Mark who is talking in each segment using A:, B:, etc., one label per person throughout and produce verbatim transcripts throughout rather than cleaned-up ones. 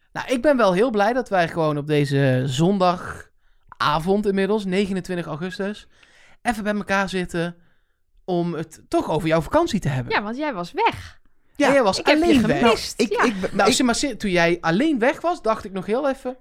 A: Nou, ik ben wel heel blij dat wij gewoon op deze zondagavond inmiddels, negenentwintig augustus, even bij elkaar zitten om het toch over jouw vakantie te hebben.
B: Ja, want jij was weg.
A: Ja, en jij was
B: ik heb
A: alleen
B: je
A: weg.
B: gemist.
C: Nou, ik,
B: ja.
C: ik, ben-
A: Nou,
C: ik-
A: zeg maar, toen jij alleen weg was, dacht ik nog heel even...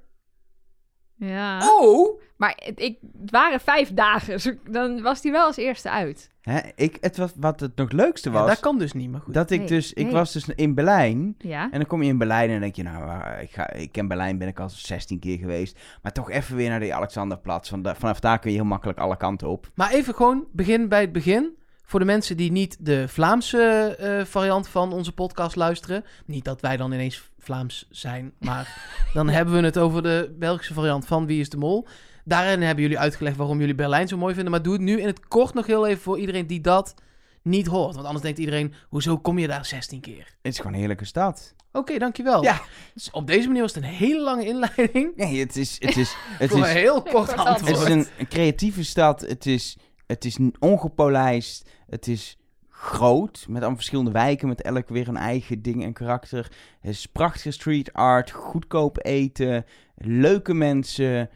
B: ja.
A: Oh!
B: Maar het, ik, het waren vijf dagen, dus dan was die wel als eerste uit.
C: hè, ik, het was, wat het nog leukste was,
A: Ja, dat kan dus niet, maar goed.
C: dat ik
B: Nee,
C: dus... Ik
B: nee.
C: was dus in Berlijn.
B: Ja.
C: En dan kom je in Berlijn en dan denk je, nou, uh, ik, ga, ik ken Berlijn, ben ik al zestien keer geweest. Maar toch even weer naar die Alexanderplatz. Want da- vanaf daar kun je heel makkelijk alle kanten op.
A: Maar even gewoon, begin bij het begin. Voor de mensen die niet de Vlaamse eh, variant van onze podcast luisteren. Niet dat wij dan ineens Vlaams zijn, maar dan hebben we het over de Belgische variant van Wie is de Mol. Daarin hebben jullie uitgelegd waarom jullie Berlijn zo mooi vinden. Maar doe het nu in het kort nog heel even voor iedereen die dat niet hoort. Want anders denkt iedereen, hoezo kom je daar zestien keer?
C: Het is gewoon een heerlijke stad.
A: Oké, dankjewel.
C: Ja.
A: Dus op deze manier was het een hele lange inleiding.
C: Nee, het is... Het is, het
A: voor een
C: is,
A: heel kort
B: kort
A: antwoord.
C: het is een, een creatieve stad. Het is, het is ongepolijst. Het is groot. Met allemaal verschillende wijken. Met elk weer een eigen ding en karakter. Het is prachtige street art. Goedkoop eten. Leuke mensen.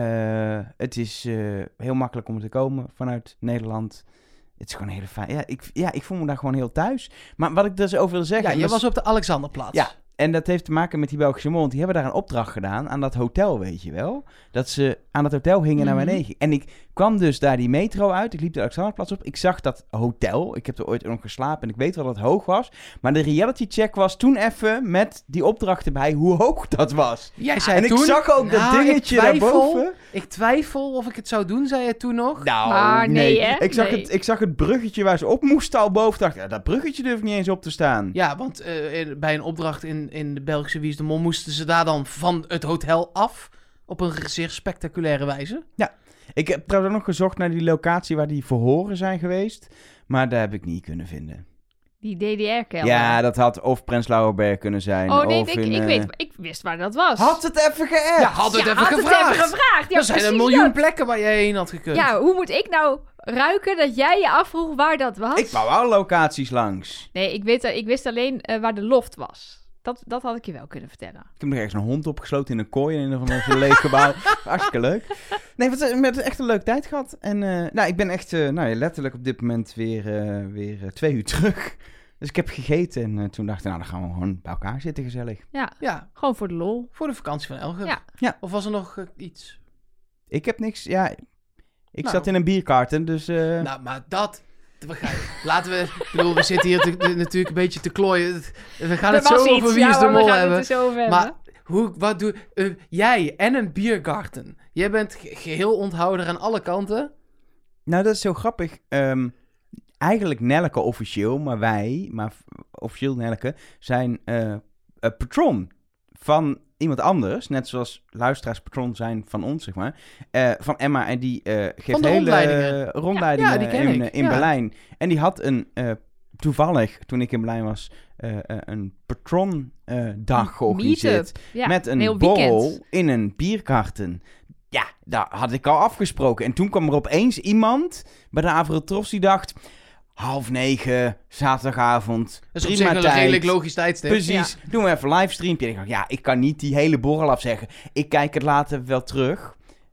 C: Eh, het is eh, heel makkelijk om er te komen vanuit Nederland. Het is gewoon een hele fijn. Ja, ik, ja, ik voel me daar gewoon heel thuis. Maar wat ik dus over wil zeggen...
A: Ja, je
C: dat
A: was
C: is-
A: op de Alexanderplatz.
C: Ja, en dat heeft te maken met die Belgische Mol. Want die hebben daar een opdracht gedaan aan dat hotel, weet je wel. Dat ze aan dat hotel gingen naar
B: Mhm.
C: beneden. En ik kwam dus daar die metro uit. Ik liep de Alexanderplatz op. Ik zag dat hotel. Ik heb er ooit nog geslapen en ik weet wel dat het hoog was. Maar de reality check was toen even met die opdracht erbij hoe hoog dat was.
A: Jij zei
C: En ik
A: toen...
C: zag ook dat
A: Nou, ik
C: dingetje
A: twijfel.
C: daarboven.
A: Ik twijfel of ik het zou doen, zei je toen nog.
C: Nou,
B: Maar nee, hè?
C: Ik zag,
B: Nee.
C: Het, ik zag het bruggetje waar ze op moesten al boven. Dacht, ja, dat bruggetje durf ik niet eens op te staan.
A: Ja, want eh, in- bij een opdracht in, in de Belgische Wie is de Mol moesten ze daar dan van het hotel af. Op een zeer spectaculaire wijze.
C: Ik heb trouwens ook nog gezocht naar die locatie waar die verhoren zijn geweest. Maar daar heb ik niet kunnen vinden.
B: Die D D R-kelder.
C: Ja, dat had of Prins Lauerberg kunnen zijn.
B: Oh nee,
C: of
B: ik,
C: in,
B: ik,
C: eh,
B: weet, ik wist waar dat was.
C: Had het even geappt?
A: Ja, had het
B: Ja,
A: even
B: had
A: gevraagd.
B: het even gevraagd. Ja,
A: er zijn een
B: precies
A: miljoen
B: dat.
A: plekken waar jij heen had gekund.
B: Ja, hoe moet ik nou ruiken dat jij je afvroeg waar dat was?
C: Ik wou al locaties langs.
B: Nee, ik, weet, ik wist alleen eh, waar de loft was. Dat, dat had ik je wel kunnen vertellen.
C: Ik heb nog ergens een hond opgesloten in een kooi in een of ander leeg gebouw. Hartstikke leuk. Nee, we hebben echt een leuke tijd gehad. En eh, nou, ik ben echt eh, nou, ja, letterlijk op dit moment weer, eh, weer eh, twee uur terug. Dus ik heb gegeten en uh, toen dacht ik, nou, dan gaan we gewoon bij elkaar zitten gezellig.
B: Ja,
A: Ja,
B: gewoon voor de lol.
A: voor de vakantie van Elger.
B: Ja.
C: Ja.
A: Of was er nog eh, iets?
C: Ik heb niks, ja... Ik
A: Nou.
C: zat in een bierkarten, dus... Uh...
A: Nou, maar dat... We gaan, laten we... Ik bedoel, we zitten hier te- te- natuurlijk een beetje te klooien. We gaan
B: Er
A: het zo
B: was
A: over
B: iets,
A: Wie
B: ja,
A: is de
B: maar we
A: Mol
B: gaan
A: hebben.
B: het er zo over hebben.
A: Maar hoe, wat doe... eh, jij en een biergarten. Jij bent ge- geheel onthouder aan alle kanten.
C: Nou, dat is zo grappig. Ehm, eigenlijk Nelleke officieel, maar wij, maar f- officieel Nelleke, zijn eh eh, patron van iemand anders. Net zoals luisteraars patron zijn van ons, zeg maar. Eh, van Emma en die eh geeft
A: Van de
C: hele
A: rondleidingen.
C: eh, rondleidingen
A: Ja, die ken
C: in,
A: ik,
C: eh, in
A: ja.
C: Berlijn. En die had een, eh, toevallig, toen ik in Berlijn was, eh, eh, een patron eh, dag georganiseerd.
B: Meetup. Ja,
C: met een
B: heel
C: borrel
B: weekend.
C: in een bierkarten. Ja, daar had ik al afgesproken. En toen kwam er opeens iemand bij de Avrotros die dacht... half negen, zaterdagavond,
A: Dat is op
C: prima
A: zich wel een
C: tijd.
A: redelijk logisch tijdstip.
C: Precies, doen we even een livestreampje. En ik dacht, ja, ik kan niet die hele borrel afzeggen. Ik kijk het later wel terug.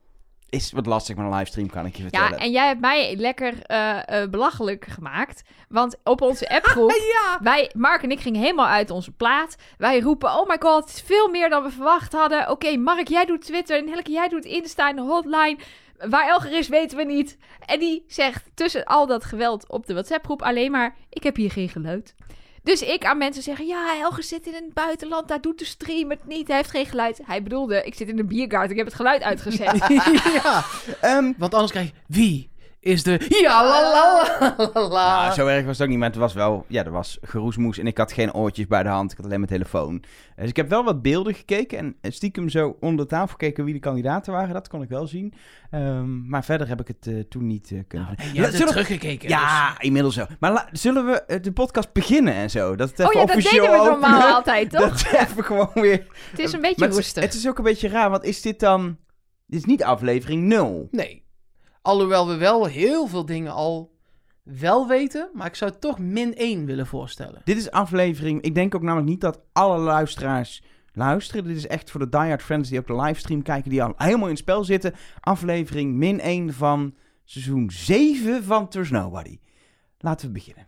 C: Is wat lastig met een livestream, kan ik je vertellen.
B: Ja, en jij hebt mij lekker eh, eh, belachelijk gemaakt. Want op onze appgroep,
A: Ja!
B: wij, Mark en ik gingen helemaal uit onze plaat. Wij roepen, oh my god, het is veel meer dan we verwacht hadden. Oké, Mark, jij doet Twitter en Helke, jij doet Insta en de hotline. Waar Elger is, weten we niet. En die zegt tussen al dat geweld op de WhatsApp-groep alleen maar... ik heb hier geen geluid. Dus ik aan mensen zeggen... ja, Elger zit in het buitenland, daar doet de stream het niet. Hij heeft geen geluid. Hij bedoelde, ik zit in een biergarten, ik heb het geluid uitgezet.
A: Ja,
C: Ehm,
A: want anders krijg je... Wie is de... Ja, la, la, la, la.
C: nou, zo erg was het ook niet, maar het was wel... Ja, er was geroesmoes en ik had geen oortjes bij de hand. Ik had alleen mijn telefoon. Dus ik heb wel wat beelden gekeken en stiekem zo onder de tafel gekeken wie de kandidaten waren. Dat kon ik wel zien. Ehm, maar verder heb ik het uh, toen niet uh, kunnen
A: Nou, en
C: vinden.
A: je hebt er
C: Zullen-
A: teruggekeken.
C: Ja,
A: dus-
C: inmiddels zo. Maar la- zullen we uh, de podcast beginnen en zo? Dat het even
B: Oh ja, dat
C: officieel
B: deden we
C: openen?
B: normaal altijd, toch?
C: Dat we even gewoon weer...
B: Het is een beetje
C: Maar het,
B: roestig.
C: het is ook een beetje raar, want is dit dan... Dit is niet aflevering nul.
A: Nee. Alhoewel we wel heel veel dingen al wel weten, maar ik zou toch min één willen voorstellen.
C: Dit is aflevering... Ik denk ook namelijk niet dat alle luisteraars luisteren. Dit is echt voor de diehard fans die ook de livestream kijken, die al helemaal in het spel zitten. Aflevering min één van seizoen zeven van Trust Nobody. Laten we beginnen.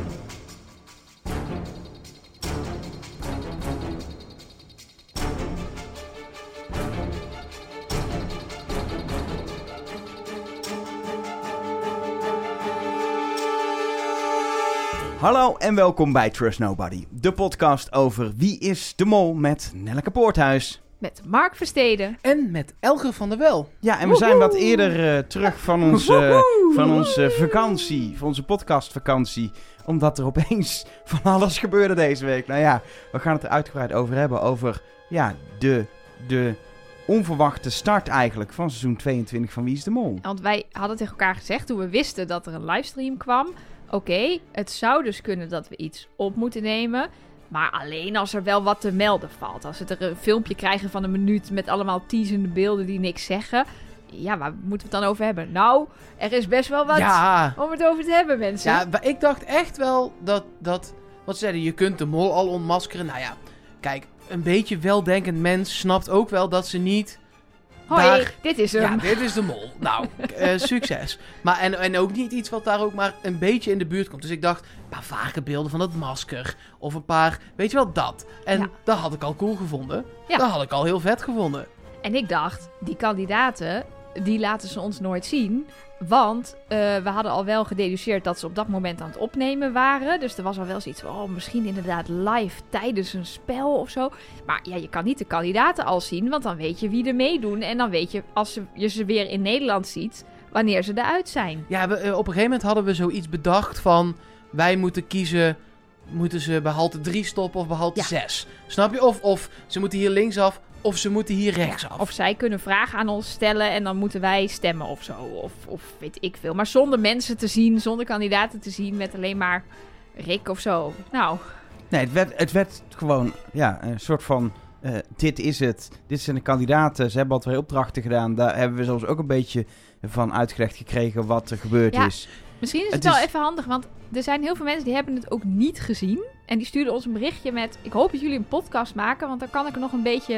C: Hallo en welkom bij Trust Nobody, de podcast over Wie is de Mol met Nelleke Poorthuis.
B: Met Mark Versteden.
A: En met Elger van der Wel.
C: Ja, en we zijn wat eerder uh, terug van onze, uh, van onze vakantie, van onze podcastvakantie. Omdat er opeens van alles gebeurde deze week. Nou ja, we gaan het er uitgebreid over hebben. Over ja, de, de onverwachte start eigenlijk van seizoen tweeëntwintig van Wie is de Mol.
B: Want wij hadden tegen elkaar gezegd toen we wisten dat er een livestream kwam. Oké, okay, het zou dus kunnen dat we iets op moeten nemen. Maar alleen als er wel wat te melden valt. Als we er een filmpje krijgen van een minuut met allemaal teasende beelden die niks zeggen. Ja, waar moeten we het dan over hebben? Nou, er is best wel wat
A: ja.
B: om het over te hebben, mensen.
A: Ja, maar ik dacht echt wel dat, dat... Wat zeiden, je kunt de mol al ontmaskeren. Nou ja, kijk, een beetje weldenkend mens snapt ook wel dat ze niet...
B: Hoi,
A: daar...
B: dit is hem.
A: Ja, dit is de mol. Nou, uh, succes. Maar en, en ook niet iets wat daar ook maar een beetje in de buurt komt. Dus ik dacht, een paar vage beelden van dat masker. Of een paar, weet je wel, dat. En
B: ja.
A: dat had ik al cool gevonden.
B: Ja.
A: Dat had ik al heel vet gevonden.
B: En ik dacht, die kandidaten, die laten ze ons nooit zien. Want uh, we hadden al wel gededuceerd dat ze op dat moment aan het opnemen waren. Dus er was al wel zoiets van, oh, misschien inderdaad live tijdens een spel of zo. Maar ja, je kan niet de kandidaten al zien, want dan weet je wie er meedoen. En dan weet je, als ze, je ze weer in Nederland ziet, wanneer ze eruit zijn.
A: Ja, we, uh, op een gegeven moment hadden we zoiets bedacht van, wij moeten kiezen, moeten ze bij halte drie stoppen of bij halte
B: ja.
A: zes. Snap je? Of, of ze moeten hier linksaf. Of ze moeten hier rechtsaf.
B: Of zij kunnen vragen aan ons stellen en dan moeten wij stemmen of zo. Of, of weet ik veel. Maar zonder mensen te zien, zonder kandidaten te zien, met alleen maar Rick of zo. Nou.
C: Nee, het werd, het werd gewoon ja, een soort van, uh, dit is het. Dit zijn de kandidaten. Ze hebben al twee opdrachten gedaan. Daar hebben we zelfs ook een beetje van uitgelegd gekregen wat er gebeurd
B: ja,
C: is.
B: Misschien is het,
C: het
B: wel
C: is...
B: even handig, want er zijn heel veel mensen die hebben het ook niet gezien. En die stuurden ons een berichtje met, ik hoop dat jullie een podcast maken, want dan kan ik er nog een beetje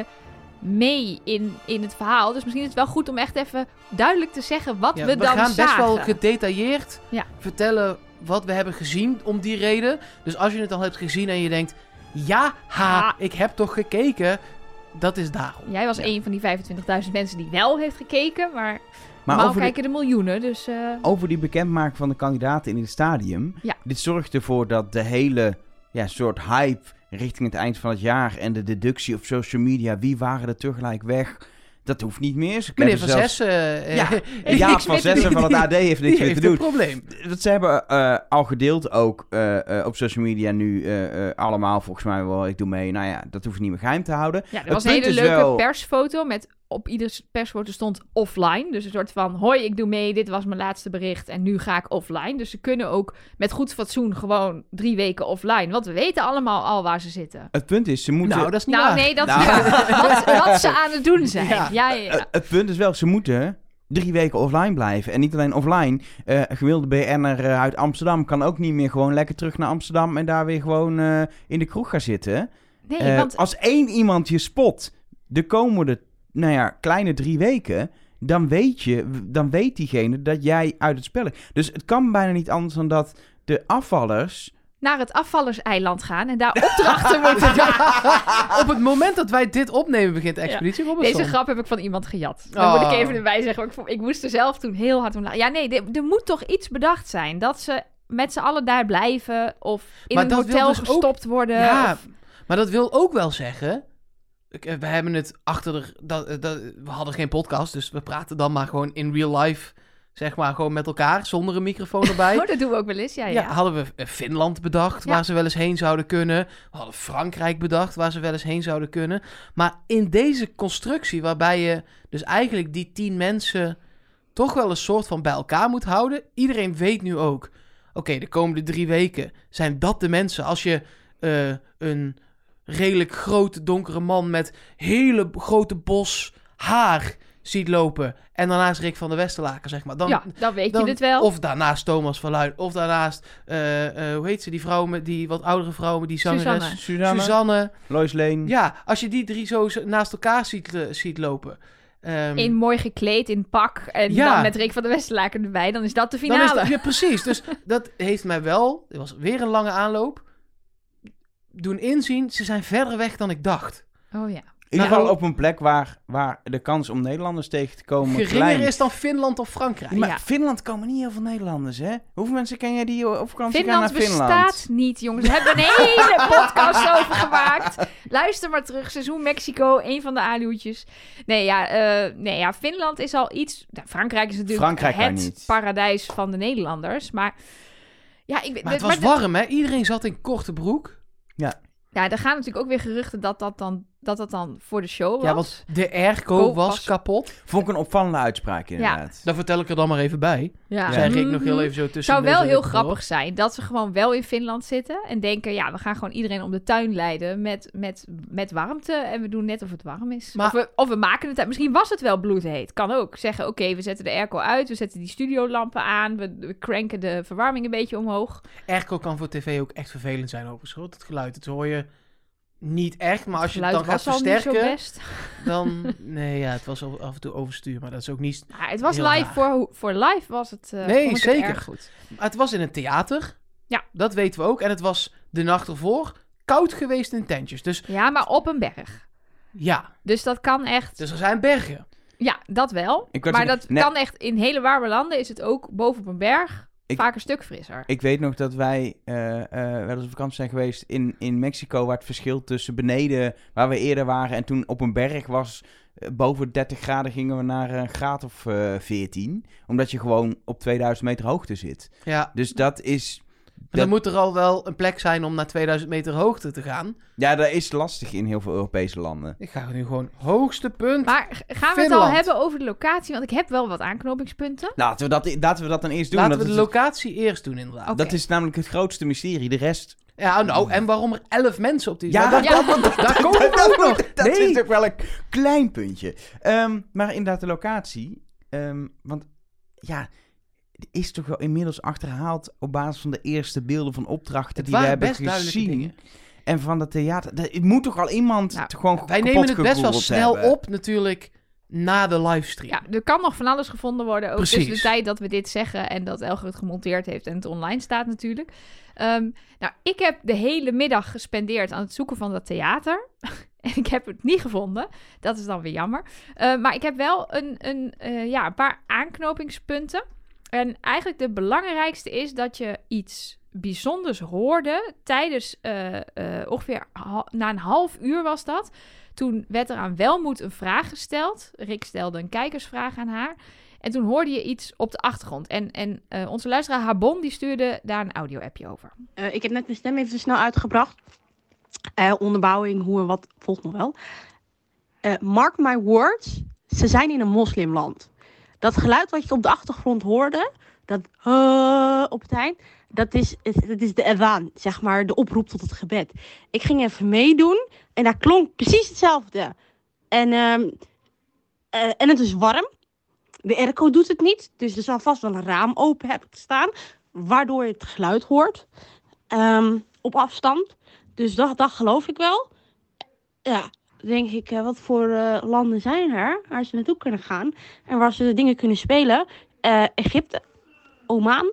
B: mee in, in het verhaal. Dus misschien is het wel goed om echt even duidelijk te zeggen wat
A: ja,
B: we,
A: we
B: dan zagen.
A: gaan best wel gedetailleerd
B: ja.
A: vertellen wat we hebben gezien om die reden. Dus als je het al hebt gezien en je denkt, ja, ha,
B: ja.
A: ik heb toch gekeken. Dat is daarom.
B: Jij was
A: ja.
B: een van die vijfentwintigduizend mensen die wel heeft gekeken, maar...
C: Maar
B: normaal
C: over
B: kijken de miljoenen, dus... Uh...
C: Over die bekendmaking van de kandidaten in het stadium.
B: Ja.
C: Dit zorgt ervoor dat de hele ja, soort hype richting het eind van het jaar en de deductie op social media, wie waren er tegelijk weg, dat hoeft niet meer. Ze
A: Meneer Van
C: zelfs...
A: Zessen... Uh,
C: ja,
A: heeft
C: ja
A: niks
C: Van
A: mee te
C: Zessen
A: doen.
C: van het A D heeft niks
A: Die
C: mee te
A: heeft
C: doen.
A: een probleem.
C: Dat ze hebben uh, al gedeeld ook uh, uh, op social media nu uh, uh, allemaal volgens mij wel, ik doe mee. Nou ja, dat hoef je niet meer geheim te houden.
B: Ja, er
C: Het
B: was een hele
C: punt is
B: leuke
C: wel...
B: persfoto met... Op iedere persfoto stond offline. Dus een soort van, hoi, ik doe mee. Dit was mijn laatste bericht en nu ga ik offline. Dus ze kunnen ook met goed fatsoen gewoon drie weken offline. Want we weten allemaal al waar ze zitten.
C: Het punt is, ze moeten...
A: Nou, dat is niet
B: Nou,
A: waar.
B: nee, dat
C: Nou.
B: is waar. Wat, wat ze aan het doen zijn.
A: Ja.
B: Ja, ja, ja.
C: Uh, het punt is wel, ze moeten drie weken offline blijven. En niet alleen offline. Uh, een gemiddelde B N'er uh, uit Amsterdam kan ook niet meer gewoon lekker terug naar Amsterdam en daar weer gewoon uh, in de kroeg gaan zitten.
B: Nee,
C: Uh,
B: want...
C: Als één iemand je spot de komende, nou ja, kleine drie weken, dan weet je, dan weet diegene dat jij uit het spel ligt. Dus het kan bijna niet anders dan dat de afvallers
B: naar het afvallerseiland gaan en daar opdrachten moeten doen.
A: Op het moment dat wij dit opnemen begint de Expeditie
B: Ja.
A: Robinson.
B: Deze grap heb ik van iemand gejat. Dan
A: Oh.
B: moet ik even erbij zeggen. Ik, vond, ik moest er zelf toen heel hard om lachen. Ja, nee, er, er moet toch iets bedacht zijn. Dat ze met z'n allen daar blijven of in
A: Maar
B: een
A: dat wil
B: hotel
A: dus ook-
B: gestopt worden.
A: Ja,
B: Of...
A: maar dat wil ook wel zeggen... ik- We hebben het achter de... Dat, dat, we hadden geen podcast, dus we praten dan maar gewoon in real life... Zeg maar gewoon met elkaar, zonder een microfoon erbij.
B: Oh, dat doen we ook wel eens, ja. ja.
A: Ja, hadden we eh, Finland bedacht,
B: Ja.
A: waar ze wel eens heen zouden kunnen. We hadden Frankrijk bedacht, waar ze wel eens heen zouden kunnen. Maar in deze constructie, waarbij je dus eigenlijk die tien mensen toch wel een soort van bij elkaar moet houden. Iedereen weet nu ook, oké, okay, de komende drie weken zijn dat de mensen. Als je uh, een redelijk grote donkere man met hele grote bos haar ziet lopen en daarnaast Rick van der Westerlaken, zeg maar. Dan,
B: ja, dan weet
A: dan,
B: je het wel.
A: Of daarnaast Thomas van Luijn. Of daarnaast, uh, uh, hoe heet ze, die vrouw met die wat oudere vrouw met die zangeres.
B: Suzanne.
C: Suzanne,
A: Suzanne.
C: Lois Lane.
A: Ja, als je die drie zo naast elkaar ziet, uh, ziet lopen. Um,
B: in mooi gekleed, in pak. En
A: Ja.
B: dan met Rick van der Westerlaken erbij. Dan is dat de
A: dan
B: finale.
A: is dat, ja, precies. Dus dat heeft mij wel, het was weer een lange aanloop, doen inzien, ze zijn verder weg dan ik dacht.
B: Oh ja.
C: In ieder
A: Nou,
C: geval op een plek waar, waar de kans om Nederlanders tegen te komen
A: Geringer
C: klein
A: is dan Finland of Frankrijk.
C: Maar
B: Ja.
C: Finland komen niet heel veel Nederlanders, hè? Hoeveel mensen ken jij die op vakantie
B: Finland
C: gaan naar Finland?
B: bestaat niet, jongens. We hebben een hele podcast over gemaakt. Luister maar terug. Seizoen Mexico, een van de aluwtjes. Nee, ja, uh, nee, ja, Finland is al iets... Nou, Frankrijk is natuurlijk
C: Frankrijk kan
B: het
C: niet.
B: paradijs van de Nederlanders. Maar ja, ik,
A: Maar het
B: maar
A: was
B: de-
A: warm, hè? Iedereen zat in korte broek.
B: Ja, er gaan natuurlijk ook weer geruchten dat dat dan, dat dat dan voor de show was.
A: Ja, want de airco
B: Ko
A: was
B: was-
A: kapot.
C: Vond ik een opvallende uitspraak, inderdaad.
A: Daar vertel ik er dan maar even bij.
B: Ja.
A: Zeg ik
B: Mhm.
A: nog heel even zo tussen.
B: zou wel
A: deze
B: heel
A: lippen
B: grappig
A: door.
B: zijn dat ze gewoon wel in Finland zitten en denken, ja, we gaan gewoon iedereen om de tuin leiden met, met, met warmte en we doen net of het warm is.
A: Maar-
B: of, we, of we maken het uit. Misschien was het wel bloedheet. Kan ook. Zeggen, oké, we zetten de airco uit, we zetten die studiolampen aan, we, we cranken de verwarming een beetje omhoog.
A: Airco kan voor tv ook echt vervelend zijn overigens, hoor. Het geluid, dat hoor je niet echt. Maar als je het
B: Geluid
A: dan gaat
B: was al niet zo
A: versterken,
B: best.
A: dan... Nee, ja, het was al af en toe overstuur, maar dat is ook niet...
B: Ja, het was
A: Heel
B: live,
A: raar.
B: voor, voor live was het, uh,
A: Nee,
B: vond ik
A: zeker.
B: het erg goed.
A: Maar het was in een theater.
B: Ja.
A: Dat weten we ook. En het was de nacht ervoor koud geweest in tentjes. Dus
B: Ja, maar op een berg.
A: ja,
B: Dus dat kan echt...
A: dus er zijn bergen.
B: Ja, dat wel.
C: Ik wou
B: Maar
C: zeggen,
B: dat
C: nee.
B: kan echt... In hele warme landen is het ook boven op een berg
C: Ik-
B: vaak een stuk frisser.
C: Ik weet nog dat wij eh, eh, wel eens op vakantie zijn geweest in, in Mexico, waar het verschil tussen beneden, waar we eerder waren, en toen op een berg was, eh, boven dertig graden, gingen we naar een graad of eh, veertien. Omdat je gewoon op tweeduizend meter hoogte zit.
A: Ja,
C: Dus dat is...
A: en
C: Dat,
A: dan moet er al wel een plek zijn om naar tweeduizend meter hoogte te gaan.
C: ja, dat is lastig in heel veel Europese landen.
A: Ik ga nu gewoon hoogste punt.
B: Maar g- gaan we het al
A: Finland.
B: hebben over de locatie? Want ik heb wel wat aanknopingspunten.
C: Laten we dat, laten we dat dan eerst doen.
A: Laten we
C: dat
A: de
C: is,
A: locatie eerst doen, inderdaad.
B: Oké.
C: dat is namelijk het grootste mysterie. De rest...
A: Ja, nou, en waarom er elf mensen op die...
C: Ja,
A: Maar
C: dat,
A: dat,
C: dat, dat,
A: daar komen we ook nog.
C: Dat
A: Nee.
C: is ook wel een klein puntje. Ehm, maar inderdaad, de locatie. Ehm, want ja, het is toch wel inmiddels achterhaald op basis van de eerste beelden van opdrachten
A: Het
C: die we
A: waren
C: hebben
A: best duidelijke
C: gezien.
A: dingen.
C: En van het theater. Dat- Het moet toch al iemand
B: Nou,
C: t- gewoon
A: Wij
C: kapot
A: nemen het best wel
C: gegoogeld
A: snel
C: hebben.
A: op, natuurlijk, na de livestream.
B: Ja, er kan nog van alles gevonden worden. Ook
A: Precies.
B: tussen de tijd dat we dit zeggen en dat Elger het gemonteerd heeft en het online staat natuurlijk. Ehm, nou, ik heb de hele middag gespendeerd aan het zoeken van dat theater. En ik heb het niet gevonden. Dat is dan weer jammer. Uh, maar ik heb wel een, een, uh, ja, een paar aanknopingspunten. En eigenlijk de belangrijkste is dat je iets bijzonders hoorde tijdens uh, uh, ongeveer ha- na een half uur was dat. Toen werd er aan Welmoed een vraag gesteld. Rick stelde een kijkersvraag aan haar. En toen hoorde je iets op de achtergrond. En, en uh, onze luisteraar Habon die stuurde daar een audio-appje over.
D: Uh, ik heb net mijn stem even te snel uitgebracht. Uh, onderbouwing, hoe en wat, volgt nog wel. Uh, mark my words, ze zijn in een moslimland. Dat geluid wat je op de achtergrond hoorde, dat uh, op het eind, dat is, dat is de adhan, zeg maar, de oproep tot het gebed. Ik ging even meedoen en daar klonk precies hetzelfde. En, um, uh, en het is warm. De airco doet het niet, dus er zal vast wel een raam open hebben staan, waardoor je het geluid hoort um, op afstand. Dus dat, dat geloof ik wel. Ja, denk ik, uh, wat voor uh, landen zijn er waar ze naartoe kunnen gaan en waar ze dingen kunnen spelen? Uh, Egypte, Oman.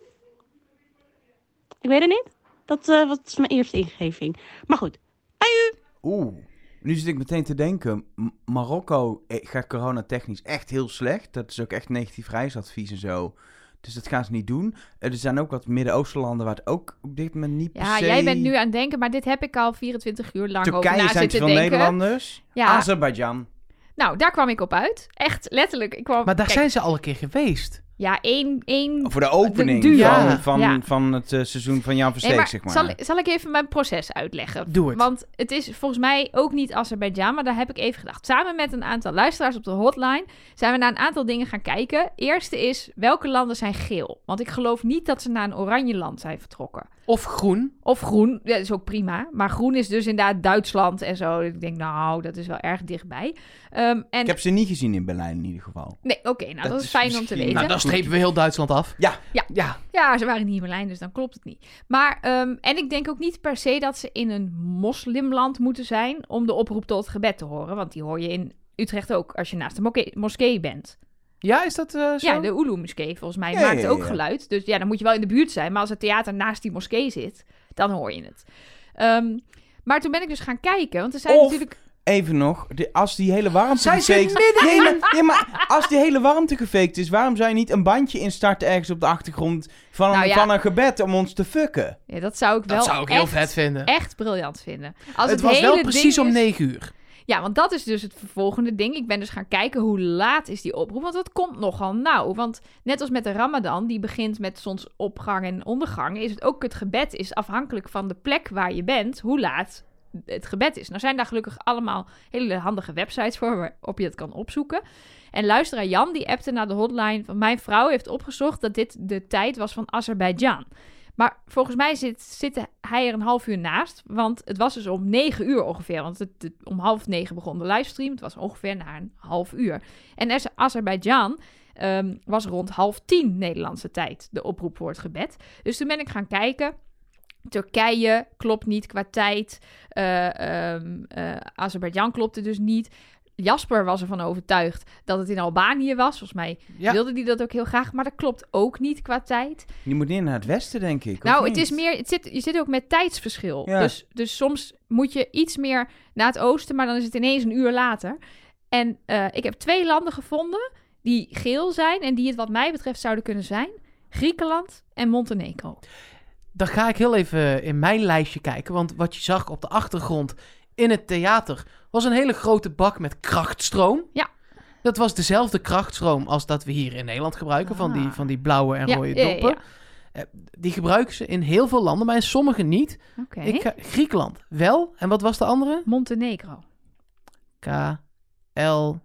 D: Ik weet het niet. Dat, uh, dat is mijn eerste ingeving. Maar goed, bij u.
C: Oeh, nu zit ik meteen te denken, M- Marokko eh, gaat coronatechnisch echt heel slecht. Dat is ook echt negatief reisadvies en zo. Dus dat gaan ze niet doen. Er zijn ook wat Midden-Oostenlanden waar het ook op dit moment niet per
B: Ja,
C: se...
B: jij bent nu aan het denken, maar dit heb ik al vierentwintig uur lang over
C: Turkije
B: na
C: zijn
B: zitten
C: veel
B: denken.
C: Nederlanders.
B: Ja.
C: Azerbeidzjan.
B: Nou, daar kwam ik op uit. Echt, letterlijk. Ik kwam,
A: Maar daar
B: kijk,
A: zijn ze al een keer geweest.
B: Ja, één... één
C: Voor de opening
B: duo.
C: van,
A: Ja.
C: van,
B: Ja.
C: van het uh, seizoen van Jan Versteeg,
B: Nee, maar
C: zeg maar.
B: Zal, zal ik even mijn proces uitleggen?
A: Doe het.
B: Want het is volgens mij ook niet Azerbeidzjan, maar daar heb ik even gedacht. Samen met een aantal luisteraars op de hotline zijn we naar een aantal dingen gaan kijken. Eerste is, welke landen zijn geel? Want ik geloof niet dat ze naar een oranje land zijn vertrokken.
A: Of groen.
B: Of groen, ja, dat is ook prima. Maar groen is dus inderdaad Duitsland en zo. Ik denk, nou, dat is wel erg dichtbij. Um, en...
C: Ik heb ze niet gezien in Berlijn in ieder geval.
B: Nee, oké, okay, nou, dat,
C: dat
B: is
C: is
B: fijn om te
C: misschien-
B: weten.
A: Nou, dan strepen we heel Duitsland af.
C: Ja.
B: Ja.
A: Ja.
B: Ja, ze waren niet in Berlijn, dus dan klopt het niet. Maar, um, en ik denk ook niet per se dat ze in een moslimland moeten zijn om de oproep tot het gebed te horen. Want die hoor je in Utrecht ook als je naast de moskee, moskee bent.
A: Ja, is dat uh, zo?
B: Ja, de Ulu-moskee volgens mij
C: Ja,
B: maakt
C: ja, ja,
B: ook
C: ja.
B: geluid. Dus ja, dan moet je wel in de buurt zijn. Maar als het theater naast die moskee zit, dan hoor je het. Um, maar toen ben ik dus gaan kijken, want er zijn
C: Of-
B: natuurlijk...
C: Even nog, de, als die hele warmte
A: Zij zit
C: gefaked...
A: midden
C: Nee, maar, nee, maar als die hele warmte gefaked is, waarom zou je niet een bandje instarten ergens op de achtergrond van,
B: Nou ja.
C: van een gebed om ons te fucken?
B: Ja, dat zou ik wel
A: Dat zou ik heel
B: echt,
A: vet vinden.
B: echt briljant vinden. Als
A: het
B: het,
A: was
B: hele
A: wel precies
B: ding
A: om
B: is-
A: negen uur.
B: Ja, want dat is dus het volgende ding. Ik ben dus gaan kijken hoe laat is die oproep. Want dat komt nogal nauw. Want net als met de Ramadan, die begint met zonsopgang en ondergang, is het ook het gebed is afhankelijk van de plek waar je bent, hoe laat het gebed is. Nou zijn daar gelukkig allemaal hele handige websites voor waarop je het kan opzoeken. En luisteraar Jan, die appte naar de hotline van mijn vrouw, heeft opgezocht dat dit de tijd was van Azerbeidzjan. Maar volgens mij zit, zit hij er een half uur naast. Want het was dus om negen uur ongeveer. Want het, het- om half negen begon de livestream. Het was ongeveer na een half uur. En Az- Azerbeidzjan um, was rond half tien Nederlandse tijd de oproep voor het gebed. Dus toen ben ik gaan kijken. Turkije klopt niet qua tijd. Uh, um, uh, Azerbeidzjan klopte dus niet. Jasper was ervan overtuigd dat het in Albanië was. Volgens mij
A: Ja.
B: wilde hij dat ook heel graag. Maar dat klopt ook niet qua tijd.
C: Je moet niet naar het westen, denk ik. of
B: Nou, het
C: niet?
B: is meer, het zit, je zit ook met tijdsverschil.
C: Ja.
B: Dus, dus soms moet je iets meer naar het oosten, maar dan is het ineens een uur later. En uh, ik heb twee landen gevonden die geel zijn en die het wat mij betreft zouden kunnen zijn. Griekenland en Montenegro.
A: Dan ga ik heel even in mijn lijstje kijken. Want wat je zag op de achtergrond in het theater was een hele grote bak met krachtstroom.
B: Ja.
A: Dat was dezelfde krachtstroom als dat we hier in Nederland gebruiken. Van, die,
B: Ah.
A: van die blauwe en
B: Ja,
A: rode
B: ja, ja,
A: doppen.
B: ja.
A: Eh, Die gebruiken ze in heel veel landen, maar in sommige niet.
B: Oké.
A: Ik ga, Griekenland wel. En wat was de andere?
B: Montenegro.
A: K, L,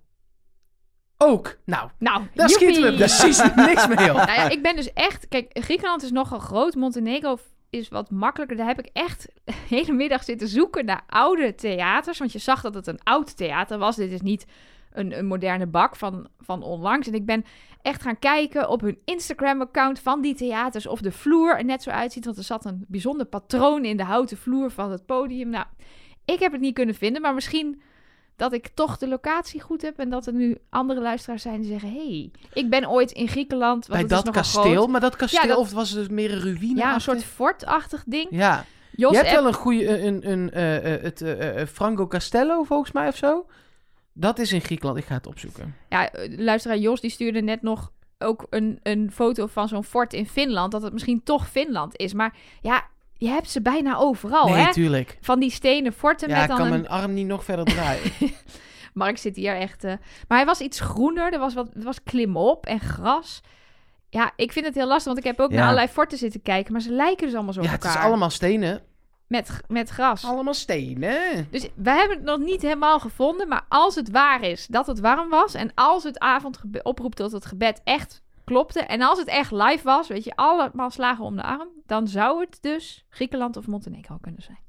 A: ook. Nou,
B: Nou,
A: daar schieten we
B: joepie.
A: precies niks mee op.
B: Nou ja, ik ben dus echt... Kijk, Griekenland is nogal groot. Montenegro is wat makkelijker. Daar heb ik echt de hele middag zitten zoeken naar oude theaters. Want je zag dat het een oud theater was. Dit is niet een, een moderne bak van, van onlangs. En ik ben echt gaan kijken op hun Instagram-account van die theaters of de vloer er net zo uitziet. Want er zat een bijzonder patroon in de houten vloer van het podium. Nou, ik heb het niet kunnen vinden, maar misschien dat ik toch de locatie goed heb en dat er nu andere luisteraars zijn die zeggen, hey, ik ben ooit in Griekenland. Want
A: Bij
B: het is
A: dat
B: nogal
A: kasteel,
B: groot.
A: maar dat kasteel,
B: Ja, dat-
A: of was het dus meer een ruïne?
B: Ja, een soort fortachtig ding.
A: Ja,
B: Jos
A: je hebt
B: app-
A: wel een goede, een, een, eh, eh, het eh, eh, Franco Castello volgens mij of zo. Dat is in Griekenland, ik ga het opzoeken.
B: Ja, eh, luisteraar Jos die stuurde net nog ook een, een foto van zo'n fort in Finland, dat het misschien toch Finland is. Maar ja, je hebt ze bijna overal,
A: nee,
B: hè?
A: tuurlijk.
B: Van die stenen forten
A: Ja,
B: met
A: ik
B: dan
A: kan
B: een...
A: mijn arm niet nog verder draaien.
B: Mark zit hier echt... eh, Maar hij was iets groener, er was, wat, er was klimop en gras. Ja, ik vind het heel lastig, want ik heb ook
C: Ja.
B: naar allerlei forten zitten kijken, maar ze lijken dus allemaal zo op
A: Ja, het
B: elkaar.
A: is allemaal stenen.
B: Met, met gras.
A: Allemaal stenen.
B: Dus wij hebben het nog niet helemaal gevonden. Maar als het waar is dat het warm was. En als het avondoproep oproep tot het gebed echt klopte. En als het echt live was. Weet je, allemaal slagen om de arm. Dan zou het dus Griekenland of Montenegro kunnen zijn.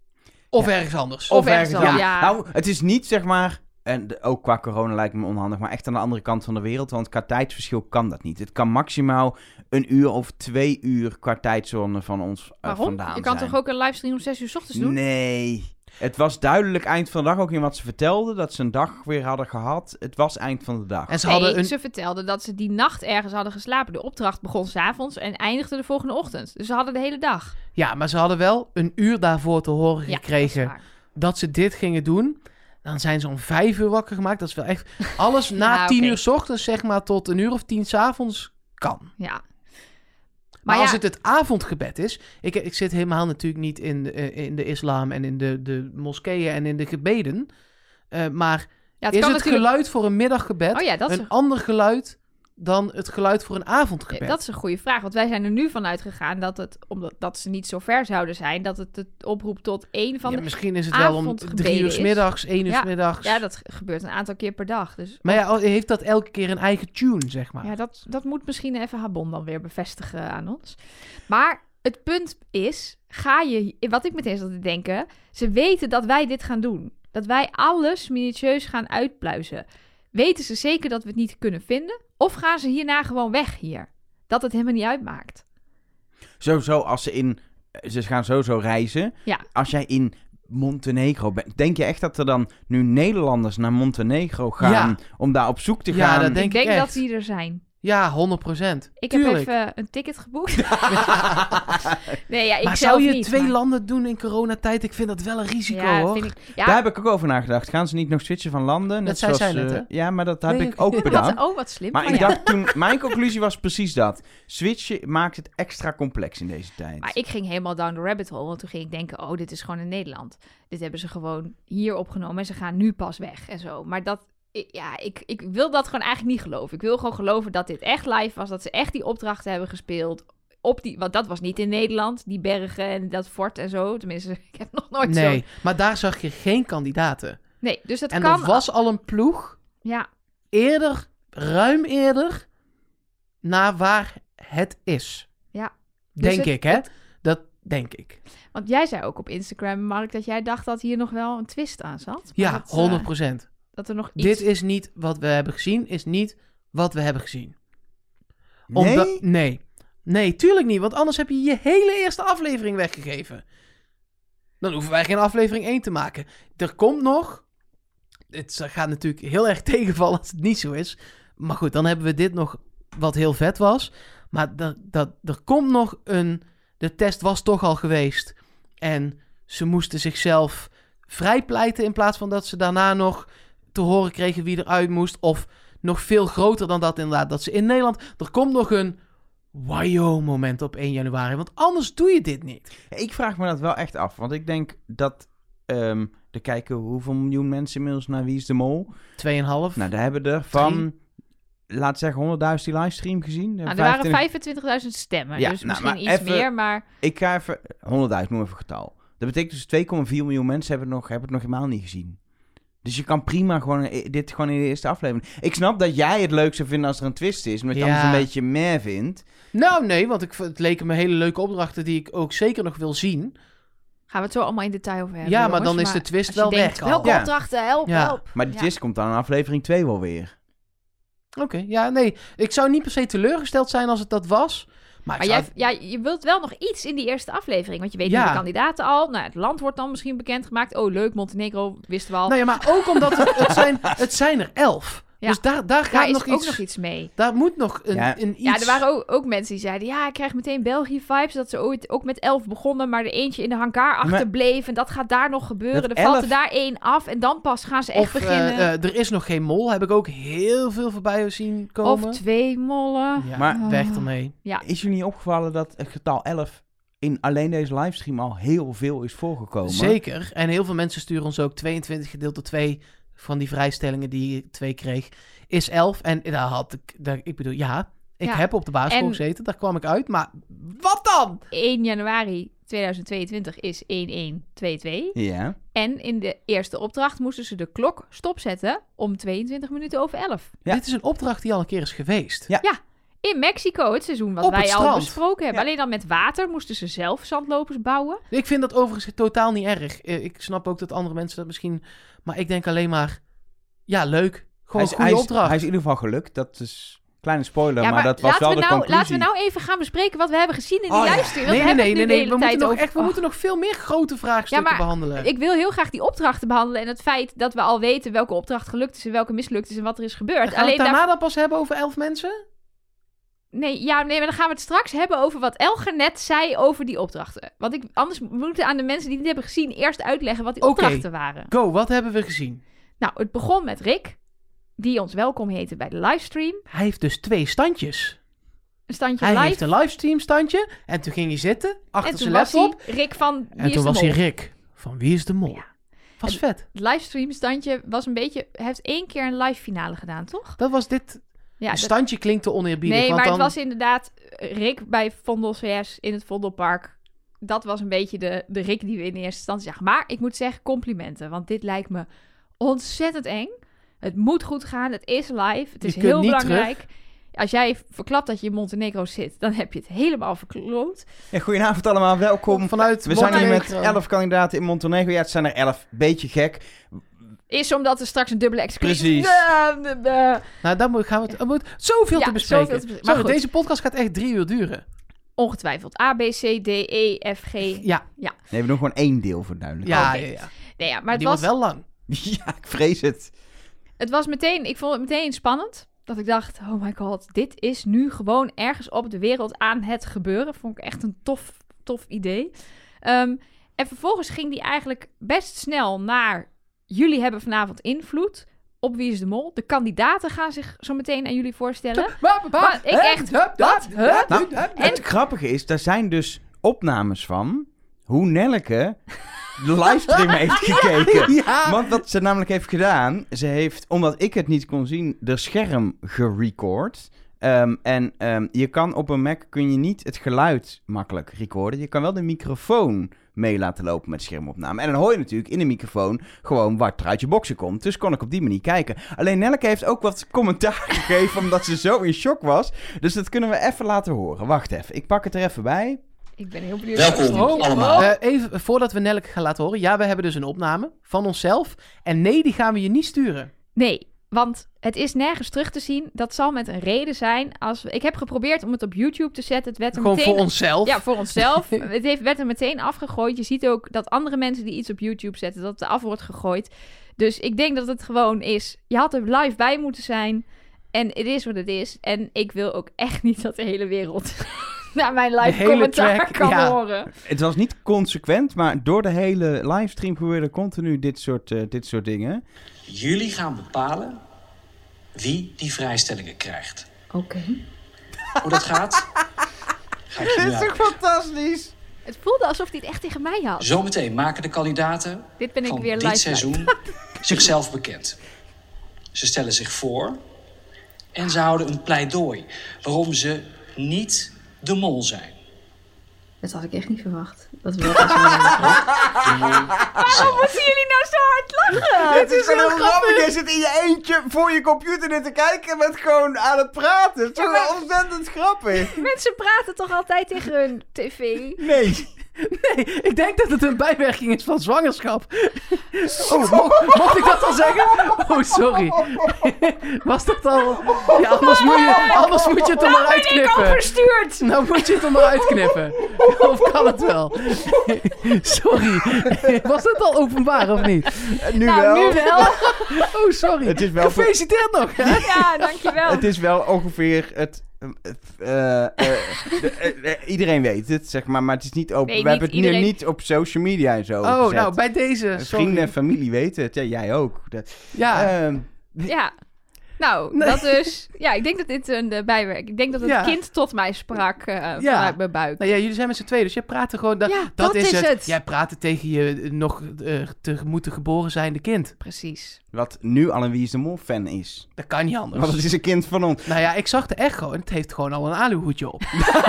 A: Of
C: Ja.
A: ergens anders.
B: Of ergens
C: ja.
B: anders, ja.
C: Nou, het is niet zeg maar, en de- ook qua corona lijkt me onhandig, maar echt aan de andere kant van de wereld, want qua tijdsverschil kan dat niet. Het kan maximaal een uur of twee uur qua tijdzone van ons uh,
B: Waarom?
C: vandaan
B: Je kan
C: zijn.
B: toch ook een livestream om zes uur 's ochtends doen?
C: Nee. Het was duidelijk eind van de dag ook in wat ze vertelden, dat ze een dag weer hadden gehad. Het was eind van de dag.
A: En ze
B: Nee,
A: hadden een...
B: ze vertelden dat ze die nacht ergens hadden geslapen. De opdracht begon 's avonds en eindigde de volgende ochtend. Dus ze hadden de hele dag.
A: Ja, maar ze hadden wel een uur daarvoor te horen
B: Ja,
A: gekregen
B: dat is waar.
A: dat ze dit gingen doen. Dan zijn ze om vijf uur wakker gemaakt. Dat is wel echt... Alles na
B: Ja,
A: tien
B: oké.
A: uur 's ochtends, zeg maar, tot een uur of tien 's avonds kan.
B: Ja.
A: Maar,
B: Maar
A: als
B: ja,
A: het het avondgebed is... Ik, ik zit helemaal natuurlijk niet in de, eh, in de islam en in de, de moskeeën en in de gebeden. Eh, maar
B: ja, het
A: is
B: kan
A: het
B: natuurlijk...
A: geluid voor een middaggebed
B: Oh ja, dat is
A: een
B: een
A: ander geluid dan het geluid voor een avondgebed?
B: Ja, dat is een goede vraag. Want wij zijn er nu vanuit gegaan dat het, omdat dat ze niet zo ver zouden zijn, dat het het oproep tot één van
A: Ja,
B: de...
A: misschien is het wel om
B: avondgebeden
A: drie uur 's
B: is.
A: middags, één uur 's
B: Ja.
A: middags.
B: Ja, dat gebeurt een aantal keer per dag. Dus
A: Maar ja, heeft dat elke keer een eigen tune, zeg maar?
B: ja, dat, dat moet misschien even Habon dan weer bevestigen aan ons. Maar het punt is, ga je, wat ik meteen zat te denken, ze weten dat wij dit gaan doen. Dat wij alles minutieus gaan uitpluizen. Weten ze zeker dat we het niet kunnen vinden? Of gaan ze hierna gewoon weg hier? Dat het helemaal niet uitmaakt.
C: Sowieso, als ze in... Ze gaan sowieso reizen.
B: Ja.
C: Als jij in Montenegro bent... Denk je echt dat er dan nu Nederlanders naar Montenegro gaan...
A: Ja.
C: om daar op zoek te
A: Ja,
C: gaan?
A: dat denk
B: ik denk
A: ik
B: dat
A: echt.
B: die er zijn.
A: Ja, honderd procent.
B: Ik
A: Tuurlijk.
B: heb even een ticket geboekt. nee, ja, ik
A: maar
B: zelf
A: zou je
B: niet,
A: twee
B: maar...
A: landen doen in coronatijd? Ik vind dat wel een risico,
B: ja,
A: hoor.
B: vind ik... ja,
C: Daar heb ik ook over nagedacht. Gaan ze niet nog switchen van landen? Net
A: Dat zei
C: zoals,
A: zij net,
C: eh,
A: hè?
C: Ja, maar dat heb
A: Nee,
C: ik ook
A: wat-
C: bedacht.
B: wat, oh, wat slim.
C: Maar
B: van
C: ik
B: jou.
C: dacht toen... Mijn conclusie was precies dat. Switchen maakt het extra complex in deze tijd.
B: Maar ik ging helemaal down the rabbit hole. Want toen ging ik denken, oh, dit is gewoon in Nederland. Dit hebben ze gewoon hier opgenomen. En ze gaan nu pas weg en zo. Maar dat... ik- Ja, ik, ik wil dat gewoon eigenlijk niet geloven. Ik wil gewoon geloven dat dit echt live was. Dat ze echt die opdrachten hebben gespeeld. Op die, want dat was niet in Nederland. Die bergen en dat fort en zo. Tenminste, ik heb nog nooit zo...
A: Nee, maar daar zag je geen kandidaten.
B: Nee, dus het
A: En
B: kan...
A: er was al een ploeg
B: Ja,
A: eerder, ruim eerder, naar waar het is.
B: Ja. Dus
A: Denk
B: het-
A: ik, hè? Dat denk ik.
B: want jij zei ook op Instagram, Mark, dat jij dacht dat hier nog wel een twist aan zat. Maar
A: Ja,
B: dat, eh,
A: honderd procent.
B: dat er nog iets...
A: Dit is niet wat we hebben gezien, is niet wat we hebben gezien.
C: Nee?
A: Omdat- nee. Nee, tuurlijk niet, want anders heb je je hele eerste aflevering weggegeven. Dan hoeven wij geen aflevering één te maken. Er komt nog... Het gaat natuurlijk heel erg tegenvallen als het niet zo is. Maar goed, dan hebben we dit nog wat heel vet was. Maar dat, dat, er komt nog een... De test was toch al geweest. En ze moesten zichzelf vrijpleiten in plaats van dat ze daarna nog te horen kregen wie eruit moest. Of nog veel groter dan dat inderdaad. Dat ze in Nederland... Er komt nog een wajo-moment op één januari. Want anders doe je dit niet.
C: Ik vraag me dat wel echt af. Want ik denk dat... ehm er kijken hoeveel miljoen mensen inmiddels naar Wie is de Mol.
A: Tweeënhalf.
C: Nou, daar hebben er van... Laat zeggen honderdduizend die livestream gezien.
B: Nou, er waren vijfentwintigduizend stemmen,
C: Ja,
B: dus
C: nou,
B: misschien
C: maar
B: iets
C: even-
B: meer, maar...
C: Ik ga even... honderdduizend, noem even getal. Dat betekent dus twee komma vier miljoen mensen hebben het nog, hebben het nog helemaal niet gezien. Dus je kan prima gewoon eh, dit gewoon in de eerste aflevering. Ik snap dat jij het leuk zou vinden als er een twist is. Omdat je
A: Ja.
C: anders een beetje meh vindt.
A: Nou, nee, want ik, het leken me hele leuke opdrachten die ik ook zeker nog wil zien.
B: Gaan we het zo allemaal in detail over hebben,
A: Ja, maar
B: jongens.
A: dan is de twist
B: als je
A: wel
B: denkt,
A: weg al.
B: welke
C: Ja.
B: opdrachten, help,
A: Ja.
B: help.
C: Maar die
B: Ja.
C: twist komt dan in aflevering twee wel weer.
A: Oké, ja, nee. Ik zou niet per se teleurgesteld zijn als het dat was. Maar,
B: Maar
A: ik
B: jij,
A: zou-
B: ja, je wilt wel nog iets in die eerste aflevering. Want je weet
A: Ja.
B: nu de kandidaten al. Nou, het land wordt dan misschien bekendgemaakt. Oh, leuk, Montenegro wisten we al.
A: Nou ja, maar ook omdat het, het, zijn, het zijn er elf.
B: Ja.
A: Dus daar, daar gaat
B: Daar is
A: nog
B: ook
A: iets...
B: nog iets mee.
A: Daar moet nog een,
C: Ja.
A: een iets...
B: Ja, er waren ook, ook mensen die zeiden... Ja, ik krijg meteen België-vibes. Dat ze ooit ook met elf begonnen... maar er eentje in de hangar
C: maar-
B: achterbleef. En dat gaat daar nog gebeuren.
C: Dat
B: Er valt er
C: elf-
B: daar één af. En dan pas gaan ze echt
A: Of
B: beginnen.
A: eh, eh, er is nog geen mol. Heb ik ook heel veel voorbij zien komen.
B: of twee mollen.
A: Ja,
C: Maar-
A: weg ermee.
B: Ja.
C: Is jullie niet opgevallen dat het getal elf in alleen deze livestream al heel veel is voorgekomen?
A: Zeker. En heel veel mensen sturen ons ook tweeëntwintig gedeeld door twee van die vrijstellingen die ik twee kreeg. Is elf. En daar had ik... Daar, ik bedoel, ja... Ik
B: Ja.
A: heb op de basisschool
B: En-
A: gezeten. Daar kwam ik uit. Maar wat dan?
B: één januari tweeduizend tweeëntwintig is één één twee twee.
C: Ja.
B: En in de eerste opdracht moesten ze de klok stopzetten om tweeëntwintig minuten over elf.
C: Ja.
A: Dit is een opdracht die al een keer is geweest.
C: Ja.
B: In Mexico, het seizoen wat
A: Op
B: wij
A: het
B: al
A: strand.
B: besproken hebben.
C: Ja.
B: Alleen dan met water moesten ze zelf zandlopers bouwen.
A: Ik vind dat overigens totaal niet erg. Eh, Ik snap ook dat andere mensen dat misschien... Maar ik denk alleen maar... Ja, leuk. Gewoon
C: Hij
A: een
C: is,
A: goede
C: hij, is,
A: opdracht.
C: hij is in ieder geval gelukt. Dat is een kleine spoiler,
B: Ja,
C: maar, dat was
B: laten,
C: wel
B: we
C: de
B: nou,
C: conclusie.
B: laten we nou even gaan bespreken wat we hebben gezien in
C: Oh,
B: die
C: ja.
B: livestream. Want
A: Nee,
B: we
A: nee,
B: hebben
A: nee,
B: het nu
A: nee.
B: de hele
A: nee. We, moeten
B: tijd
A: nog
B: over...
A: echt, we
B: Oh,
A: moeten nog veel meer grote vraagstukken
B: Ja, maar
A: behandelen.
B: Ik wil heel graag die opdrachten behandelen. En het feit dat we al weten welke opdracht gelukt is en welke mislukt is en wat er is gebeurd.
A: Gaan we
B: Alleen
A: het daarna
B: daar...
A: dan pas hebben over elf mensen?
B: Nee, ja, nee, maar dan gaan we het straks hebben over wat Elger net zei over die opdrachten. Want ik, anders moeten aan de mensen die dit hebben gezien eerst uitleggen wat die
A: Oké.
B: opdrachten waren.
A: Go, wat hebben we gezien?
B: Nou, het begon met Rick, die ons welkom heette bij de livestream.
A: Hij heeft dus twee standjes.
B: Een standje
A: Hij
B: live.
A: heeft een livestream standje. En toen ging hij zitten, achter
B: en
A: zijn
B: toen was
A: laptop.
B: hij Rick van Wie
A: En
B: is
A: toen
B: de
A: was hij
B: Mol?
A: Rick. Van Wie is de Mol?
B: Ja.
A: Was
B: En-
A: vet.
B: Het livestream standje was een beetje... Hij heeft één keer een live finale gedaan, toch?
A: Dat was dit...
B: Ja,
A: een
B: dat-
A: standje klinkt te oneerbiedig.
B: Nee,
A: want
B: maar
A: dan...
B: het was inderdaad Rick bij Vondel C S in het Vondelpark. Dat was een beetje de, de Rick die we in eerste instantie zagen. Maar ik moet zeggen, complimenten. Want dit lijkt me ontzettend eng. Het moet goed gaan. Het is live. Het
A: Je
B: is
A: kunt
B: heel
A: niet
B: belangrijk. Als jij verklapt dat je in Montenegro zit, dan heb je het helemaal verkloot.
C: Ja, goedenavond allemaal, welkom.
A: Vanuit
C: We zijn hier met
A: Montenegro.
C: elf kandidaten in Montenegro. Ja, het zijn er elf. Beetje gek.
B: Is omdat er straks een dubbele excuus...
C: Precies.
A: Nou, dan moet- gaan we het... Er moet zoveel
B: Ja,
A: te bespreken.
B: zoveel te bespreken. Maar
A: Sorry,
B: goed.
A: deze podcast gaat echt drie uur duren.
B: Ongetwijfeld. A, B, C, D, E, F, G.
A: Ja,
C: Nee, we doen gewoon één deel voor duidelijk.
A: ja,
B: Oké.
A: ja, ja.
B: Nee, ja, maar het
A: Die
B: was,
A: wordt wel lang.
C: Ja, ik vrees het.
B: het was meteen... Ik vond het meteen spannend. Dat ik dacht, oh my god, dit is nu gewoon ergens op de wereld aan het gebeuren. Vond ik echt een tof, tof idee. Um, en vervolgens ging die eigenlijk best snel naar... Jullie hebben vanavond invloed op Wie is de Mol. De kandidaten gaan zich zo meteen aan jullie voorstellen. Maar ik echt, wat? Huh?
C: Nou,
B: En-
C: het grappige is, daar zijn dus opnames van hoe Nelleke de livestream heeft gekeken.
A: Ja.
C: Want wat ze namelijk heeft gedaan, ze heeft, omdat ik het niet kon zien, de scherm gerecord. Um, en um, je kan op een Mac kun je niet het geluid makkelijk recorden. Je kan wel de microfoon mee laten lopen met schermopname. En dan hoor je natuurlijk in de microfoon gewoon wat er uit je boxen komt. Dus kon ik op die manier kijken. Alleen Nelleke heeft ook wat commentaar gegeven omdat ze zo in shock was. Dus dat kunnen we even laten horen. Wacht even, ik pak het er even bij.
B: Ik ben heel benieuwd.
E: Welkom
A: Oh,
E: allemaal.
A: Eh, even voordat we Nelleke gaan laten horen. Ja, we hebben dus een opname van onszelf. En nee, die gaan we je niet sturen.
B: Nee, want het is nergens terug te zien. Dat zal met een reden zijn. Als we, ik heb geprobeerd om het op YouTube te zetten. Het werd er
A: Gewoon
B: meteen...
A: voor onszelf.
B: Ja, voor onszelf. Het heeft, werd er meteen afgegooid. Je ziet ook dat andere mensen die iets op YouTube zetten, dat het af wordt gegooid. Dus ik denk dat het gewoon is... Je had er live bij moeten zijn. En het is wat het is. En ik wil ook echt niet dat de hele wereld naar mijn
A: De
B: live
A: hele
B: commentaar
A: track,
B: kan
A: ja.
B: horen.
C: Het was niet consequent, maar door de hele livestream gebeurde continu dit soort, uh, dit soort dingen.
E: Jullie gaan bepalen wie die vrijstellingen krijgt.
B: Oké.
E: Hoe dat gaat, ga ik je nu uitleggen.
C: fantastisch?
B: Het voelde alsof hij het echt tegen mij had.
E: Zometeen maken de kandidaten
B: Dit ben ik
E: van
B: weer
E: dit
B: live.
E: seizoen zichzelf bekend. Ze stellen zich voor en ze houden een pleidooi waarom ze niet de mol zijn.
B: Dat had ik echt niet verwacht. Dat we dat als Waarom moeten jullie nou zo hard lachen?
C: Het is gewoon heel grappig. Je zit in je eentje voor je computer dit te kijken en bent gewoon aan het praten. Het is
B: Ja, maar-
C: toch ontzettend grappig.
B: Mensen praten toch altijd tegen hun tv?
C: Nee.
A: Nee, ik denk dat het een bijwerking is van zwangerschap. Oh, mo- mocht ik dat al zeggen? Oh, sorry. Was dat al... Ja, anders moet je, anders moet je het er maar
B: Ben ik
A: uitknippen.
B: overstuurd?
A: Nou moet je het er maar uitknippen. Of kan het wel? Sorry. Was dat al openbaar of niet?
C: Nu
B: Nou,
C: wel.
B: nu wel.
A: Oh, sorry.
C: Het is wel-
A: Gefeliciteerd nog, hè?
B: Ja, dankjewel.
C: Het is wel ongeveer het... het, eh, eh, de- eh, eh, iedereen weet het, zeg maar, maar het is niet open.
B: Nee,
C: we hebben
B: niet
C: het nu
B: iedereen-
C: niet op social media en zo
A: Oh,
C: gezet.
A: nou, bij deze...
C: Eh,
A: Sorry.
C: Vrienden en familie weten het. Ja, jij ook. Dat,
A: Ja,
C: ehm,
B: Ja. Nou,
A: Nee.
B: dat dus... Ja, ik denk dat dit een uh, bijwerking... Ik denk dat het
A: Ja.
B: kind tot mij sprak uh, vanuit mijn buik.
A: nou ja, jullie zijn met z'n tweeën, dus jij praat er gewoon... Dat,
B: Ja,
A: dat,
B: dat
A: is,
B: is
A: het.
B: het.
A: Jij praat tegen je eh, nog eh, te moeten geboren zijnde kind.
B: Precies.
C: wat nu al een Wie is de Mol fan is.
A: Dat kan niet anders.
C: Want het is een kind van ons.
A: Nou ja, ik zag de echo en het heeft gewoon al een aluhoedje op.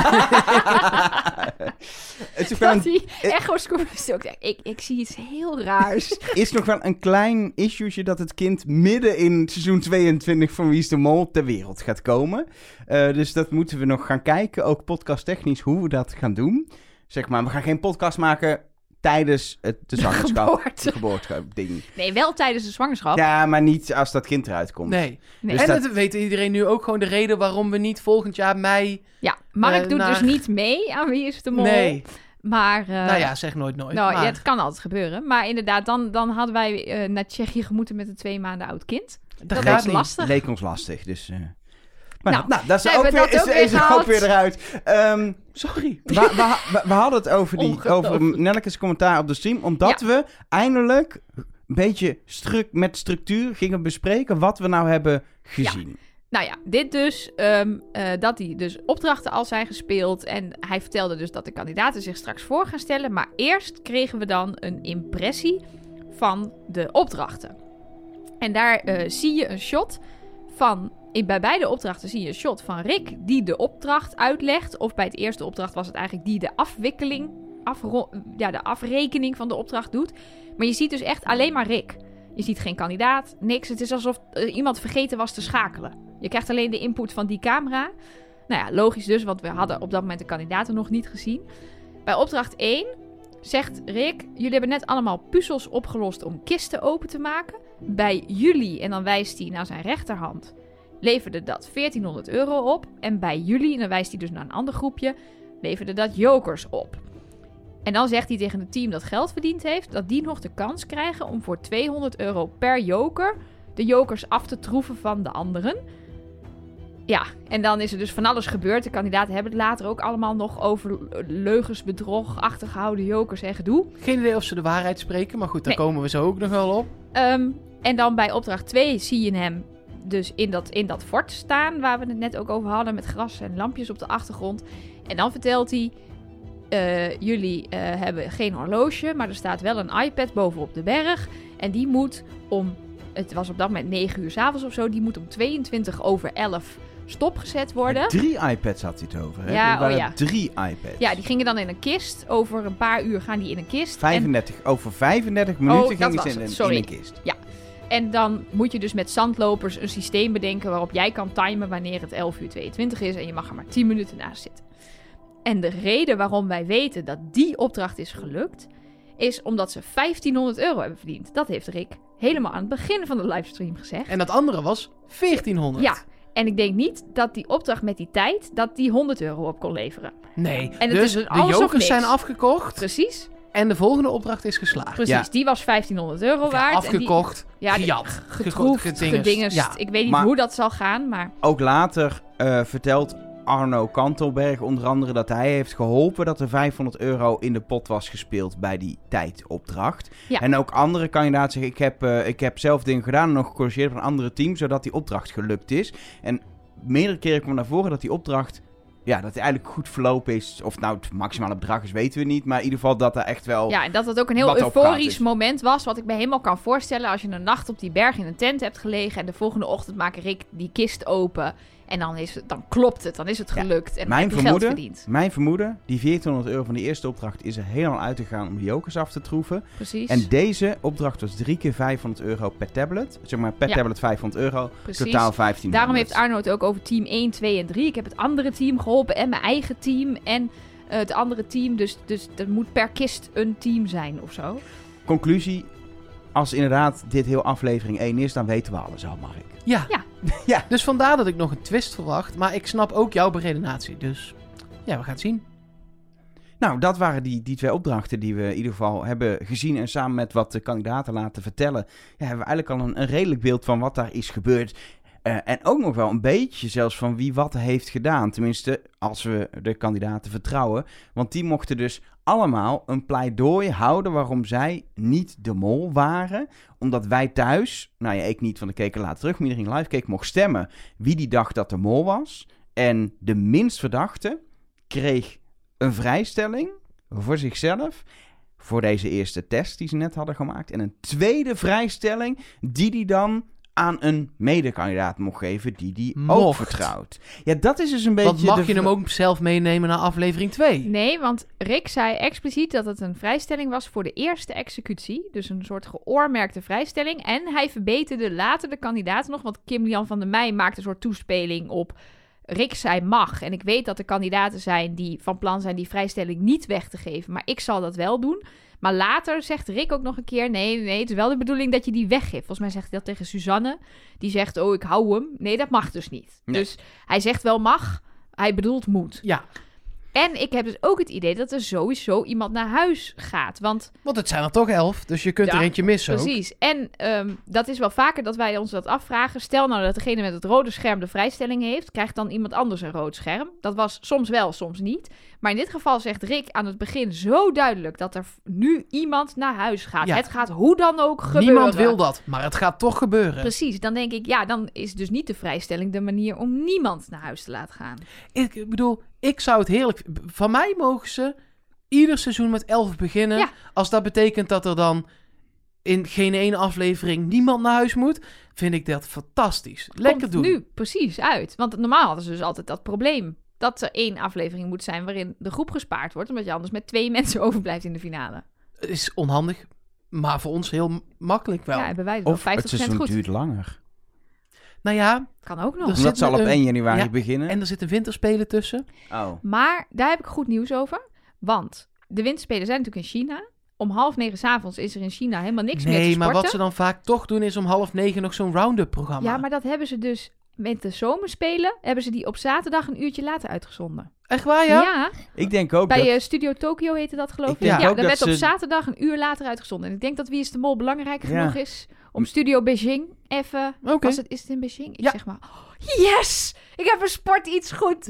C: Het is, wel
B: Dat
C: een,
B: die echo-score ook denkt, ik, ik zie iets heel raars.
C: is nog wel een klein issue'tje dat het kind midden in seizoen tweeëntwintig van Wie is de Mol ter wereld gaat komen. Uh, dus dat moeten we nog gaan kijken, ook podcasttechnisch, hoe we dat gaan doen. Zeg maar, we gaan geen podcast maken tijdens het, de zwangerschap.
B: geboorte.
C: De geboorte ding.
B: Nee, wel tijdens de zwangerschap.
C: Ja, maar niet als dat kind eruit komt.
A: Nee.
B: Nee.
C: Dus
A: en
C: dat-
A: het weet iedereen nu ook gewoon de reden waarom we niet volgend jaar mei...
B: Ja, Mark
A: Eh,
B: doet
A: naar-
B: dus niet mee aan Wie is de Mol.
A: Nee.
B: Maar... uh,
A: Nou ja, zeg nooit nooit.
B: Nou,
A: maar...
B: ja, het kan altijd gebeuren. Maar inderdaad, dan, dan hadden wij uh, naar Tsjechië gemoeten met een twee maanden oud kind.
A: dat
B: dat
A: gaat
B: is
A: niet.
B: lastig.
C: Leek ons lastig, dus... uh, maar
B: Nou,
C: nou, dat is
B: hebben
C: ook
B: we
C: weer,
B: dat
C: is,
B: ook weer
C: is ook
B: gehaald.
C: weer eruit. Ehm,
A: Sorry.
C: we, we, we, we hadden het over, die, over
B: Ongelooflijk.
C: Nelleke's commentaar op de stream, omdat we eindelijk een beetje stru- met structuur gingen bespreken wat we nou hebben gezien.
B: Nou ja, dit dus, um, uh, dat die dus opdrachten al zijn gespeeld. En hij vertelde dus dat de kandidaten zich straks voor gaan stellen. Maar eerst kregen we dan een impressie van de opdrachten. En daar uh, zie je een shot van... In, bij beide opdrachten zie je een shot van Rick die de opdracht uitlegt. Of bij het eerste opdracht was het eigenlijk die de afwikkeling, afro- ja, de afrekening van de opdracht doet. Maar je ziet dus echt alleen maar Rick. Je ziet geen kandidaat, niks. Het is alsof uh, iemand vergeten was te schakelen. Je krijgt alleen de input van die camera. Nou ja, logisch dus, want we hadden op dat moment de kandidaten nog niet gezien. Bij opdracht één zegt Rick, jullie hebben net allemaal puzzels opgelost om kisten open te maken. Bij jullie, en dan wijst hij naar zijn rechterhand, leverde dat veertienhonderd euro op. En bij jullie, en dan wijst hij dus naar een ander groepje, leverde dat jokers op. En dan zegt hij tegen het team dat geld verdiend heeft, dat die nog de kans krijgen om voor tweehonderd euro per joker de jokers af te troeven van de anderen. Ja, en dan is er dus van alles gebeurd. De kandidaten hebben het later ook allemaal nog over leugens, bedrog, achtergehouden jokers en gedoe.
A: Geen idee of ze de waarheid spreken, maar goed, daar
B: Nee.
A: komen we zo ook nog wel op.
B: Um, en dan bij opdracht twee zie je hem dus in dat, in dat fort staan, waar we het net ook over hadden, met gras en lampjes op de achtergrond. En dan vertelt hij, uh, jullie uh, hebben geen horloge, maar er staat wel een iPad bovenop de berg. En die moet om, het was op dat moment negen uur 's avonds of zo, die moet om tweeëntwintig over elf stopgezet worden.
C: Drie iPads had hij het over, hè?
B: Ja,
C: Er waren
B: oh ja.
C: Drie iPads.
B: Ja, die gingen dan in een kist. Over een paar uur gaan die in een kist.
C: vijfendertig, over vijfendertig minuten
B: Oh, dat
C: gingen
B: was
C: ze in,
B: het,
C: een-
B: sorry.
C: in een kist.
B: En, en dan moet je dus met zandlopers een systeem bedenken waarop jij kan timen wanneer het elf uur tweeëntwintig is. En je mag er maar tien minuten naast zitten. En de reden waarom wij weten dat die opdracht is gelukt, is omdat ze vijftienhonderd euro hebben verdiend. Dat heeft Rick helemaal aan het begin van de livestream gezegd.
A: En dat andere was veertienhonderd.
B: Ja, en ik denk niet dat die opdracht met die tijd, dat die honderd euro op kon leveren.
A: Nee,
B: En het
A: dus
B: is dus
A: de
B: alles of
A: jokers
B: niks.
A: zijn afgekocht
B: Precies,
A: en de volgende opdracht is geslaagd.
B: precies.
C: Ja.
B: Die was vijftienhonderd euro
A: Of ja,
B: waard. en die-
A: afgekocht,
B: Ja, die-
A: gejat,
B: getroefd,
A: gedingest.
B: gedingest.
A: Ja.
B: Ik weet niet
C: Maar-
B: hoe dat zal gaan, maar
C: Ook later eh, vertelt Arno Kantelberg onder andere dat hij heeft geholpen dat er vijfhonderd euro in de pot was gespeeld bij die tijdopdracht.
B: Ja.
C: En ook andere kandidaten zeggen, ik heb, uh, ik heb zelf dingen gedaan en nog gecorrigeerd van een andere team, zodat die opdracht gelukt is. En meerdere keren kwam naar voren dat die opdracht, ja, dat die eigenlijk goed verlopen is. Of nou het maximale bedrag is, weten we niet. Maar in ieder geval dat er echt wel...
B: ja, en dat het ook een heel
C: wat op gaat
B: euforisch
C: is.
B: moment was, wat ik me helemaal kan voorstellen als je een nacht op die berg in een tent hebt gelegen en de volgende ochtend maakt Rick die kist open en dan, is het, dan klopt het, dan is het
C: Ja.
B: gelukt en
C: Mijn
B: heb je geld
C: vermoeden,
B: verdiend.
C: mijn vermoeden, die veertienhonderd euro van die eerste opdracht is er helemaal uitgegaan om de jokers af te troeven.
B: Precies,
C: En deze opdracht was drie keer vijfhonderd euro per tablet. Zeg maar per
B: Ja.
C: tablet vijfhonderd euro.
B: precies.
C: Totaal vijftienhonderd.
B: Daarom heeft Arno het ook over team één, twee en drie. Ik heb het andere team geholpen en mijn eigen team en uh, het andere team. Dus, dus er moet per kist een team zijn of zo.
C: Conclusie. Als inderdaad dit heel aflevering één is, dan weten we alles al, Mark.
A: Ja.
B: Ja.
C: Ja.
A: Dus vandaar dat ik nog een twist verwacht. Maar ik snap ook jouw beredenatie. Dus ja, we gaan het zien.
C: Nou, dat waren die, die twee opdrachten die we in ieder geval hebben gezien. En samen met wat de kandidaten laten vertellen, ja, hebben we eigenlijk al een, een redelijk beeld van wat daar is gebeurd. Uh, en ook nog wel een beetje zelfs van wie wat heeft gedaan. Tenminste, als we de kandidaten vertrouwen. Want die mochten dus allemaal een pleidooi houden waarom zij niet de mol waren. Omdat wij thuis, nou ja, ik niet, want ik keek er later terug, maar iedereen live keek, mocht stemmen wie die dacht dat de mol was. En de minst verdachte kreeg een vrijstelling voor zichzelf, voor deze eerste test die ze net hadden gemaakt. En een tweede vrijstelling die die dan aan een medekandidaat mocht geven die die ook
A: Mocht.
C: vertrouwt. Ja, dat is dus een beetje...
A: Want mag
C: de
A: je hem
C: vra-
A: ook zelf meenemen naar aflevering twee?
B: Nee, want Rick zei expliciet dat het een vrijstelling was voor de eerste executie. Dus een soort geoormerkte vrijstelling. En hij verbeterde later de kandidaten nog, want Kim-Lian van der Meij maakte een soort toespeling op Rick zei mag. En ik weet dat er kandidaten zijn die van plan zijn die vrijstelling niet weg te geven. Maar ik zal dat wel doen. Maar later zegt Rick ook nog een keer, nee, nee, het is wel de bedoeling dat je die weggeeft. Volgens mij zegt hij dat tegen Suzanne. Die zegt, oh, ik hou hem. Nee, dat mag dus niet.
C: Nee.
B: Dus hij zegt wel mag, hij bedoelt moet.
A: Ja,
B: En ik heb dus ook het idee dat er sowieso iemand naar huis gaat. Want
A: want het zijn er toch elf, dus je kunt
B: Ja,
A: er eentje missen ook.
B: precies. En um, dat is wel vaker dat wij ons dat afvragen. Stel nou dat degene met het rode scherm de vrijstelling heeft, krijgt dan iemand anders een rood scherm. Dat was soms wel, soms niet. Maar in dit geval zegt Rick aan het begin zo duidelijk dat er nu iemand naar huis gaat.
A: Ja.
B: Het gaat hoe dan ook gebeuren.
A: Niemand wil dat, maar het gaat toch gebeuren.
B: Precies, dan denk ik, ja, dan is dus niet de vrijstelling de manier om niemand naar huis te laten gaan.
A: Ik bedoel, ik zou het heerlijk... Van mij mogen ze ieder seizoen met elf beginnen.
B: Ja.
A: Als dat betekent dat er dan in geen ene aflevering niemand naar huis moet, vind ik dat fantastisch. Lekker
B: Komt
A: doen.
B: nu precies uit. Want normaal hadden ze dus altijd dat probleem. Dat er één aflevering moet zijn waarin de groep gespaard wordt. Omdat je anders met twee mensen overblijft in de finale.
A: Het is onhandig. Maar voor ons heel m- makkelijk wel.
B: Ja, hebben wij het wel
C: Of het
B: vijftig procent
C: seizoen
B: goed.
C: duurt langer.
A: Nou ja,
B: Kan ook nog.
A: Dus-
C: Omdat ze al op
A: een-
C: één januari
A: ja,
C: beginnen.
A: en er zitten winterspelen tussen.
C: Oh.
B: Maar daar heb ik goed nieuws over. Want de winterspelen zijn natuurlijk in China. Om half negen 's avonds is er in China helemaal niks meer te
A: Nee,
B: sporten.
A: maar wat ze dan vaak toch doen is om half negen nog zo'n round-up programma.
B: Ja, maar dat hebben ze dus met de zomerspelen... hebben ze die op zaterdag een uurtje later uitgezonden.
A: Echt waar, ja?
B: Ja,
C: Ik denk ook
B: bij
C: dat...
B: eh, Studio Tokyo heette dat geloof
C: Ik
B: ik.
C: denk
B: Ja,
C: ook
B: dat
C: dat
B: werd op
C: ze-
B: zaterdag een uur later uitgezonden. En ik denk dat Wie is de Mol belangrijk
C: Ja.
B: genoeg is... om Studio Beijing even...
A: Oké.
B: Was het, is het in Beijing? Ik
A: Ja.
B: zeg maar... oh, yes! Ik heb een sport iets goed.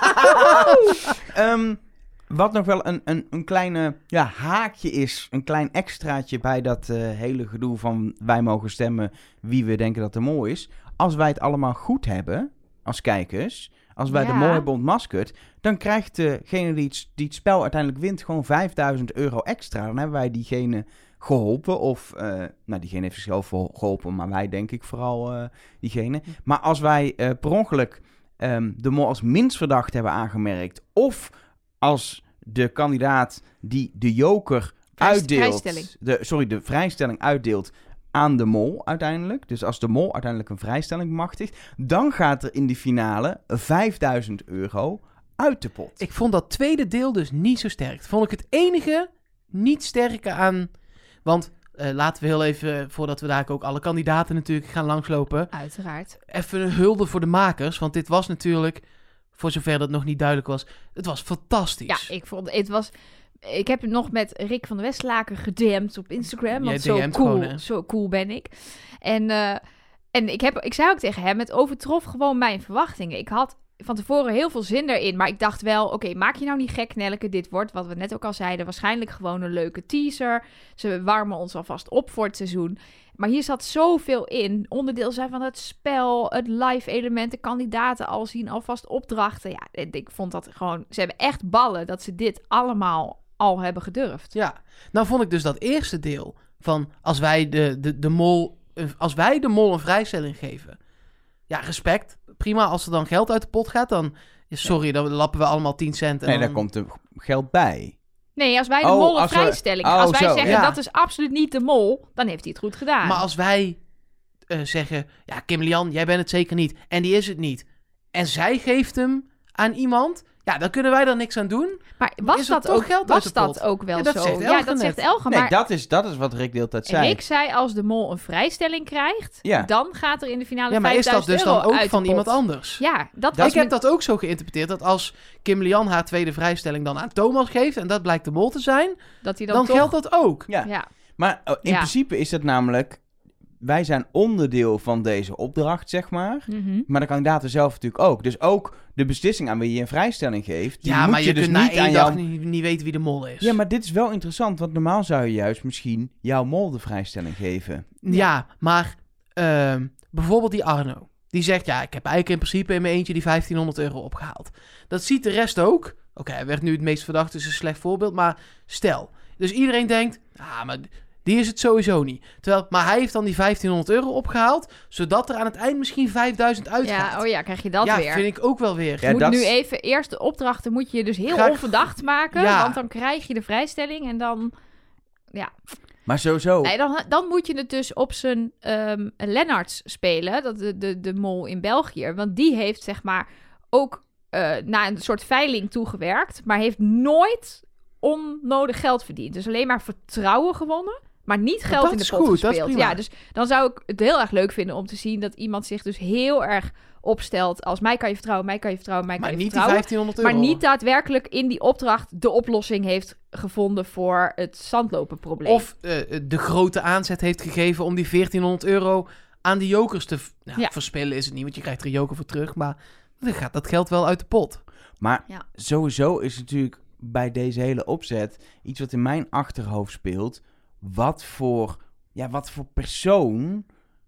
C: Ehm, wat nog wel een, een, een kleine ja, haakje is, een klein extraatje bij dat eh, hele gedoe van wij mogen stemmen wie we denken dat de mol is. Als wij het allemaal goed hebben, als kijkers, als wij
B: Ja.
C: de mol hebben ontmaskerd, dan krijgt degene die het, die het spel uiteindelijk wint gewoon vijfduizend euro extra. Dan hebben wij diegene geholpen of, eh, nou diegene heeft zichzelf wel geholpen, maar wij denk ik vooral eh, diegene. Maar als wij eh, per ongeluk ehm, de mol als minst verdacht hebben aangemerkt, of als de kandidaat die de joker
B: Vrijst-
C: uitdeelt,
B: vrijstelling.
C: de, sorry, de vrijstelling uitdeelt aan de mol uiteindelijk, dus als de mol uiteindelijk een vrijstelling bemachtigt, dan gaat er in die finale vijfduizend euro uit de pot.
A: Ik vond dat tweede deel dus niet zo sterk. Vond ik het enige niet sterke aan... Want eh, laten we heel even, voordat we daar ook alle kandidaten natuurlijk gaan langslopen...
B: Uiteraard.
A: even een hulde voor de makers. Want dit was natuurlijk, voor zover dat nog niet duidelijk was... Het was fantastisch.
B: Ja, ik vond het was. Ik heb het nog met Rick van der Westlaken gedm'd op Instagram.
A: Jij
B: Want zo
A: DM't
B: cool,
A: gewoon, hè?
B: zo cool ben ik. En, eh, en ik, heb, ik zei ook tegen hem, het overtrof gewoon mijn verwachtingen. Ik had van tevoren heel veel zin erin. Maar ik dacht wel, oké, maak je nou niet gek, Nelleke. Dit wordt, wat we net ook al zeiden, waarschijnlijk gewoon een leuke teaser. Ze warmen ons alvast op voor het seizoen. Maar hier zat zoveel in. Onderdeel zijn van het spel, het live element, de kandidaten al zien, alvast opdrachten. Ja, ik vond dat gewoon... Ze hebben echt ballen dat ze dit allemaal al hebben gedurfd.
A: Ja, nou vond ik dus dat eerste deel van als wij de, de, de mol, als wij de mol een vrijstelling geven. Ja, respect. Prima, als er dan geld uit de pot gaat, dan, ja, sorry, dan lappen we allemaal tien cent. En
C: Nee,
A: dan,
C: daar komt er geld bij.
B: Nee, als wij de
C: Oh,
B: mol een
C: als we-
B: vrijstelling...
C: oh,
B: als wij
C: zo.
B: zeggen,
A: Ja.
B: dat is absoluut niet de mol, dan heeft hij het goed gedaan.
A: Maar als wij eh, zeggen, ja, Kim Lian, jij bent het zeker niet. En die is het niet. En zij geeft hem aan iemand. Ja, dan kunnen wij er niks aan doen.
B: Maar was
A: is er
B: dat,
A: toch
B: ook,
A: geld uit
B: was
A: de
B: dat
A: pot?
B: ook wel
A: Ja, dat
B: zo?
A: zegt
B: ja,
A: Elge
B: dat
A: net.
B: zegt Elge.
C: Nee,
B: Maar
C: dat is, dat is wat Rick de hele tijd zei.
B: Rick zei, als de mol een vrijstelling krijgt,
C: Ja.
B: dan gaat er in de finale
A: Ja, maar is dat
B: vijfduizend
A: dus
B: euro
A: dan ook
B: uit de
A: van
B: pot.
A: iemand anders?
B: Ja, dat
A: ik
B: was
A: heb
B: met-
A: dat ook zo geïnterpreteerd, dat als Kim Lian haar tweede vrijstelling dan aan Thomas geeft, en dat blijkt de mol te zijn,
B: dat hij dan,
A: dan,
B: toch...
A: geldt dat ook.
C: Ja.
B: Ja.
C: Maar oh, in
B: Ja.
C: principe is dat namelijk... Wij zijn onderdeel van deze opdracht, zeg maar.
B: Mhm.
C: Maar de kandidaten zelf natuurlijk ook. Dus ook de beslissing aan wie je een vrijstelling geeft... Die
A: Ja,
C: moet
A: maar je,
C: dus
A: kunt na
C: niet
A: één
C: aan
A: dag
C: jou...
A: niet, niet weten wie de mol is.
C: Ja, maar dit is wel interessant. Want normaal zou je juist misschien jouw mol de vrijstelling geven.
A: Ja, maar ehm, bijvoorbeeld die Arno. Die zegt, ja, ik heb eigenlijk in principe in mijn eentje die vijftienhonderd euro opgehaald. Dat ziet de rest ook. Oké, hij werd nu het meest verdacht, dus een slecht voorbeeld. Maar stel, dus iedereen denkt, ah, maar die is het sowieso niet. Terwijl, maar hij heeft dan die vijftienhonderd euro opgehaald, zodat er aan het eind misschien vijfduizend uitgaat.
B: Ja, oh ja, krijg je dat
A: ja,
B: weer.
A: vind ik ook wel weer.
C: Ja,
B: Je moet
C: dat
B: nu
C: is-
B: even eerst de opdrachten moet je dus heel
A: Graag-
B: onverdacht maken,
A: Ja.
B: want dan krijg je de vrijstelling en dan, ja,
C: Maar sowieso...
B: nee, dan, dan moet je het dus op zijn ehm Lennarts spelen, dat de, de, de mol in België, want die heeft zeg maar ook eh naar een soort veiling toegewerkt, maar heeft nooit onnodig geld verdiend, dus alleen maar vertrouwen gewonnen. Maar niet
A: Maar
B: geld
A: dat
B: in de
A: is
B: pot
A: goed, dat is
B: gespeeld.
A: prima.
B: Ja, dus dan zou ik het heel erg leuk vinden om te zien dat iemand zich dus heel erg opstelt als mij kan je vertrouwen, mij kan je vertrouwen, mij
A: Maar
B: kan je
A: niet die
B: vertrouwen.
A: vijftienhonderd euro.
B: Maar niet daadwerkelijk in die opdracht de oplossing heeft gevonden voor het zandlopenprobleem.
A: Of eh, de grote aanzet heeft gegeven om die veertienhonderd euro aan de jokers te v- nou,
B: Ja.
A: verspillen is het niet, want je krijgt er een joker voor terug. Maar dan gaat dat geld wel uit de pot.
C: Maar
B: Ja.
C: sowieso is natuurlijk bij deze hele opzet iets wat in mijn achterhoofd speelt. Wat voor, ja, wat voor persoon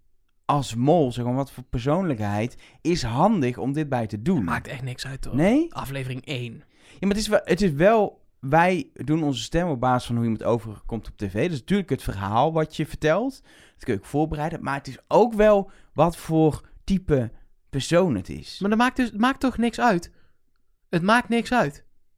C: als mol, zeg maar, wat voor persoonlijkheid is handig om dit bij te doen?
A: Maakt echt niks uit, hoor.
C: Nee?
A: Aflevering één.
C: Ja, maar het is wel, het is wel, wij doen onze stem op basis van hoe iemand overkomt op tv. Dus natuurlijk het verhaal wat je vertelt. Dat kun je ook voorbereiden. Maar het is ook wel wat voor type persoon het is.
A: Maar dat maakt, dus, het maakt toch niks uit? Het maakt niks uit.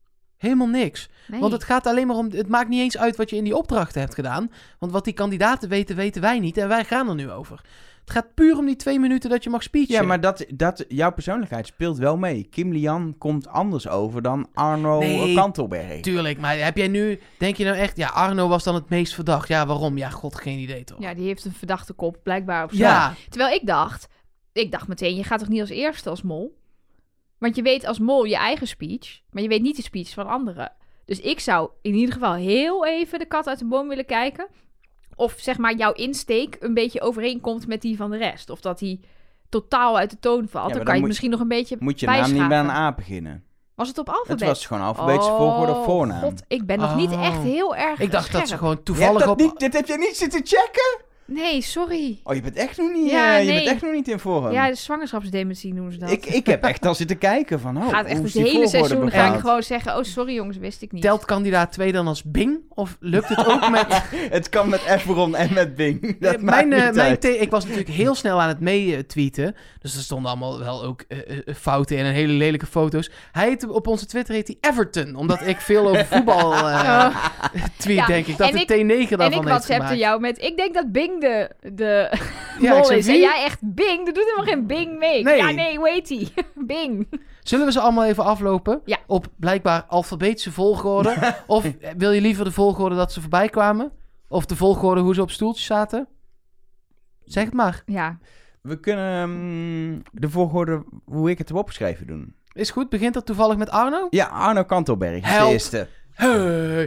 A: Helemaal niks.
B: Nee.
A: Want het gaat alleen maar om... Het maakt niet eens uit wat je in die opdrachten hebt gedaan. Want wat die kandidaten weten, weten wij niet. En wij gaan er nu over. Het gaat puur om die twee minuten dat je mag speechen.
C: Ja, maar dat, dat, jouw persoonlijkheid speelt wel mee. Kim Lian komt anders over dan Arno
A: Nee,
C: Kantelberg.
A: Tuurlijk, maar heb jij nu... Denk je nou echt... Ja, Arno was dan het meest verdacht. Ja, waarom? Ja, god, geen idee toch?
B: Ja, die heeft een verdachte kop, blijkbaar. Of zo.
A: Ja.
B: Terwijl ik dacht... Ik dacht meteen, je gaat toch niet als eerste als mol? Want je weet als mol je eigen speech, maar je weet niet de speech van anderen. Dus ik zou in ieder geval heel even de kat uit de boom willen kijken. Of zeg maar jouw insteek een beetje overeenkomt met die van de rest. Of dat die totaal uit de toon valt.
C: Ja,
B: dan
C: maar
B: kan
C: dan
B: je
C: moet-
B: misschien nog een beetje
C: Moet je naam niet
B: bijschaven.
C: bij een A beginnen.
B: Was het op alfabet?
C: Het was gewoon alfabetische volgorde
B: Oh,
C: voornaam.
B: God, ik ben nog
A: Oh.
B: niet echt heel erg
A: Ik dacht dat ze
B: scherp.
A: gewoon
C: Je hebt
A: toevallig
C: dat
A: op...
C: niet, dit heb je niet zitten checken?
B: Nee, sorry.
C: Oh, je bent echt nog niet,
B: Ja,
C: eh, je
B: nee.
C: bent echt nog niet in vorm.
B: Ja, de zwangerschapsdementie noemen ze dat.
C: ik, ik heb echt al zitten kijken van, oh,
B: Gaat echt
C: hoe
B: het
C: is die
B: hele
C: volgorde
B: seizoen ga ik
C: bepaald?
B: gewoon zeggen... Oh, sorry jongens, wist ik niet.
A: Telt kandidaat twee dan als Bing? Of lukt het ook met...
C: Het kan met Efron en met Bing. Dat
A: Eh,
C: maakt
A: mijn, eh,
C: niet
A: mijn
C: uit.
A: the- ik was natuurlijk heel snel aan het meetweeten. Dus er stonden allemaal wel ook eh, eh, fouten in en hele lelijke foto's. Hij heette, op onze Twitter heet hij Everton. Omdat ik veel over voetbal eh, tweet,
B: Ja,
A: denk ik. Dat
B: en
A: de
B: ik-
A: T negen
B: En
A: daarvan
B: ik
A: heeft
B: WhatsAppte
A: gemaakt.
B: jou met... Ik denk dat Bing de, de
A: Ja,
B: mol
A: ik zei,
B: is. En
A: wie?
B: jij echt Bing? Er doet helemaal geen Bing mee.
A: Nee.
B: Ja, nee, hoe heet die? Bing.
A: Zullen we ze allemaal even aflopen?
B: Ja.
A: Op blijkbaar alfabetische volgorde. Of eh, wil je liever de volgorde dat ze voorbij kwamen? Of de volgorde hoe ze op stoeltjes zaten? Zeg het maar.
B: Ja.
C: We kunnen mm, de volgorde hoe ik het heb opgeschreven doen.
A: Is goed. Begint dat toevallig met Arno?
C: Ja, Arno Kantelberg is de
A: Help.
C: eerste.
A: Hey,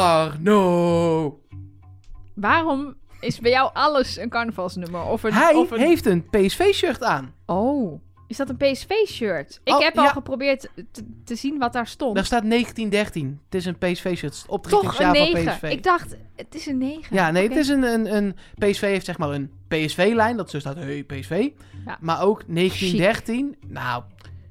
A: Arno.
B: Waarom is bij jou alles een carnavalsnummer? Of een,
A: Hij
B: of een...
A: heeft een P S V-shirt aan.
B: Oh, is dat een P S V-shirt? Ik
A: Oh,
B: heb al
A: ja.
B: geprobeerd te, te zien wat daar stond.
A: Daar staat negentien dertien. Het is een P S V-shirt. Het is het
B: Toch
A: oprichtingsjaar
B: een
A: van P S
B: negen.
A: V.
B: Ik dacht, het is een negen.
A: Ja, nee,
B: Oké.
A: het is een, een, een... P S V heeft zeg maar een P S V-lijn. Dat zo staat, hey, P S V.
B: Ja.
A: Maar ook negentien dertien. Nou,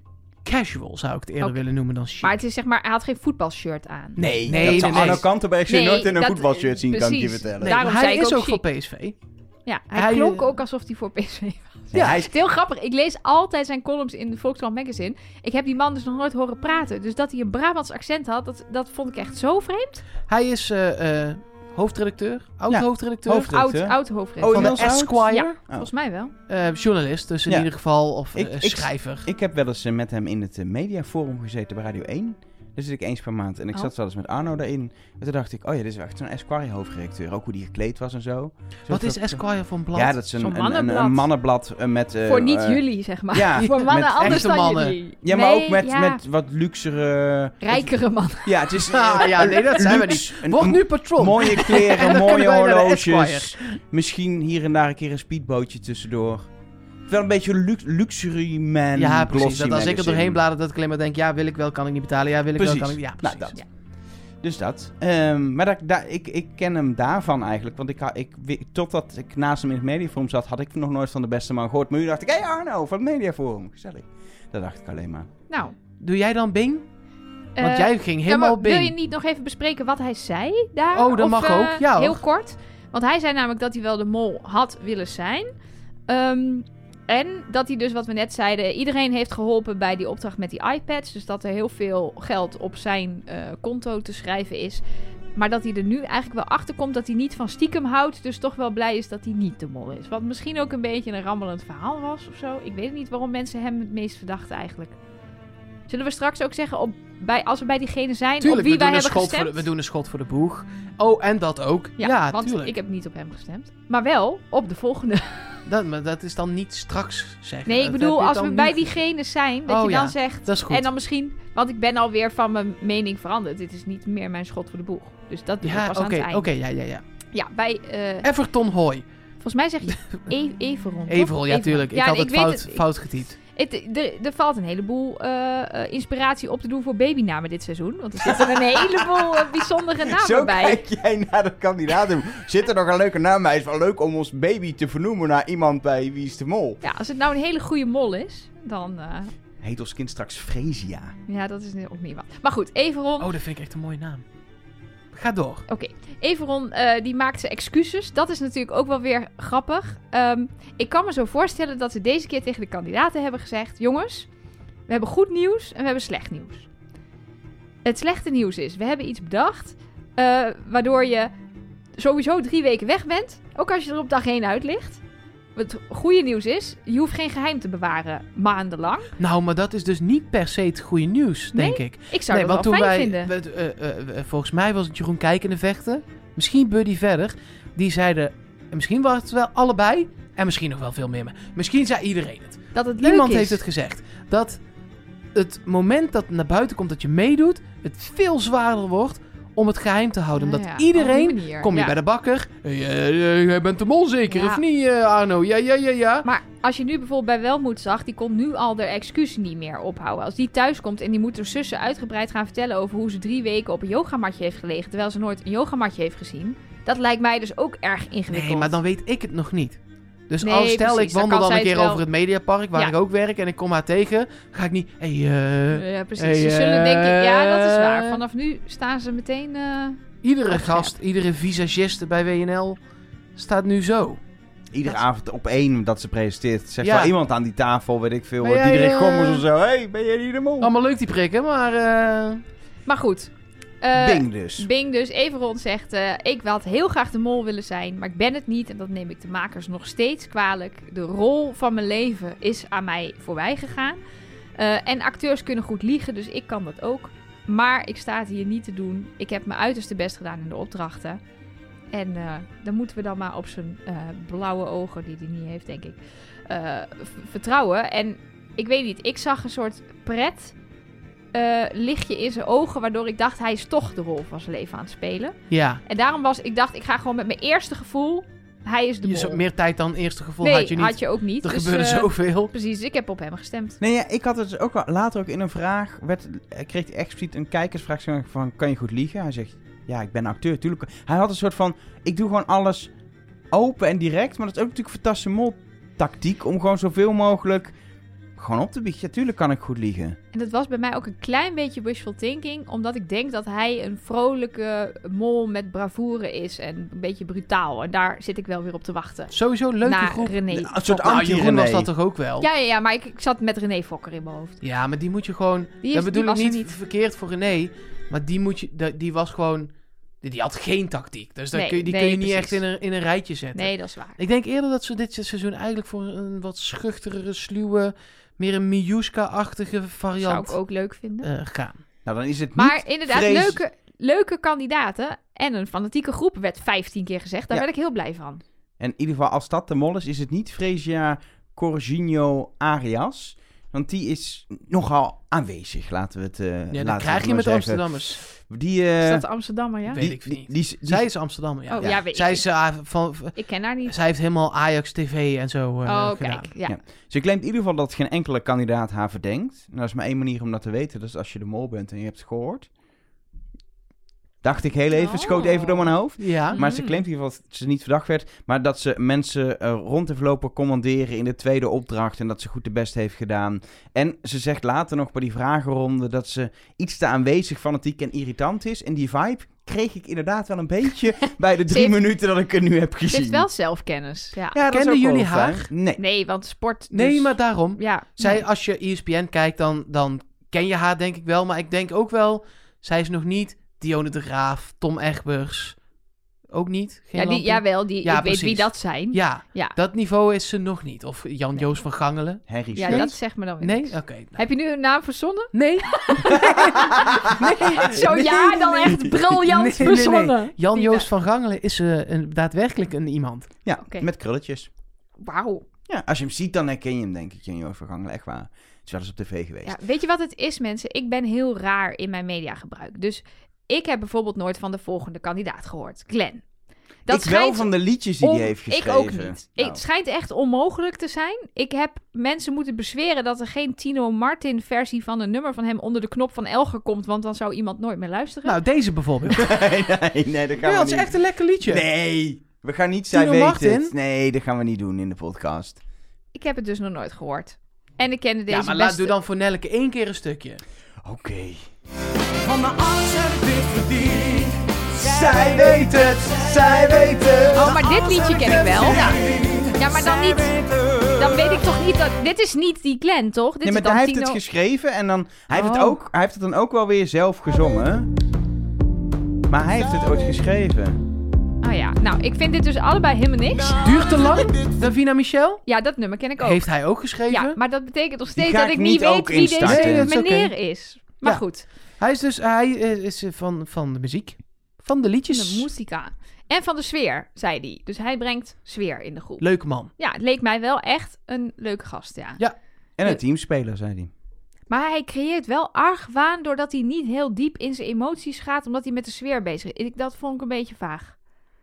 A: casual zou ik het eerder
B: Oké.
A: willen noemen dan chic.
B: Maar het is zeg maar, hij had geen voetbalshirt aan.
C: Nee,
A: Nee,
C: dat
A: nee,
C: zou
A: nee.
C: Arno Kantelberg zou je
B: Nee,
C: nooit in een
B: dat-
C: voetbalshirt zien, kan ik je
B: precies.
C: vertellen.
A: Nee,
B: daarom
A: maar
B: zei
A: hij
B: ik
A: is
B: ook
A: ook voor
B: chic.
A: P S V.
B: Ja, hij,
A: Hij,
B: klonk
A: eh,
B: ook alsof hij voor P S V was.
C: Nee, hij
B: Het
C: is,
B: is heel grappig. Ik lees altijd zijn columns in de Volkskrant Magazine. Ik heb die man dus nog nooit horen praten. Dus dat hij een Brabants accent had, dat, dat vond ik echt zo vreemd.
A: Hij is eh, eh, hoofdredacteur, oud-hoofdredacteur
C: hoofd-
B: Oud,
C: Redacteur?
B: oud hoofdredacteur.
C: Oh,
A: van de
C: inmiddels oud?
A: Esquire.
B: Ja, volgens mij wel.
A: Eh, journalist, dus in
C: Ja.
A: ieder geval. Of
C: Ik-
A: eh,
C: ik-
A: schrijver.
C: ik heb wel eens eh, met hem in het eh, mediaforum gezeten bij Radio één. Daar zit ik eens per maand. En ik
B: Oh.
C: zat wel eens met Arno daarin. En toen dacht ik, oh ja, dit is echt zo'n Esquire hoofdredacteur. Ook hoe die gekleed was en zo.
A: Wat
C: Zo-
A: is
C: zo-
A: Esquire voor een blad?
C: Ja, dat is een,
B: Zo'n
C: een, een,
B: mannenblad.
C: een mannenblad eh, met... eh,
B: Voor niet
C: eh,
B: jullie, zeg maar.
C: Ja,
B: Voor mannen
C: met
B: anders
A: echte
B: dan
A: mannen.
B: jullie.
C: Ja, maar
B: Nee,
C: ook met,
B: ja.
C: met wat luxere...
B: Rijkere mannen.
C: Ja, het is...
A: Ah,
C: eh,
A: ja, nee, dat zijn we
C: luxe,
A: niet.
C: een-
A: Word
C: een
A: nu patroon.
C: Mooie
A: En
C: kleren,
A: dan
C: mooie
A: kunnen wij naar de
C: horloges. Misschien hier en daar een keer een speedbootje tussendoor. Wel een beetje lux, luxury man.
A: Ja, precies.
C: glossy
A: Dat als ik er
C: magazine.
A: doorheen blader, dat ik alleen maar denk... Ja, wil ik wel, kan ik niet betalen. Ja, wil ik
C: Precies.
A: wel, kan ik... Ja,
C: Nou,
A: precies.
C: dat. Dus dat. Ehm, maar dat, dat, ik, ik ken hem daarvan eigenlijk. Want ik, ha- ik, wi- totdat ik naast hem in het mediaforum zat, had ik nog nooit van de beste man gehoord. Maar nu dacht ik, hé hey Arno, van het mediaforum. Gezellig. Dat dacht ik alleen maar.
B: Nou.
A: Doe jij dan Bing? Want
B: eh,
A: jij ging
B: ja,
A: helemaal
B: maar wil
A: Bing.
B: je niet nog even bespreken wat hij zei daar?
A: Oh, dat
B: Of,
A: mag
B: eh,
A: ook. Ja, hoor.
B: heel kort. Want hij zei namelijk dat hij wel de mol had willen zijn. Ehm, en dat hij dus, wat we net zeiden... Iedereen heeft geholpen bij die opdracht met die iPads. Dus dat er heel veel geld op zijn eh, konto te schrijven is. Maar dat hij er nu eigenlijk wel achter komt dat hij niet van stiekem houdt. Dus toch wel blij is dat hij niet de mol is. Wat misschien ook een beetje een rammelend verhaal was of zo. Ik weet niet waarom mensen hem het meest verdachten eigenlijk. Zullen we straks ook zeggen, op, bij, als we bij diegene zijn,
A: Tuurlijk,
B: op wie
A: we,
B: wij
A: doen een
B: hebben
A: schot voor
B: gestemd?
A: de, we doen een schot voor de boeg. Oh, en dat ook.
B: Ja,
A: Ja,
B: want
A: tuurlijk.
B: ik heb niet op hem gestemd. Maar wel op de volgende.
A: Dat, maar dat is dan niet straks zeggen.
B: Nee, ik
A: Dat
B: bedoel,
A: heb je
B: als
A: dan
B: we
A: nu
B: bij
A: ge-
B: diegene zijn, dat
A: Oh,
B: je dan
A: ja.
B: zegt...
A: Dat is goed.
B: En dan misschien... Want ik ben alweer van mijn mening veranderd. Dit is niet meer mijn schot voor de boeg. Dus dat doe ik
A: Ja,
B: pas
A: oké,
B: aan het
A: oké,
B: eind.
A: ja, ja, ja.
B: Ja, bij... eh,
A: Everton Hoy.
B: volgens mij zeg je e Everon, toch?
A: Everol, ja, tuurlijk. Ik
B: Ja,
A: had het
B: weet
A: fout,
B: het. Ik-
A: fout getypt.
B: Het, er, er valt een heleboel eh, eh, inspiratie op te doen voor babynamen dit seizoen. Want er zitten een heleboel eh, bijzondere namen
C: Zo
B: bij.
C: kijk jij naar de kandidaten. Zit er nog een leuke naam bij? Het is wel leuk om ons baby te vernoemen naar iemand bij Wie is de Mol.
B: Ja, als het nou een hele goede mol is, dan... eh,
C: Heet ons kind straks Fresia.
B: ja, dat is ook niet wat. Maar goed, Everon...
A: Oh, dat vind ik echt een mooie naam. Ga door.
B: Oké, Everon eh, die maakt zijn excuses. Dat is natuurlijk ook wel weer grappig. Ehm, ik kan me zo voorstellen dat ze deze keer tegen de kandidaten hebben gezegd... Jongens, we hebben goed nieuws en we hebben slecht nieuws. Het slechte nieuws is, we hebben iets bedacht... Uh, waardoor je sowieso drie weken weg bent. Ook als je er op dag één uit ligt. Het goede nieuws is, je hoeft geen geheim te bewaren maandenlang.
A: Nou, maar dat is dus niet per se het goede nieuws,
B: nee?
A: denk ik.
B: Ik zou
A: nee,
B: dat wel
A: want
B: fijn
A: toen wij,
B: vinden.
A: We, uh, uh, volgens mij was het Jeroen Kijkende vechten. Misschien Buddy verder. Die zeiden, misschien was het wel allebei. En misschien nog wel veel meer. Maar misschien zei iedereen het.
B: Dat het leuk
A: Iemand
B: is.
A: heeft het gezegd. Dat het moment dat naar buiten komt dat je meedoet, het veel zwaarder wordt om het geheim te houden.
B: Ja,
A: Omdat
B: ja, op die
A: iedereen,
B: manier,
A: kom je
B: ja.
A: bij de bakker. Hey, uh, jij bent de mol zeker,
B: Ja.
A: of niet uh, Arno? Ja, ja, ja, ja.
B: Maar als je nu bijvoorbeeld bij Welmoed zag, die kon nu al de excuus niet meer ophouden. Als die thuis komt en die moet haar zussen uitgebreid gaan vertellen over hoe ze drie weken op een yogamatje heeft gelegen, terwijl ze nooit een yogamatje heeft gezien. Dat lijkt mij dus ook erg ingewikkeld.
A: Nee, maar dan weet ik het nog niet. Dus
B: Nee,
A: als stel
B: precies,
A: ik
B: dan
A: wandel
B: kan
A: dan een
B: zij
A: keer
B: het wel-
A: over het Mediapark, waar
B: Ja.
A: ik ook werk, en ik kom haar tegen, ga ik niet... Hey, uh,
B: Ja, precies.
A: Hey,
B: ze zullen
A: uh,
B: denken, ja, dat is waar. Vanaf nu staan ze meteen... Uh...
A: iedere
B: Op
A: gast, iedere visagiste bij W N L staat nu zo.
C: Iedere
A: Dat-
C: avond op één dat ze presenteert, zegt
A: Ja.
C: wel iemand aan die tafel, weet ik veel,
A: Ben jij,
C: Diederik
A: eh,
C: Gommers of zo. Hé, hey, ben jij niet de mol?
A: Allemaal leuk die prikken, maar... Uh,
B: Maar goed. Uh,
C: Bing dus.
B: Bing dus. Everon zegt, uh, ik had heel graag de mol willen zijn, maar ik ben het niet. En dat neem ik de makers nog steeds kwalijk. De rol van mijn leven is aan mij voorbij gegaan. Uh, en acteurs kunnen goed liegen, dus ik kan dat ook. Maar ik sta het hier niet te doen. Ik heb mijn uiterste best gedaan in de opdrachten. En uh, dan moeten we dan maar op zijn uh, blauwe ogen, die hij niet heeft, denk ik, uh, v- vertrouwen. En ik weet niet, ik zag een soort pret... Uh, lichtje in zijn ogen, waardoor ik dacht, hij is toch de rol van zijn leven aan het spelen.
A: ja,
B: En daarom was, ik dacht, ik ga gewoon met mijn eerste gevoel, hij is de
A: je
B: mol.
A: zo, meer tijd dan eerste gevoel
B: nee,
A: had je niet.
B: ook niet.
A: Er
B: Dus,
A: gebeurde
B: uh,
A: zoveel.
B: Precies, dus ik heb op hem gestemd.
C: Nee, ja, ik had het dus ook al, later ook in een vraag, werd, kreeg hij expliciet een kijkersvraag van, kan je goed liegen? Hij zegt, ja, ik ben acteur, tuurlijk. Hij had een soort van, ik doe gewoon alles open en direct, maar dat is ook natuurlijk een fantastische mol-tactiek om gewoon zoveel mogelijk gewoon op te bieden. Ja, tuurlijk kan ik goed liegen.
B: En dat was bij mij ook een klein beetje wishful thinking, omdat ik denk dat hij een vrolijke mol met bravoure is en een beetje brutaal. En daar zit ik wel weer op te wachten.
A: Sowieso een leuke
B: Na
A: groep.
B: René.
C: Een soort
A: Nou, Jeroen
C: anti-René.
A: was dat toch ook wel?
B: Ja, ja, ja, maar ik, ik zat met René Fokker in mijn hoofd.
A: Ja, maar die moet je gewoon...
B: Die is,
A: dat bedoel
B: die
A: ik
B: was er
A: niet,
B: niet.
A: verkeerd voor René, maar die, moet je, die, die was gewoon... Die, die had geen tactiek. Dus dan
B: Nee,
A: kun je, die
B: nee,
A: kun je niet
B: precies.
A: echt in een, in een rijtje zetten.
B: Nee, dat is waar.
A: Ik denk eerder dat ze dit seizoen eigenlijk voor een wat schuchtere, sluwe, meer een Mijuska-achtige variant
B: Zou ik ook leuk vinden.
A: eh, gaan.
C: Nou, dan is het niet
B: Maar inderdaad,
C: vrees-
B: leuke, leuke kandidaten en een fanatieke groep werd vijftien keer gezegd. Daar
C: Ja.
B: werd ik heel blij van.
C: En in ieder geval, als dat de mol is, is het niet Fresia Corginho Arias. Want die is nogal aanwezig, laten we het uh,
A: Ja,
C: laten
A: dat
C: we
A: krijg
C: het
A: je
C: maar
A: met
C: zeggen.
A: Amsterdammers.
C: Die, uh,
B: Is dat de Amsterdammer, ja?
A: Weet
C: die,
A: ik
C: die,
A: niet.
C: die, die-
A: Zij is Amsterdammer, ja.
B: Oh,
C: ja.
B: ja, weet
A: Zij,
B: ik.
A: is, uh, van,
B: Ik ken haar niet.
A: zij heeft helemaal Ajax T V en zo uh,
B: oh,
A: gedaan.
B: kijk. Ja.
C: Ja. Ze claimt in ieder geval dat geen enkele kandidaat haar verdenkt. En dat is maar één manier om dat te weten. Dat is als je de mol bent en je hebt het gehoord. Dacht ik heel even,
B: Oh.
C: schoot even door mijn hoofd.
A: Ja,
C: Maar ze
B: Mm.
C: claimt in ieder geval dat ze niet verdacht werd. Maar dat ze mensen uh, rond heeft lopen commanderen in de tweede opdracht. En dat ze goed de best heeft gedaan. En ze zegt later nog bij die vragenronde dat ze iets te aanwezig, fanatiek en irritant is. En die vibe kreeg ik inderdaad wel een beetje bij de drie
B: heeft-
C: minuten dat ik het nu heb
B: Ze
C: gezien.
B: heeft wel zelfkennis. Ja.
C: Ja, dat is
A: Kenden
C: ook wel
A: jullie
C: fijn.
A: haar?
C: Nee.
B: Nee, want sport.
A: nee,
B: dus-
A: maar daarom.
B: Ja.
A: Zij,
B: nee.
A: als je E S P N kijkt, dan, dan ken je haar denk ik wel. Maar ik denk ook wel, zij is nog niet Dionne de Graaf, Tom Egbers. Ook niet? Geen
B: Ja, die,
A: lampen?
B: jawel, die,
A: Ja,
B: ik weet wie
A: precies.
B: dat zijn.
A: Ja,
B: Ja.
A: dat niveau is ze nog niet. Of Jan-Joos van Gangelen.
C: Harry
B: Ja,
C: Schut.
B: dat zegt me dan weer
A: Nee?
B: niks.
A: Oké. nou.
B: Heb je nu een naam verzonnen?
A: Nee. nee.
B: Zo ja, dan echt briljant
A: Nee, nee, nee.
B: verzonnen.
A: Jan-Joos van Gangelen is uh, een, daadwerkelijk een iemand.
C: Ja,
B: Oké.
C: met krulletjes.
B: Wauw.
C: Ja, als je hem ziet, dan herken je hem, denk ik. Jan-Joos van Gangelen, echt waar. Is wel eens op tv geweest.
B: Ja, weet je wat het is, mensen? Ik ben heel raar in mijn mediagebruik. Dus ik heb bijvoorbeeld nooit van de volgende kandidaat gehoord. Glenn. Dat
C: ik wel van de liedjes die
B: on-
C: hij heeft geschreven.
B: Ik ook niet.
C: Nou,
B: Het schijnt echt onmogelijk te zijn. Ik heb mensen moeten bezweren dat er geen Tino Martin versie van een nummer van hem onder de knop van Elger komt, want dan zou iemand nooit meer luisteren.
A: Nou, deze bijvoorbeeld.
C: nee, nee, nee, dat gaan
A: Ja,
C: we
A: dat is
C: niet.
A: echt een lekker liedje.
C: Nee, we gaan niet zij
A: Tino
C: weten
A: Martin?
C: het. Nee, dat gaan we niet doen in de podcast.
B: Ik heb het dus nog nooit gehoord. En ik kende deze
A: Ja, maar
B: beste...
A: laat, doe dan voor Nelleke één keer een stukje.
C: Oké.
F: Van de arts heb ik verdiend.
C: Zij weet het, zij weet het.
B: Oh, maar dit liedje ken ik wel.
F: Ja,
B: Ja, maar dan niet... dan weet ik toch niet dat... Dit is niet die Glenn, toch? Dit
C: Nee, maar
B: is dan
C: hij heeft
B: Tino...
C: het geschreven en dan... Hij heeft, het
B: Oh.
C: ook, hij heeft het dan ook wel weer zelf gezongen. Maar hij heeft het ooit geschreven.
B: Oh ja, nou, ik vind dit dus allebei helemaal niks.
A: Duurt te lang, Davina Michel.
B: Ja, dat nummer ken ik ook.
A: Heeft hij ook geschreven.
B: Ja, maar dat betekent nog
C: Die
B: steeds
C: ga
B: dat
C: ik
B: ik niet
C: niet
B: weet
C: ook
B: wie deze
C: instarten.
A: Nee, dat is
B: meneer
A: oké.
B: is. Maar
A: Ja.
B: goed,
A: Hij is dus hij is van, van de muziek. Van de liedjes.
B: de muzika. En van de sfeer, zei hij. Dus hij brengt sfeer in de groep.
A: Leuke man.
B: Ja, het leek mij wel echt een leuke gast, ja.
A: Ja.
C: En een teamspeler, zei hij.
B: Maar hij creëert wel argwaan doordat hij niet heel diep in zijn emoties gaat, omdat hij met de sfeer bezig is. Ik, dat vond ik een beetje vaag.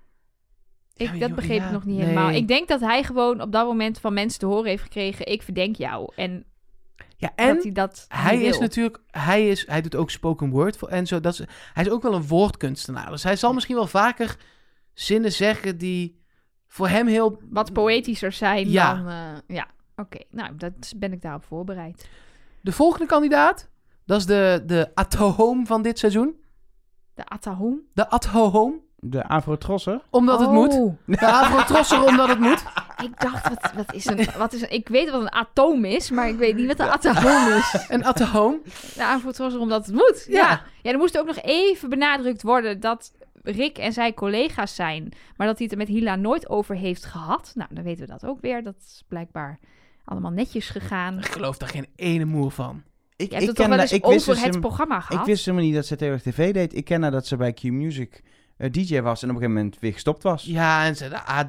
B: Ik,
A: Ja,
B: dat
A: joh,
B: begreep
A: ja,
B: ik nog niet
A: nee.
B: helemaal. Ik denk dat hij gewoon op dat moment van mensen te horen heeft gekregen, ik verdenk jou. En,
A: Ja, en
B: dat hij dat
A: hij
B: niet
A: is
B: wil.
A: natuurlijk, hij, is, hij doet ook spoken word voor- en zo. Dat is, hij is ook wel een woordkunstenaar. Dus hij zal misschien wel vaker zinnen zeggen die voor hem heel...
B: Wat poëtischer zijn
A: Ja.
B: dan... eh, ja, oké. Nou, dat ben ik daarop voorbereid.
A: De volgende kandidaat, dat is de, de At-Home van dit seizoen.
B: De Atahom.
A: De At-Home,
C: De Afro-Trosser.
A: omdat het moet.
B: Oh,
A: De Afro-Trosser, omdat het moet.
B: ik dacht, wat, wat, is een, wat is een... Ik weet wat een atoom is, maar ik weet niet wat een Atahom is.
A: En At-Home.
B: De aanvoertrosser omdat het moet. Ja.
A: Ja.
B: ja. Ja, er moest ook nog even benadrukt worden dat Rick en zij collega's zijn, maar dat hij het er met Hila nooit over heeft gehad. Nou, dan weten we dat ook weer. Dat is blijkbaar allemaal netjes gegaan.
A: Ik geloof daar geen ene moer van.
C: Ik,
B: Je hebt het
C: ik
B: toch wel
C: ken
B: eens
C: dat- ik wist
B: over
C: dus
B: het
C: hem-
B: programma gehad?
C: Ik wist helemaal niet dat ze tegenwoordig tv deed. Ik ken haar dat ze bij Q Music eh, D J was en op een gegeven moment weer gestopt was.
A: Ja, en ze de A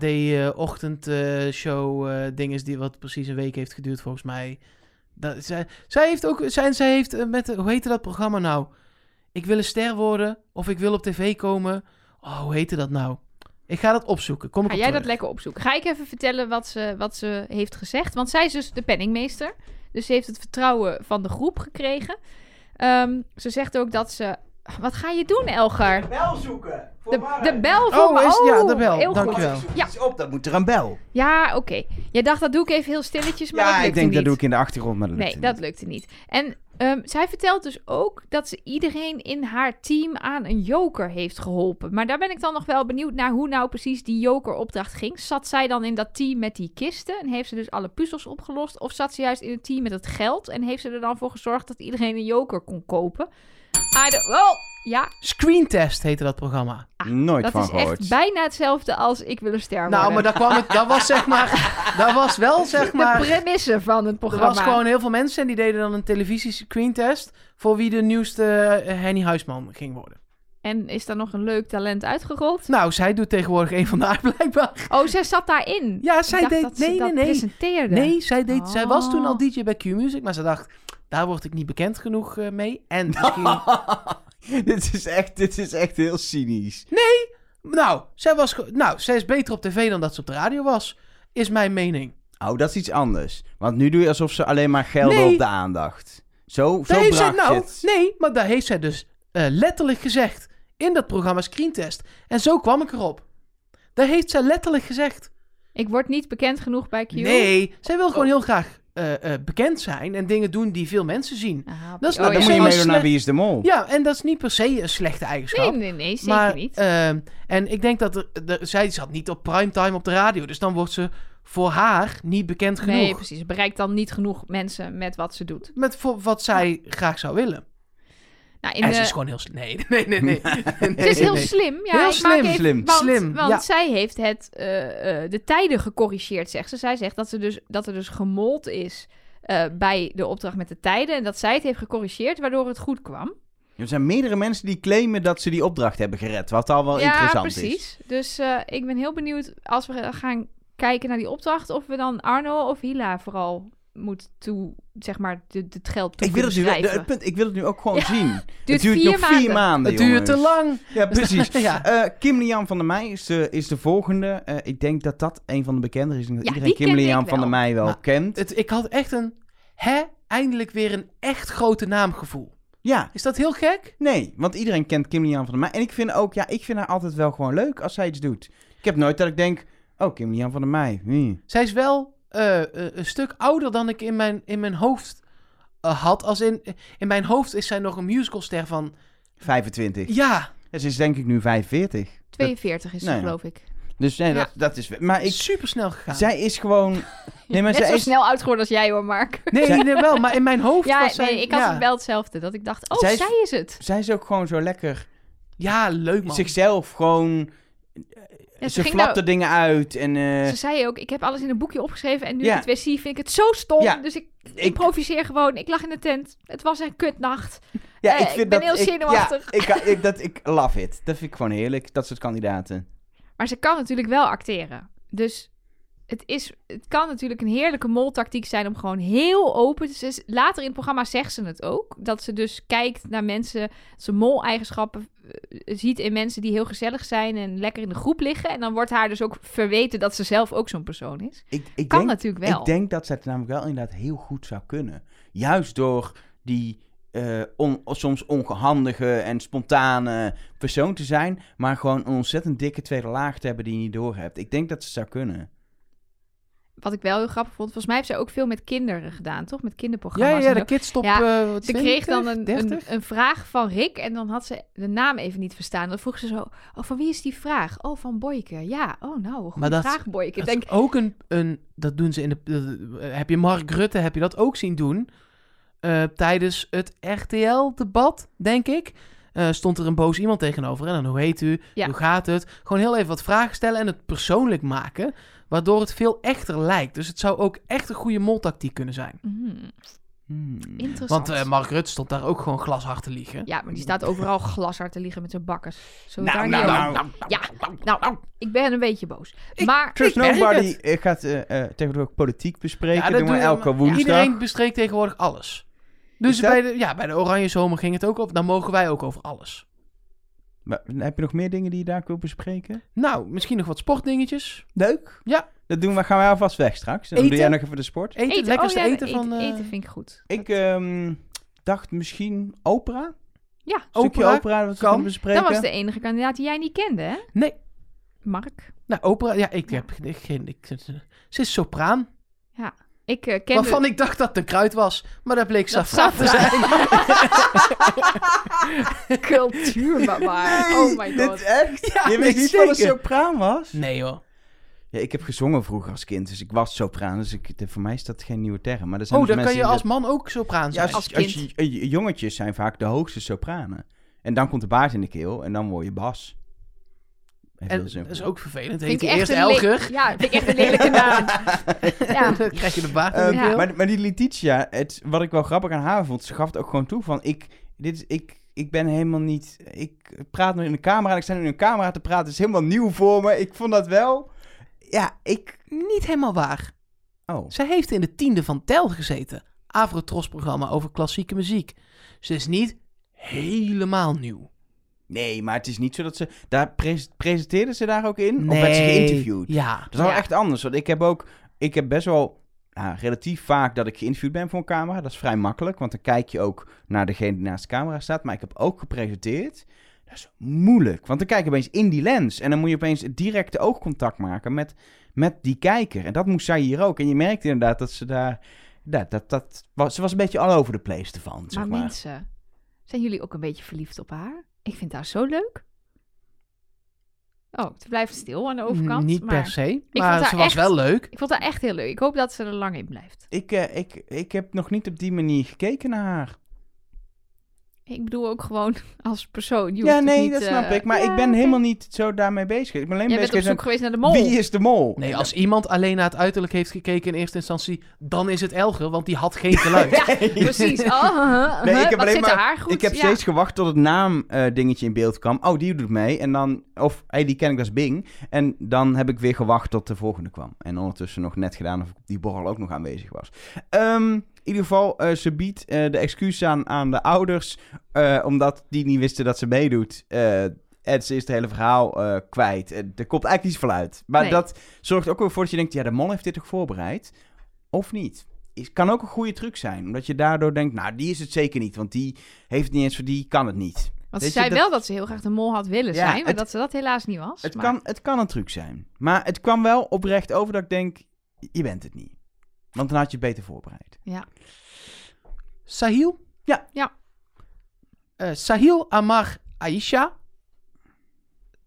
A: D-ochtendshow uh, ding is die wat precies een week heeft geduurd volgens mij. Dat, zij, zij heeft ook, zij, zij heeft uh, met, hoe heette dat programma nou? Ik wil een ster worden of ik wil op tv komen. Oh, hoe heette dat nou? Ik ga dat opzoeken. Kom ik
B: Ga
A: op
B: jij
A: terug.
B: dat lekker opzoeken? Ga ik even vertellen wat ze, wat ze heeft gezegd? Want zij is dus de penningmeester. Dus ze heeft het vertrouwen van de groep gekregen. Um, ze zegt ook dat ze... Wat ga je doen, Elgar?
C: Bel zoeken.
B: De, de bel voor
A: Oh,
B: me.
A: is- ja, de bel.
B: Heel
A: Dankjewel.
B: goed. Ja,
C: Op, dan moet er een bel.
B: ja oké. Okay. Jij dacht, dat doe ik even heel stilletjes, maar dat
C: Ja,
B: lukte
C: ik denk
B: niet.
C: dat doe ik in de achtergrond, maar dat lukt
B: Nee, dat lukte niet. En um, zij vertelt dus ook dat ze iedereen in haar team aan een joker heeft geholpen. Maar daar ben ik dan nog wel benieuwd naar hoe nou precies die jokeropdracht ging. Zat zij dan in dat team met die kisten en heeft ze dus alle puzzels opgelost? Of zat ze juist in het team met het geld en heeft ze er dan voor gezorgd dat iedereen een joker kon kopen? I don't... Oh, ja,
A: Screentest heette dat programma.
C: Nooit
B: dat
C: van
B: is
C: gehoord.
B: echt bijna hetzelfde als Ik wil een ster worden.
A: Nou, maar daar kwam het, dat was zeg maar, dat was wel zeg
B: de
A: maar...
B: premisse van het
A: Er
B: programma.
A: was gewoon heel veel mensen en die deden dan een televisie-screentest voor wie de nieuwste uh, Henny Huisman ging worden.
B: En is daar nog een leuk talent uitgerold?
A: Nou, zij doet tegenwoordig een van de haar blijkbaar.
B: Oh, zij zat daarin.
A: Ja,
B: Ik
A: zij
B: dacht
A: deed...
B: dat ze
A: Nee,
B: dat
A: nee, nee.
B: presenteerde.
A: Nee, zij, deed, zij was toen al
B: Oh.
A: D J bij Q Music, maar ze dacht, daar word ik niet bekend genoeg uh, mee. En misschien...
C: dit, is echt, dit is echt heel cynisch.
A: nou, zij was, ge- nou, zij is beter op tv dan dat ze op de radio was, is mijn mening.
C: Oh, dat is iets anders. Want nu doe je alsof ze alleen maar gelden
A: Nee.
C: op de aandacht. Zo,
A: Daar
C: zo
A: heeft zij,
C: bracht je
A: nou,
C: het.
A: nee, maar daar heeft zij dus uh, letterlijk gezegd in dat programma Screentest. En zo kwam ik erop. Daar heeft zij letterlijk gezegd.
B: Ik word niet bekend genoeg bij Q.
A: Nee, zij wil gewoon heel graag uh, uh, bekend zijn en dingen doen die veel mensen zien.
B: Ah,
A: Dat is
B: oh,
A: nou-
C: Dan
B: ja.
C: moet je
A: maar
C: meedoen naar
A: slecht-
C: Wie is de Mol.
A: Ja, en dat is niet per se een slechte eigenschap.
B: Nee, nee, nee, zeker
A: maar,
B: niet.
A: uh, en ik denk dat er, er, zij zat niet op primetime op de radio. Dus dan wordt ze voor haar niet bekend genoeg.
B: Nee, precies. Bereikt dan niet genoeg mensen met wat ze doet.
A: Met voor wat zij graag zou willen.
B: Nou, in
A: En
B: de...
A: ze is gewoon heel... sl- Nee, nee, nee, nee. nee,
B: Het is heel
A: nee.
B: slim. Ja,
A: Heel
B: ik maak
A: slim,
B: even,
C: slim.
B: Want,
A: Slim,
B: want
A: ja.
B: zij heeft het, uh, uh, de tijden gecorrigeerd, zegt ze. Zij zegt dat, ze dus, dat er dus gemold is uh, bij de opdracht met de tijden. En dat zij het heeft gecorrigeerd, waardoor het goed kwam.
C: Er zijn meerdere mensen die claimen dat ze die opdracht hebben gered. Wat al wel
B: ja,
C: interessant
B: precies.
C: is.
B: Dus uh, ik ben heel benieuwd als we gaan kijken naar die opdracht, of we dan Arno of Hila vooral moet toe, zeg maar, de, de, het geld toe
C: Ik wil, het nu,
B: schrijven.
C: de- het punt, ik wil het nu ook gewoon
B: Ja.
C: zien.
B: Duurt
C: het duurt
B: vier
C: nog
B: maanden.
C: vier maanden,
A: Het duurt te
C: jongens.
A: lang.
C: Ja, precies.
A: Ja.
C: Eh, Kim Lian van der Meij is de, is de volgende. Uh, ik denk dat dat een van de bekenderen is. Ik denk dat
B: Ja,
C: iedereen
B: die
C: Kim
B: kende
C: Lian
B: ik
C: van der
B: wel.
C: Meij wel
A: Maar
C: kent.
A: Het, ik had echt een... Hè? Eindelijk weer een echt grote naamgevoel.
C: Ja,
A: Is dat heel gek?
C: nee, want iedereen kent Kim Lian van der Meij. En ik vind ook, ja, ik vind haar altijd wel gewoon leuk als zij iets doet. Ik heb nooit dat ik denk, oh, Kim Lian van der Meij. Hmm.
A: Zij is wel uh, uh, een stuk ouder dan ik in mijn, in mijn hoofd uh, had. Als in, in mijn hoofd is zij nog een musicalster van...
C: vijfentwintig.
A: Ja,
C: Ja, ze is denk ik nu vijfenveertig.
B: tweeënveertig is ze,
C: Nee.
B: geloof ik.
C: Dus nee,
B: Ja.
C: dat, dat is... Maar ik,
A: Super snel gegaan.
C: zij is gewoon... Nee, maar
B: Net
C: zij
B: zo
C: is,
B: snel uitgeworden als jij hoor, Mark.
A: Nee, nee, wel. Maar in mijn hoofd
B: Ja,
A: was zij...
B: nee, ik had
A: ja.
B: het wel hetzelfde. Dat ik dacht, oh,
C: Zij
B: zij
C: is-
B: is, het.
C: zij is ook gewoon zo lekker...
A: Ja, leuk man.
C: Zichzelf gewoon...
B: Ja,
C: ze
B: ging
C: flapt
B: nou-
C: er dingen uit en... eh,
B: Ze zei ook, ik heb alles in een boekje opgeschreven en nu
C: Ja.
B: ik het weer zie, vind ik het zo stom.
C: Ja.
B: Dus ik
C: Ik-
B: improviseer gewoon. Ik lag in de tent. Het was een kutnacht.
C: ja,
B: eh,
C: ik
B: ik
C: vind
B: ben
C: dat,
B: heel
C: ik-
B: zenuwachtig.
C: Ja, ik, ik, dat, ik love it. Dat vind ik gewoon heerlijk, dat soort kandidaten.
B: Maar ze kan natuurlijk wel acteren. Dus het, is, het kan natuurlijk een heerlijke moltactiek zijn om gewoon heel open... Ze, later in het programma zegt ze het ook. Dat ze dus kijkt naar mensen... Ze mol-eigenschappen eh, ziet in mensen die heel gezellig zijn... en lekker in de groep liggen. En dan wordt haar dus ook verweten dat ze zelf ook zo'n persoon is.
C: Ik, ik
B: Kan
C: denk,
B: natuurlijk wel.
C: Ik denk dat zij het namelijk wel inderdaad heel goed zou kunnen. Juist door die eh, on- soms ongehandige en spontane persoon te zijn... maar gewoon een ontzettend dikke tweede laag te hebben die je niet doorhebt. Ik denk dat ze het zou kunnen.
B: Wat ik wel heel grappig vond... Volgens mij heeft zij ook veel met kinderen gedaan, toch? Met
A: Ja,
B: kinderprogramma's.
A: ja,
B: en
A: de
B: zo.
A: kids top
B: Ja,
A: eh, wat
B: Ze
A: twintig,
B: kreeg dan een, een,
A: dertig.
B: een vraag van Rick en dan had ze de naam even niet verstaan. Dan vroeg ze zo, oh, van wie is die vraag? Oh, van Boyke. Ja, oh nou, een goede
A: Maar dat-
B: vraag, Boyke. Ik
A: Dat
B: denk,
A: is ook een, een... Dat doen ze in de... dat- heb je Mark Rutte, heb je dat ook zien doen? Eh, tijdens het R T L-debat, denk ik. Eh, stond er een boos iemand tegenover. En dan, hoe heet u?
B: Ja.
A: Hoe gaat het? Gewoon heel even wat vragen stellen en het persoonlijk maken. Waardoor het veel echter lijkt. Dus het zou ook echt een goede moltactiek kunnen zijn.
B: hmm,
C: Hmm.
B: interessant.
A: Want eh, Mark Rutte stond daar ook gewoon glashard te liegen.
B: Ja, maar die staat overal glashard te liggen met zijn bakkers. Zo
C: Nou,
B: daar
C: nou,
B: niet
C: nou,
B: over. Ja, nou, ik ben een beetje boos.
A: Ik-
B: maar
C: Trust
A: Ik merk
C: Nobody
A: het.
C: eh, gaat eh, eh, tegenwoordig ook politiek bespreken.
A: Ja,
C: dat doen we elke woensdag.
A: Iedereen bestreekt tegenwoordig alles. Dus
C: Is dat-
A: bij de, ja, bij de Oranje Zomer ging het ook over. Dan mogen wij ook over alles.
C: Maar, heb je nog meer dingen die je daar wil bespreken?
A: Nou, misschien nog wat sportdingetjes.
C: Leuk.
A: Ja.
C: Dat doen we, gaan wij alvast weg straks. Dan
A: Eten?
C: doe jij nog even de sport.
A: Eten,
B: eten,
A: lekkerste
B: oh, ja,
A: eten van... eh,
B: eten vind ik goed.
C: Ik ehm, dacht misschien opera.
B: Ja,
C: Een stukje
A: Opera
C: opera dat we
A: kan.
C: kunnen bespreken.
B: dat was de enige kandidaat die jij niet kende, hè?
A: Nee.
B: Mark.
A: Nou, opera... Ja, ik heb geen... geen ik, ze is sopraan.
B: Ik uh, kende...
A: Waarvan ik dacht dat het een kruid was. Maar dat bleek
B: Dat
A: safraan te zijn.
B: Cultuur, maar. Oh my
C: Dit
B: god.
C: echt?
A: Ja,
C: je
A: nee,
C: wist niet wat een
A: zeker.
C: sopraan was?
A: Nee hoor.
C: Ja, ik heb gezongen vroeger als kind, dus ik was sopraan. Dus ik, de- voor mij is dat geen nieuwe term. Maar er zijn
A: Oh,
C: dus
A: dan kan je
C: mensen
A: als
C: die
A: man ook sopraan
C: dat-
A: zijn.
C: Ja,
B: als
C: als, als
B: kind.
C: je- eh, jongetjes zijn vaak de hoogste sopranen. En dan komt de baard in de keel en dan word je bas. Even
A: En
C: heel simpel.
A: dat is ook vervelend.
B: Vind
A: Heet
B: ik
A: hij
B: echt
A: eerst
B: een le-
A: Elger.
B: Ja, vind ik echt een lelijke naam. Ja.
A: Dan krijg je de baard in
C: Ehm,
A: de
B: Ja.
A: keel.
C: maar, maar die Letitia, het, wat ik wel grappig aan haar vond, ze gaf het ook gewoon toe van, ik, dit is, ik, ik ben helemaal niet, ik praat nu in de camera en ik sta nu in een camera te praten, het is helemaal nieuw voor me. Ik vond dat wel, ja, ik,
A: Niet helemaal waar.
C: oh.
A: Zij heeft in de tiende van Tel gezeten. Afro-Tros-programma over klassieke muziek. Ze is niet helemaal nieuw.
C: Nee, maar het is niet zo dat ze, daar pres, presenteerde ze daar ook in? Of werd ze geïnterviewd?
A: Ja.
C: Dat is wel
B: Ja.
C: echt anders, want ik heb ook, ik heb best wel, nou, relatief vaak dat ik geïnterviewd ben voor een camera. Dat is vrij makkelijk, want dan kijk je ook naar degene die naast de camera staat. Maar ik heb ook gepresenteerd. Dat is moeilijk, want dan kijk je opeens in die lens. En dan moet je opeens directe oogcontact maken met, met die kijker. En dat moest zij hier ook. En je merkt inderdaad dat ze daar, dat, dat, dat was, ze was een beetje all over the place ervan, zeg
B: Maar
C: maar.
B: mensen, zijn jullie ook een beetje verliefd op haar? Ik vind haar zo leuk. Oh, ze blijft stil aan de overkant.
A: Niet
B: maar
A: per se.
B: vond
A: Maar
B: haar
A: ze was
B: echt-
A: wel leuk.
B: Ik vond haar echt heel leuk. Ik hoop dat ze er lang in blijft.
C: Ik, eh, ik, ik heb nog niet op die manier gekeken naar haar.
B: Ik bedoel ook gewoon als persoon. Je
C: Ja,
B: hoeft het
C: nee,
B: niet,
C: dat snap
B: eh,
C: ik. Maar
B: ja,
C: ik ben
B: oké.
C: helemaal niet zo daarmee bezig. Ik ben alleen
B: Jij
C: bezig
B: bent op zoek
C: met
B: geweest naar de mol.
C: wie is de mol?
A: Nee, als iemand alleen naar het uiterlijk heeft gekeken in eerste instantie, dan is het Elger, want die had geen geluid.
B: Ja, precies. Oh, huh,
C: Nee,
B: huh,
C: ik heb
B: wat
C: alleen
B: zit
C: maar-
B: haar goed?
C: Ik heb
B: Ja.
C: steeds gewacht tot het naam eh, dingetje in beeld kwam. Oh, die doet mee. En dan, of hey, die ken ik, dat is Bing. En dan heb ik weer gewacht tot de volgende kwam. En ondertussen nog net gedaan of ik op die borrel ook nog aanwezig was. Ehm, in ieder geval, eh, ze biedt eh, de excuus aan aan de ouders. eh, omdat die niet wisten dat ze meedoet. Eh, en ze is het hele verhaal eh, kwijt. En er komt eigenlijk niets van uit. Maar
B: Nee.
C: dat zorgt ook wel voor dat je denkt, ja, de mol heeft dit toch voorbereid? Of niet? Is, kan ook een goede truc zijn. Omdat je daardoor denkt, nou, die is het zeker niet. Want die heeft het niet eens voor die, kan het niet.
B: Want
C: Weet
B: ze
C: je,
B: zei
C: dat-
B: wel dat ze heel graag de mol had willen
C: Ja,
B: zijn, maar
C: het-
B: dat ze dat helaas niet was.
C: Het,
B: maar-
C: kan, het kan een truc zijn. Maar het kwam wel oprecht over dat ik denk, je bent het niet. Want dan had je het beter voorbereid.
B: Ja.
A: Sahil?
C: Ja.
B: Ja.
A: Eh, Sahil Amar Aisha.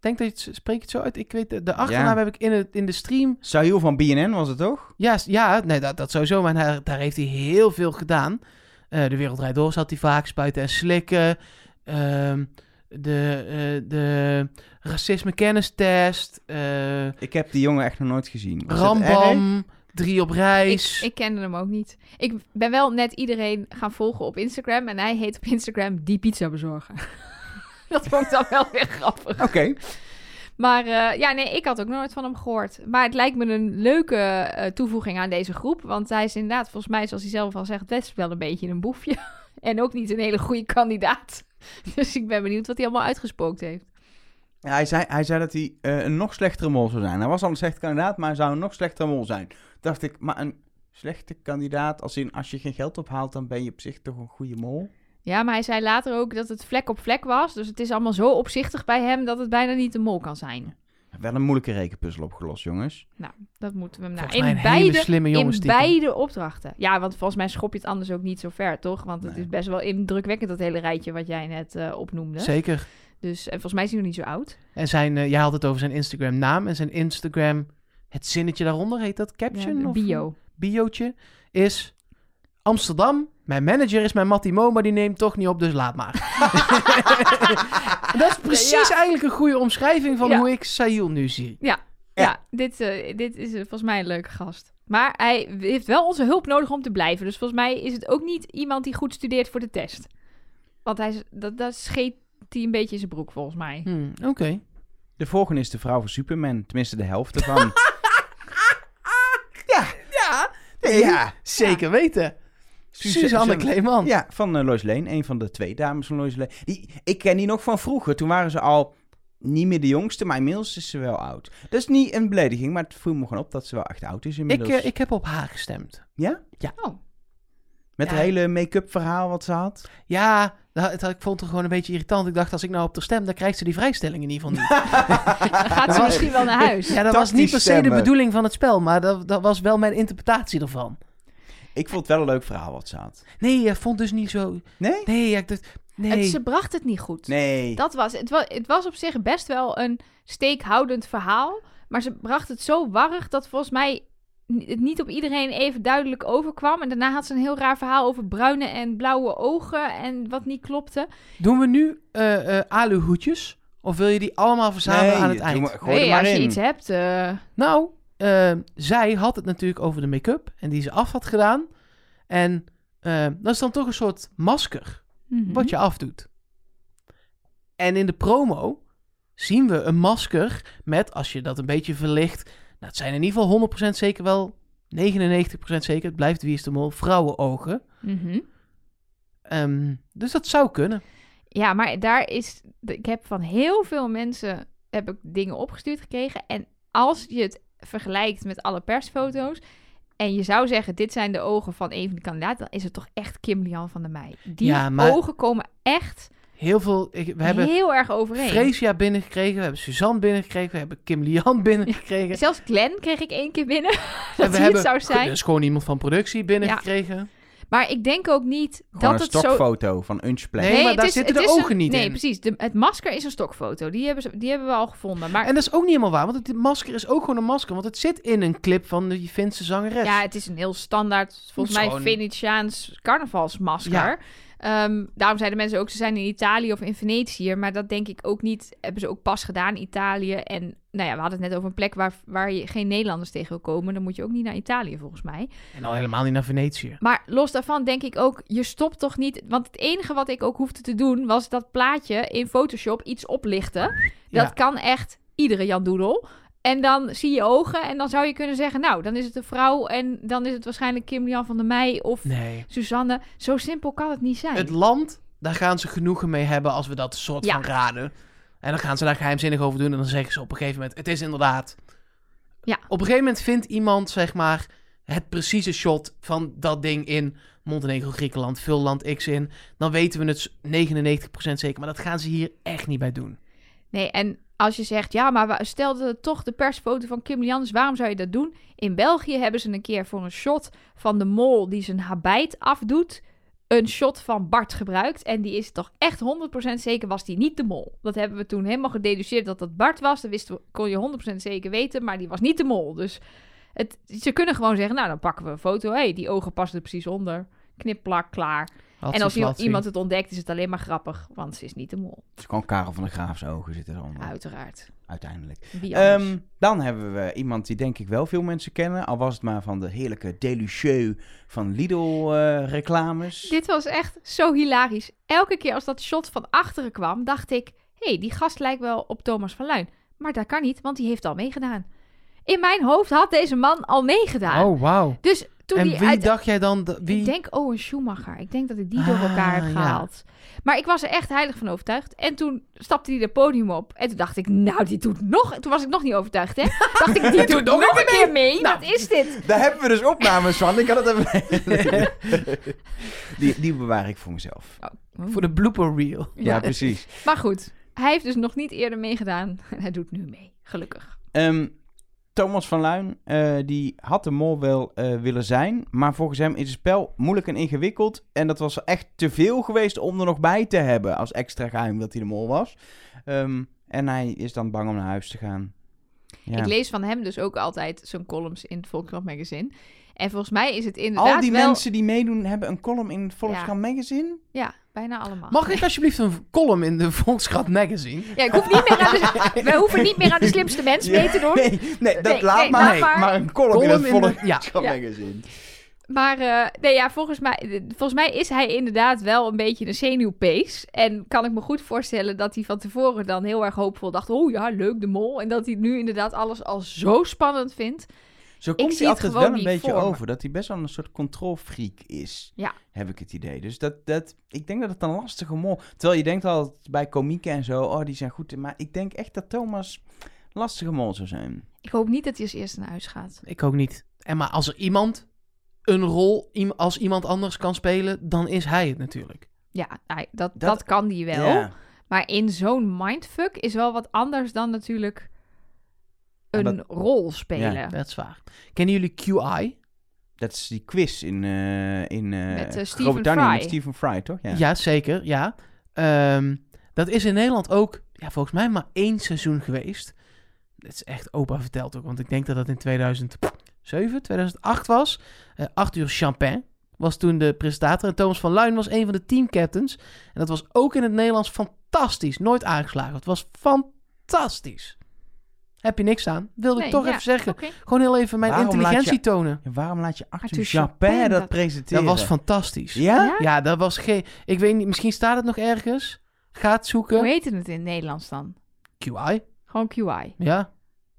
A: denk dat je het, spreek je het zo uit? Ik weet, de, de achternaam
C: Ja.
A: heb ik in, het, in de stream.
C: Sahil van B N N was het toch?
A: Ja, s- ja nee, dat, dat sowieso. Maar daar, daar heeft hij heel veel gedaan. Uh, de Wereld Draait Door zat hij vaak, spuiten en slikken. Um, de, uh, de racisme kennistest. Uh,
C: Ik heb die jongen echt nog nooit gezien. Was het erg?
A: Rambam, drie op reis.
B: Ik, ik kende hem ook niet. Ik ben wel net iedereen gaan volgen op Instagram. En hij heet op Instagram Die Pizza Bezorger. Dat vond ik dan wel weer grappig.
C: Oké. Okay.
B: Maar uh, ja, nee, ik had ook nooit van hem gehoord. Maar het lijkt me een leuke uh, toevoeging aan deze groep. Want hij is inderdaad, volgens mij, zoals hij zelf al zegt, best wel een beetje een boefje. En ook niet een hele goede kandidaat. Dus ik ben benieuwd wat hij allemaal uitgespookt heeft.
C: Ja, hij, zei, hij zei dat hij uh, een nog slechtere mol zou zijn. Hij was al een slechte kandidaat, maar hij zou een nog slechtere mol zijn. Toen dacht ik, maar een slechte kandidaat, als, in, als je geen geld ophaalt, dan ben je op zich toch een goede mol?
B: Ja, maar hij zei later ook dat het vlek op vlek was. Dus het is allemaal zo opzichtig bij hem dat het bijna niet de mol kan zijn.
C: Wel een moeilijke rekenpuzzel opgelost, jongens.
B: Nou, dat moeten we hem nou.
A: Volgens mij
B: In,
A: een hele
B: beide,
A: slimme jongens
B: in
A: stiekem.
B: beide opdrachten. Ja, want volgens mij schop je het anders ook niet zo ver, toch? Want het
C: Nee.
B: is best wel indrukwekkend, dat hele rijtje wat jij net uh, opnoemde.
A: Zeker.
B: Dus, en volgens mij is hij nog niet zo oud.
A: En zijn, uh, jij had het over zijn Instagram naam. En zijn Instagram, het zinnetje daaronder, heet dat caption?
B: Ja,
A: of
B: bio.
A: Biootje is Amsterdam. Mijn manager is mijn Mattie Mo, maar die neemt toch niet op, dus laat maar. Dat is precies
B: Ja.
A: eigenlijk een goede omschrijving van
B: Ja.
A: hoe ik Sahil nu zie.
B: Ja,
C: Ja.
B: ja dit, uh, dit is uh, volgens mij een leuke gast. Maar hij heeft wel onze hulp nodig om te blijven. Dus volgens mij is het ook niet iemand die goed studeert voor de test. Want hij, is- dat, dat scheet hij een beetje in zijn broek, volgens mij.
A: Hmm, Oké. Okay.
C: De volgende is de vrouw van Superman. Tenminste, de helft ervan. ja.
A: Ja,
C: Ja.
A: zeker weten. Suzanne
C: Suzanne-
A: Kleeman.
C: Ja, van uh, Lois Lane. Een van de twee dames van Lois Lane. Die, ik ken die nog van vroeger. Toen waren ze al niet meer de jongste, maar inmiddels is ze wel oud. Dat is niet een belediging, maar het viel me gewoon op dat ze wel echt oud is
A: Ik,
C: inmiddels.
A: uh, ik heb op haar gestemd.
C: Ja?
B: Oh.
C: Met
A: Ja.
C: het hele make-up verhaal wat ze had.
A: Ja, dat, het, ik vond het gewoon een beetje irritant. Ik dacht, als ik nou op haar stem, dan krijgt ze die vrijstelling in ieder geval niet.
B: Dan gaat ze
A: was-
B: misschien wel naar huis.
A: Ja, dat was niet per se de
C: stemmen.
A: bedoeling van het spel, maar dat, dat was wel mijn interpretatie ervan.
C: Ik vond het wel een leuk verhaal wat ze had.
A: Nee, ik vond dus niet zo...
C: Nee?
A: Nee, ja, ik dacht... Nee.
B: Het, ze bracht het niet goed.
C: Nee.
B: Dat was het, was, het was op zich best wel een steekhoudend verhaal. Maar ze bracht het zo warrig dat volgens mij n- het niet op iedereen even duidelijk overkwam. En daarna had ze een heel raar verhaal over bruine en blauwe ogen en wat niet klopte.
A: Doen we nu uh, uh, aluhoedjes? Of wil je die allemaal verzamelen
C: Nee,
A: aan het
C: doe
A: eind?
C: maar- Gooi
B: Nee,
C: er maar
B: als je
C: in.
B: iets hebt. eh,
A: Nou, uh, zij had het natuurlijk over de make-up en die ze af had gedaan. En uh, dat is dan toch een soort masker
B: mhm.
A: wat je afdoet. En in de promo zien we een masker met, als je dat een beetje verlicht... Nou, het zijn in ieder geval honderd procent zeker wel, negenennegentig procent zeker, het blijft Wie is de Mol, vrouwenogen.
B: Mhm.
A: Um, dus dat zou kunnen.
B: Ja, maar daar is... Ik heb van heel veel mensen heb ik dingen opgestuurd gekregen. En als je het vergelijkt met alle persfoto's... en je zou zeggen, dit zijn de ogen van een van de kandidaten... dan is het toch echt Kim Lian van der Meij. Die
A: Ja, maar-
B: ogen komen echt
A: Heel veel, ik, we hebben
B: heel erg overeen.
A: Freesia binnengekregen, we hebben Suzanne binnengekregen, we hebben Kim Lian binnengekregen.
B: Zelfs Glenn kreeg ik één keer binnen.
A: En
B: dat
A: we
B: hij het zou
A: hebben
B: zijn.
A: dus gewoon iemand van productie binnengekregen.
B: Maar ik denk ook niet
C: Gewoon
B: dat
C: een
B: het zo...
C: stokfoto van Unchplay.
A: Nee, maar
B: het
A: daar
B: is-
A: zitten
B: het
A: de
B: is een-
A: ogen niet
B: nee,
A: in.
B: precies. De, het masker is een stokfoto. Die hebben, ze, die hebben we al gevonden. Maar
A: En dat is ook niet helemaal waar, want het masker is ook gewoon een masker. Want het zit in een clip van die Finse zangeres.
B: ja, het is een heel standaard, volgens
A: Het is
B: mij,
A: gewoon-
B: Venetiaans carnavalsmasker.
A: Ja.
B: Ehm, daarom zeiden mensen ook, ze zijn in Italië of in Venetië. Maar dat denk ik ook niet. Hebben ze ook pas gedaan, Italië. En nou ja, we hadden het net over een plek waar, waar je geen Nederlanders tegen wil komen. Dan moet je ook niet naar Italië, volgens mij.
A: En al helemaal niet naar Venetië.
B: Maar los daarvan denk ik ook, je stopt toch niet... Want het enige wat ik ook hoefde te doen, was dat plaatje in Photoshop iets oplichten. Dat
A: Ja.
B: kan echt iedere Jan Doedel. En dan zie je ogen en dan zou je kunnen zeggen... Nou, dan is het een vrouw en dan is het waarschijnlijk Kim Lian van der Meij of
A: Nee.
B: Suzanne. Zo simpel kan het niet zijn.
A: Het land, daar gaan ze genoegen mee hebben als we dat soort
B: Ja.
A: van raden. En dan gaan ze daar geheimzinnig over doen en dan zeggen ze op een gegeven moment... Het is inderdaad...
B: Ja.
A: Op een gegeven moment vindt iemand, zeg maar, het precieze shot van dat ding in Montenegro, Griekenland, vul land X in. Dan weten we het negenennegentig procent zeker. Maar dat gaan ze hier echt niet bij doen.
B: Nee, en als je zegt... Ja, maar we stelden toch de persfoto van Kim Lian. Dus waarom zou je dat doen? In België hebben ze een keer voor een shot van de mol die zijn habit afdoet... een shot van Bart gebruikt. En die is toch echt honderd procent zeker, was die niet de mol. Dat hebben we toen helemaal gededuceerd dat dat Bart was. Dat wisten we, kon je honderd procent zeker weten, maar die was niet de mol. Dus het, ze kunnen gewoon zeggen, nou dan pakken we een foto. Hé, hey, die ogen passen er precies onder. Knip, plak, klaar.
A: Had
B: En
A: ze
B: als iemand,
A: flat
B: iemand
A: zien.
B: het ontdekt, is het alleen maar grappig. Want ze is niet de mol.
C: Het is gewoon Karel van der Graaf's ogen zitten eronder.
B: Uiteraard.
C: Uiteindelijk.
B: Wie anders?
C: Um, dan hebben we iemand die denk ik wel veel mensen kennen. Al was het maar van de heerlijke Delucheux van Lidl uh, reclames.
B: Dit was echt zo hilarisch. Elke keer als dat shot van achteren kwam, dacht ik... hé, hey, die gast lijkt wel op Thomas van Luijn. Maar dat kan niet, want die heeft al meegedaan. In mijn hoofd had deze man al meegedaan.
A: Oh, wauw.
B: Dus toen
A: En
B: die
A: wie
B: uit...
A: dacht jij dan? d- Wie?
B: Ik denk Owen Schumacher. Ik denk dat ik die door
A: Ah,
B: elkaar heb
A: ja.
B: gehaald. Maar ik was er echt heilig van overtuigd. En toen stapte hij het podium op. En toen dacht ik, nou, die doet nog... Toen was ik nog niet overtuigd, hè? Dacht ik, die doet nog een keer mee.
A: Nou,
B: Wat is dit?
C: Daar hebben we dus opnames van. Ik had het even... die, die bewaar ik voor mezelf.
B: Oh.
A: Voor de blooper reel.
C: Ja, precies.
B: Maar goed, hij heeft dus nog niet eerder meegedaan. En hij doet nu mee, gelukkig.
C: Um, Thomas van Luijn, uh, die had de mol wel uh, willen zijn. Maar volgens hem is het spel moeilijk en ingewikkeld. En dat was echt te veel geweest om er nog bij te hebben. Als extra geheim dat hij de mol was. Um, en hij is dan bang om naar huis te gaan. Ja.
B: Ik lees van hem dus ook altijd zo'n columns in het Volkskrant magazine. En volgens mij is het inderdaad
C: Al die
B: wel...
C: mensen die meedoen hebben een column in het Volkskrant magazine.
B: Ja, bijna allemaal.
A: Mag ik alsjeblieft een column in de Volkskrant magazine?
B: Ja, ik hoef niet meer aan de... Wij hoeven niet meer aan de slimste mens mee te doen.
C: Nee, nee dat
B: Nee,
C: laat
B: nee,
C: maar.
B: laat maar.
C: Maar een column,
A: Column
C: in het
A: in de-
C: Volkskrant
B: ja.
C: magazine.
B: Maar uh, nee, ja, volgens mij, volgens mij is hij inderdaad wel een beetje een zenuwpees. En kan ik me goed voorstellen dat hij van tevoren dan heel erg hoopvol dacht... oh ja, leuk, de mol. En dat hij nu inderdaad alles al zo spannend vindt.
C: Zo komt
B: zie
C: hij
B: het
C: altijd
B: gewoon
C: wel een
B: niet
C: beetje
B: voor me.
C: over. Dat hij best wel een soort controlfreak is.
B: Ja.
C: Heb ik het idee. Dus dat, dat, ik denk dat het een lastige mol... Terwijl je denkt altijd bij komieken en zo... Oh, die zijn goed. Maar ik denk echt dat Thomas een lastige mol zou zijn.
B: Ik hoop niet dat hij als eerste naar huis gaat.
A: Ik ook niet. En maar als er iemand een rol iem- als iemand anders kan spelen, dan is hij het natuurlijk.
B: Ja, hij- dat, dat,
C: Dat-
B: kan die wel.
C: Ja.
B: Maar in zo'n mindfuck is wel wat anders dan natuurlijk een
C: Ja, dat-
B: rol spelen.
C: Ja.
A: Dat is waar. Kennen jullie Q I?
C: Dat is die quiz in, uh, in uh,
B: Met, uh, Stephen
C: Groot-Brittannië
B: Fry.
C: met Stephen Fry, toch? Ja.
A: Ja, zeker. Ja. Ehm, dat is in Nederland ook, ja, volgens mij maar één seizoen geweest. Dat is echt opa verteld ook, want ik denk dat dat in tweeduizend zeven, tweeduizend acht was. Uh, Arthur Champin was toen de presentator en Thomas van Luijn was een van de teamcaptains. En dat was ook in het Nederlands fantastisch. Nooit aangeslagen. Het was fantastisch. Heb je niks aan? Wilde
B: Nee,
A: ik toch
B: ja,
A: even zeggen.
B: oké.
A: Gewoon heel even mijn
C: Waarom
A: intelligentie
C: laat je-
A: tonen.
C: Ja, waarom laat je Arthur,
B: Arthur
C: Champin,
B: Champin,
C: dat
B: dat-
C: presenteren?
A: Dat was fantastisch.
C: Ja?
B: Ja?
A: Ja, dat was geen... Ik weet niet, misschien staat het nog ergens. Ga het zoeken.
B: Hoe heet het in het Nederlands dan?
A: Q I.
B: Gewoon Q I.
A: Ja.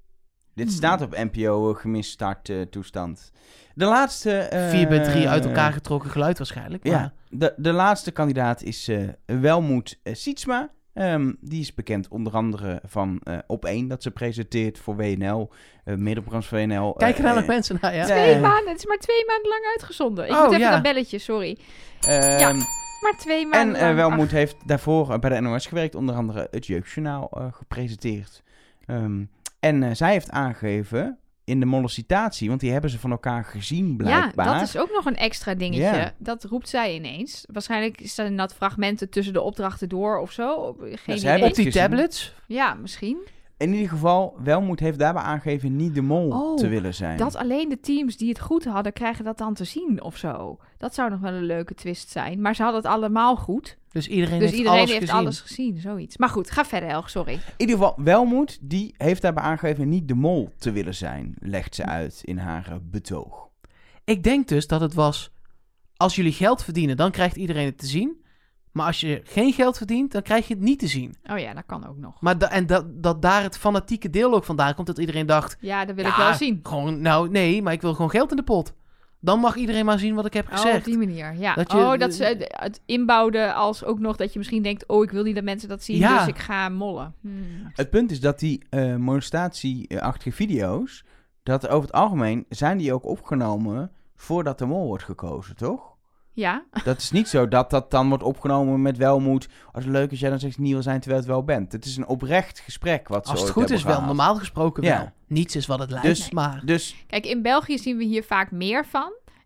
C: Dit staat op N P O uh, gemist start uh, toestand. De laatste... uh,
A: vier bij drie uit elkaar getrokken geluid waarschijnlijk.
C: Ja,
A: Maar
C: de, de laatste kandidaat is uh, Welmoed uh, Sietsma. Um, die is bekend onder andere van uh, Op één, dat ze presenteert voor W N L. Uh, middenprogramma's voor W N L.
A: kijken
C: uh,
A: daar nog
C: uh,
A: mensen naar, ja?
C: Ja.
B: Twee
C: Eh.
B: maanden. Het is maar twee maanden lang uitgezonden. Ik
A: Oh,
B: moet even
A: ja.
B: dat belletje, sorry.
C: um,
B: Ja. Maar twee
C: En
B: maanden
C: uh,
B: lang.
C: Welmoed heeft daarvoor uh, bij de N O S gewerkt. Onder andere het Jeugdjournaal uh, gepresenteerd. Um, en uh, zij heeft aangegeven in de mollicitatie, want die hebben ze van elkaar gezien
B: Ja,
C: blijkbaar.
B: dat is ook nog een extra dingetje.
C: Ja.
B: Dat roept zij ineens. Waarschijnlijk zijn dat fragmenten tussen de opdrachten door of zo. Geen
C: ze
B: idee.
C: hebben
A: Op die
C: gezien.
A: tablets?
B: Ja, misschien.
C: In ieder geval, Welmoed heeft daarbij aangegeven niet de mol
B: Oh,
C: te willen zijn.
B: Dat alleen de teams die het goed hadden, krijgen dat dan te zien of zo. Dat zou nog wel een leuke twist zijn. Maar ze hadden het allemaal goed.
A: Dus iedereen
B: dus
A: heeft
B: iedereen
A: alles
B: heeft
A: gezien.
B: alles gezien, zoiets. Maar goed, ga verder, Elg, sorry.
C: In ieder geval, Welmoed, die heeft daarbij aangegeven niet de mol te willen zijn, legt ze uit in haar uh, betoog.
A: Ik denk dus dat het was... Als jullie geld verdienen, dan krijgt iedereen het te zien. Maar als je geen geld verdient, dan krijg je het niet te zien.
B: Oh ja, dat kan ook nog.
A: Maar da- en dat, dat daar het fanatieke deel ook vandaan komt. Dat iedereen dacht...
B: Ja, dat wil
A: ja,
B: ik wel zien.
A: Gewoon, nou nee, maar ik wil gewoon geld in de pot. Dan mag iedereen maar zien wat ik heb
B: Oh,
A: gezegd.
B: op die manier, ja.
A: Dat je-
B: oh, dat ze het- het inbouwden als ook nog dat je misschien denkt... oh, ik wil niet dat mensen dat zien,
A: Ja.
B: dus ik ga mollen. Hmm.
C: Het punt is dat die uh, molestatie-achtige video's, dat over het algemeen zijn die ook opgenomen voordat de mol wordt gekozen, toch?
B: Ja,
C: Dat is niet zo dat dat dan wordt opgenomen met welmoed. Als het leuk is, jij dan zegt niet wil zijn terwijl het wel bent. Het is een oprecht gesprek wat ze
A: Als het
C: ooit
A: goed
C: hebben
A: is wel,
C: gehad.
A: normaal gesproken
C: Ja.
A: wel. Niets is wat het lijkt,
C: Dus-
A: maar...
C: Dus
B: kijk, in België zien we hier vaak meer van.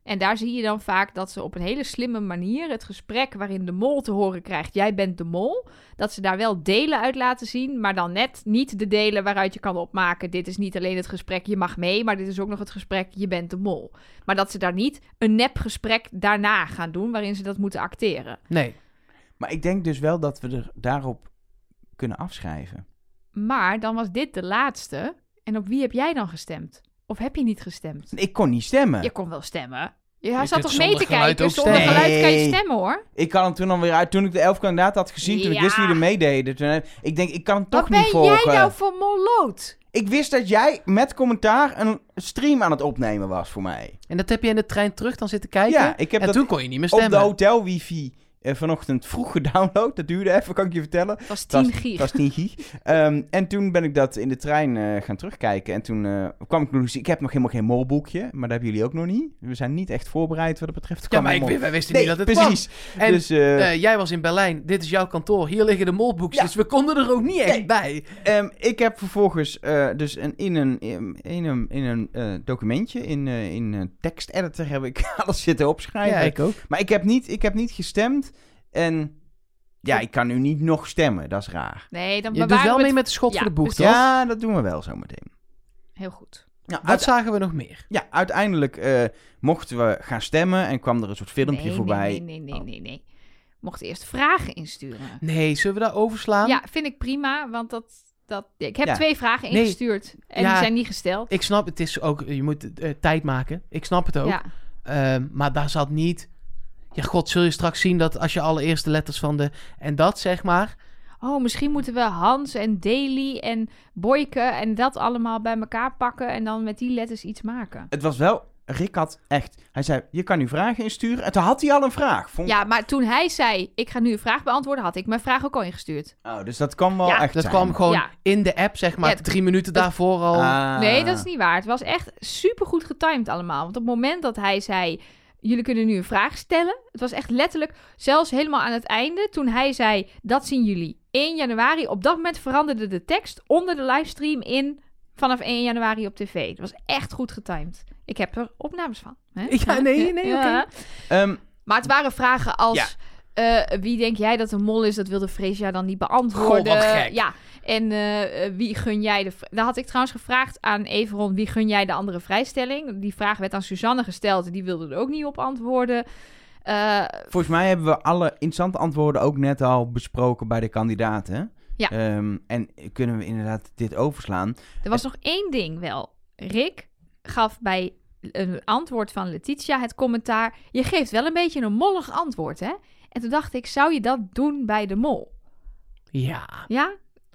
B: En daar zie je dan vaak dat ze op een hele slimme manier het gesprek waarin de mol te horen krijgt, jij bent de mol, dat ze daar wel delen uit laten zien, maar dan net niet de delen waaruit je kan opmaken, dit is niet alleen het gesprek, je mag mee, maar dit is ook nog het gesprek, je bent de mol. Maar dat ze daar niet een nepgesprek daarna gaan doen, waarin ze dat moeten acteren.
A: Nee.
C: Maar ik denk dus wel dat we er daarop kunnen afschrijven.
B: Maar dan was dit de laatste. En op wie heb jij dan gestemd? Of heb je niet gestemd?
C: Ik kon niet stemmen.
B: Je kon wel stemmen. Je
A: Je
B: zat
A: kunt
B: toch mee
A: zonder
B: te
A: geluid
B: kijken?
A: ook
B: Zonder
C: stemmen.
B: geluid kan je
C: Nee.
B: stemmen, hoor.
C: Ik kan hem toen alweer uit. Toen ik de elf kandidaten had gezien, toen ik
B: Ja.
C: wist wie er meededen. Toen, heb- ik denk, ik kan hem toch
B: Wat
C: niet
B: ben
C: volgen.
B: jij nou voor molloot?
C: Ik wist dat jij met commentaar een stream aan het opnemen was voor mij.
A: En dat heb je in de trein terug dan zitten kijken?
C: Ja, ik heb
A: en
C: dat
A: toen kon je niet meer
C: op
A: stemmen.
C: de hotel wifi eh, vanochtend vroeg gedownload. Dat duurde even, kan ik je vertellen.
B: Het was
C: Het was-
B: tien gig.
C: Het was tien gig. Ehm, en toen ben ik dat in de trein eh, gaan terugkijken. En toen eh, kwam ik nog eens... Ik heb nog helemaal geen molboekje. Maar dat hebben jullie ook nog niet. We zijn niet echt voorbereid wat dat betreft. Er
A: Ja,
C: kwam
A: maar ik,
C: helemaal-
A: wij wisten
C: Nee,
A: niet dat het
C: precies.
A: kwam. En
C: dus eh,
A: eh, jij was in Berlijn. Dit is jouw kantoor. Hier liggen de molboekjes.
C: Ja.
A: Dus we konden er ook niet echt
C: Nee.
A: bij.
C: ehm, ik heb vervolgens eh, dus een, in een, in, in een, in een eh, documentje, in, eh, in een teksteditor heb ik alles zitten opschrijven.
A: Ja, ik ook.
C: Maar ik heb, niet, ik heb niet gestemd. En ja, ik kan nu niet nog stemmen. Dat is raar.
B: Nee, dan
A: Je doet
B: bewaren
A: wel
B: we
A: mee
B: het-
A: met de schot
B: Ja,
A: voor de boeg,
B: precies.
A: toch?
C: Ja, dat doen we wel zo meteen.
B: Heel goed.
C: Ja,
A: Wat zagen we nog meer?
C: Ja, uiteindelijk eh, mochten we gaan stemmen en kwam er een soort filmpje
B: nee,
C: voorbij.
B: Nee, nee, nee, nee,
C: Oh.
B: nee, nee. Mocht eerst vragen insturen.
A: Nee, zullen we daar overslaan?
B: Ja, vind ik prima, want dat... dat ik heb
C: Ja.
B: twee vragen
A: Nee.
B: ingestuurd en
A: Ja.
B: die zijn niet gesteld.
A: Ik snap, het is ook, je moet eh, tijd maken. Ik snap het ook.
B: Ja.
A: Ehm, maar daar zat niet... Ja, god, zul je straks zien dat als je alle eerste letters van de... En dat, zeg maar...
B: Oh, misschien moeten we Hans en Daily en Boyke en dat allemaal bij elkaar pakken en dan met die letters iets maken.
C: Het was wel... Rick had echt... Hij zei, je kan nu vragen insturen. En toen had hij al een vraag. Vond...
B: Ja, maar toen hij zei, ik ga nu een vraag beantwoorden, had ik mijn vraag ook al ingestuurd.
C: Oh, dus dat kwam wel
B: Ja,
C: echt
A: Dat
C: zijn.
A: kwam gewoon
B: Ja.
A: in de app, zeg maar,
B: Ja, het-
A: drie minuten daarvoor al.
C: Ah.
B: Nee, dat is niet waar. Het was echt super goed getimed allemaal. Want op het moment dat hij zei, jullie kunnen nu een vraag stellen. Het was echt letterlijk, zelfs helemaal aan het einde, toen hij zei, dat zien jullie één januari. Op dat moment veranderde de tekst onder de livestream in vanaf één januari op tv. Het was echt goed getimed. Ik heb er opnames van. Hè?
A: Ja, nee, nee,
B: Ja.
A: oké.
C: Ehm,
B: Maar het waren vragen als...
C: Ja.
B: eh, wie denk jij dat een mol is? Dat wilde Freesia dan niet beantwoorden.
A: Goh, wat gek.
B: Ja, en eh, eh, wie gun jij de... vri- Daar had ik trouwens gevraagd aan Everon... wie gun jij de andere vrijstelling? Die vraag werd aan Suzanne gesteld... en die wilde er ook niet op antwoorden. Eh,
C: volgens mij hebben we alle interessante antwoorden ook net al besproken bij de kandidaten.
B: Ja.
C: Ehm, en kunnen we inderdaad dit overslaan.
B: er was nog één ding wel. Rick gaf bij een antwoord van Letitia het commentaar... je geeft wel een beetje een mollig antwoord, hè? En toen dacht ik, zou je dat doen bij de mol?
A: Ja,
B: Ja?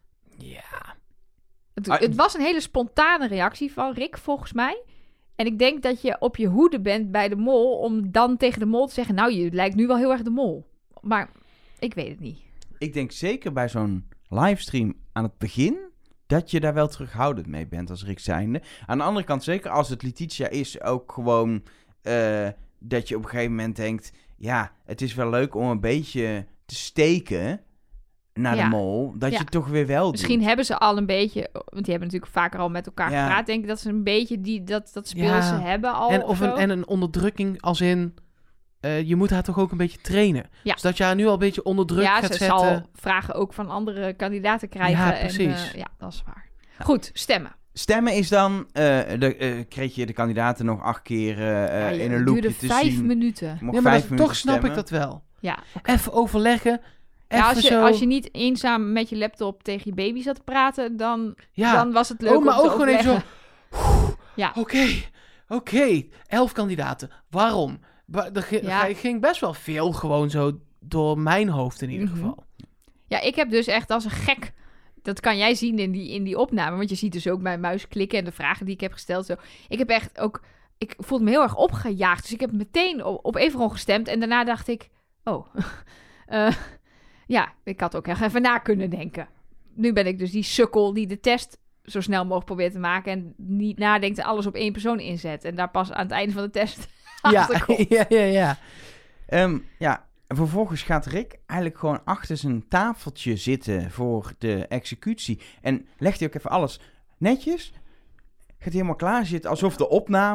A: ja.
B: Het,
C: Ah,
B: het was een hele spontane reactie van Rick, volgens mij. En ik denk dat je op je hoede bent bij de mol... om dan tegen de mol te zeggen... nou, je lijkt nu wel heel erg de mol. Maar ik weet het niet.
C: Ik denk zeker bij zo'n livestream aan het begin... dat je daar wel terughoudend mee bent als Rick zijnde. Aan de andere kant, zeker als het Letitia is... ook gewoon eh, dat je op een gegeven moment denkt... ja, het is wel leuk om een beetje te steken... naar
B: Ja.
C: de mol, dat
B: Ja.
C: je het toch weer wel
B: Misschien
C: doet.
B: hebben ze al een beetje... want die hebben natuurlijk vaker al met elkaar
C: Ja.
B: gepraat... denk ik dat ze een beetje die, dat, dat speelse
A: Ja.
B: hebben al.
A: En,
B: of
A: of een,
B: zo.
A: en een onderdrukking als in... eh, je moet haar toch ook een beetje trainen.
B: Ja.
A: Dus dat je haar nu al een beetje onder druk
B: ja,
A: gaat
B: ze
A: zetten.
B: zal vragen ook van andere kandidaten krijgen.
A: Ja,
B: En,
A: precies.
B: eh, ja, dat is waar. Goed, stemmen.
C: Stemmen is dan... eh de, eh, kreeg je de kandidaten nog acht keer eh,
B: Ja,
C: in
B: het
C: een loopje
B: duurde
C: te
B: vijf
C: zien.
B: minuten.
C: Je mocht
A: Ja, maar
C: vijf
A: dat,
C: minuten
A: toch snap
C: stemmen.
A: ik dat wel.
B: Ja,
A: Even overleggen.
B: ja
A: Even
B: als, je,
A: zo...
B: als je niet eenzaam met je laptop tegen je baby zat te praten... dan,
A: ja.
B: dan was het leuk
A: Oh, maar
B: om te
A: ook gewoon even zo...
B: overleggen. Ja.
A: Oké, oké. Elf kandidaten. Waarom? Wa- Er gi-
B: Ja.
A: er ging best wel veel gewoon zo door mijn hoofd in ieder
B: Mhm.
A: geval.
B: Ja, ik heb dus echt als een gek... Dat kan jij zien in die, in die opname. Want je ziet dus ook mijn muis klikken en de vragen die ik heb gesteld. Zo. Ik heb echt ook... Ik voelde me heel erg opgejaagd. Dus ik heb meteen op, op Everon gestemd. En daarna dacht ik... Oh, eh, ja, ik had ook echt even na kunnen denken. Nu ben ik dus die sukkel die de test zo snel mogelijk probeert te maken. En niet nadenkt en alles op één persoon inzet. En daar pas aan het einde van de test
A: Ja,
B: achterkomt.
A: ja, ja, ja.
C: Ehm, ja, en vervolgens gaat Rick eigenlijk gewoon achter zijn tafeltje zitten voor de executie. En legt hij ook even alles netjes. Gaat hij helemaal klaar zitten, alsof de opname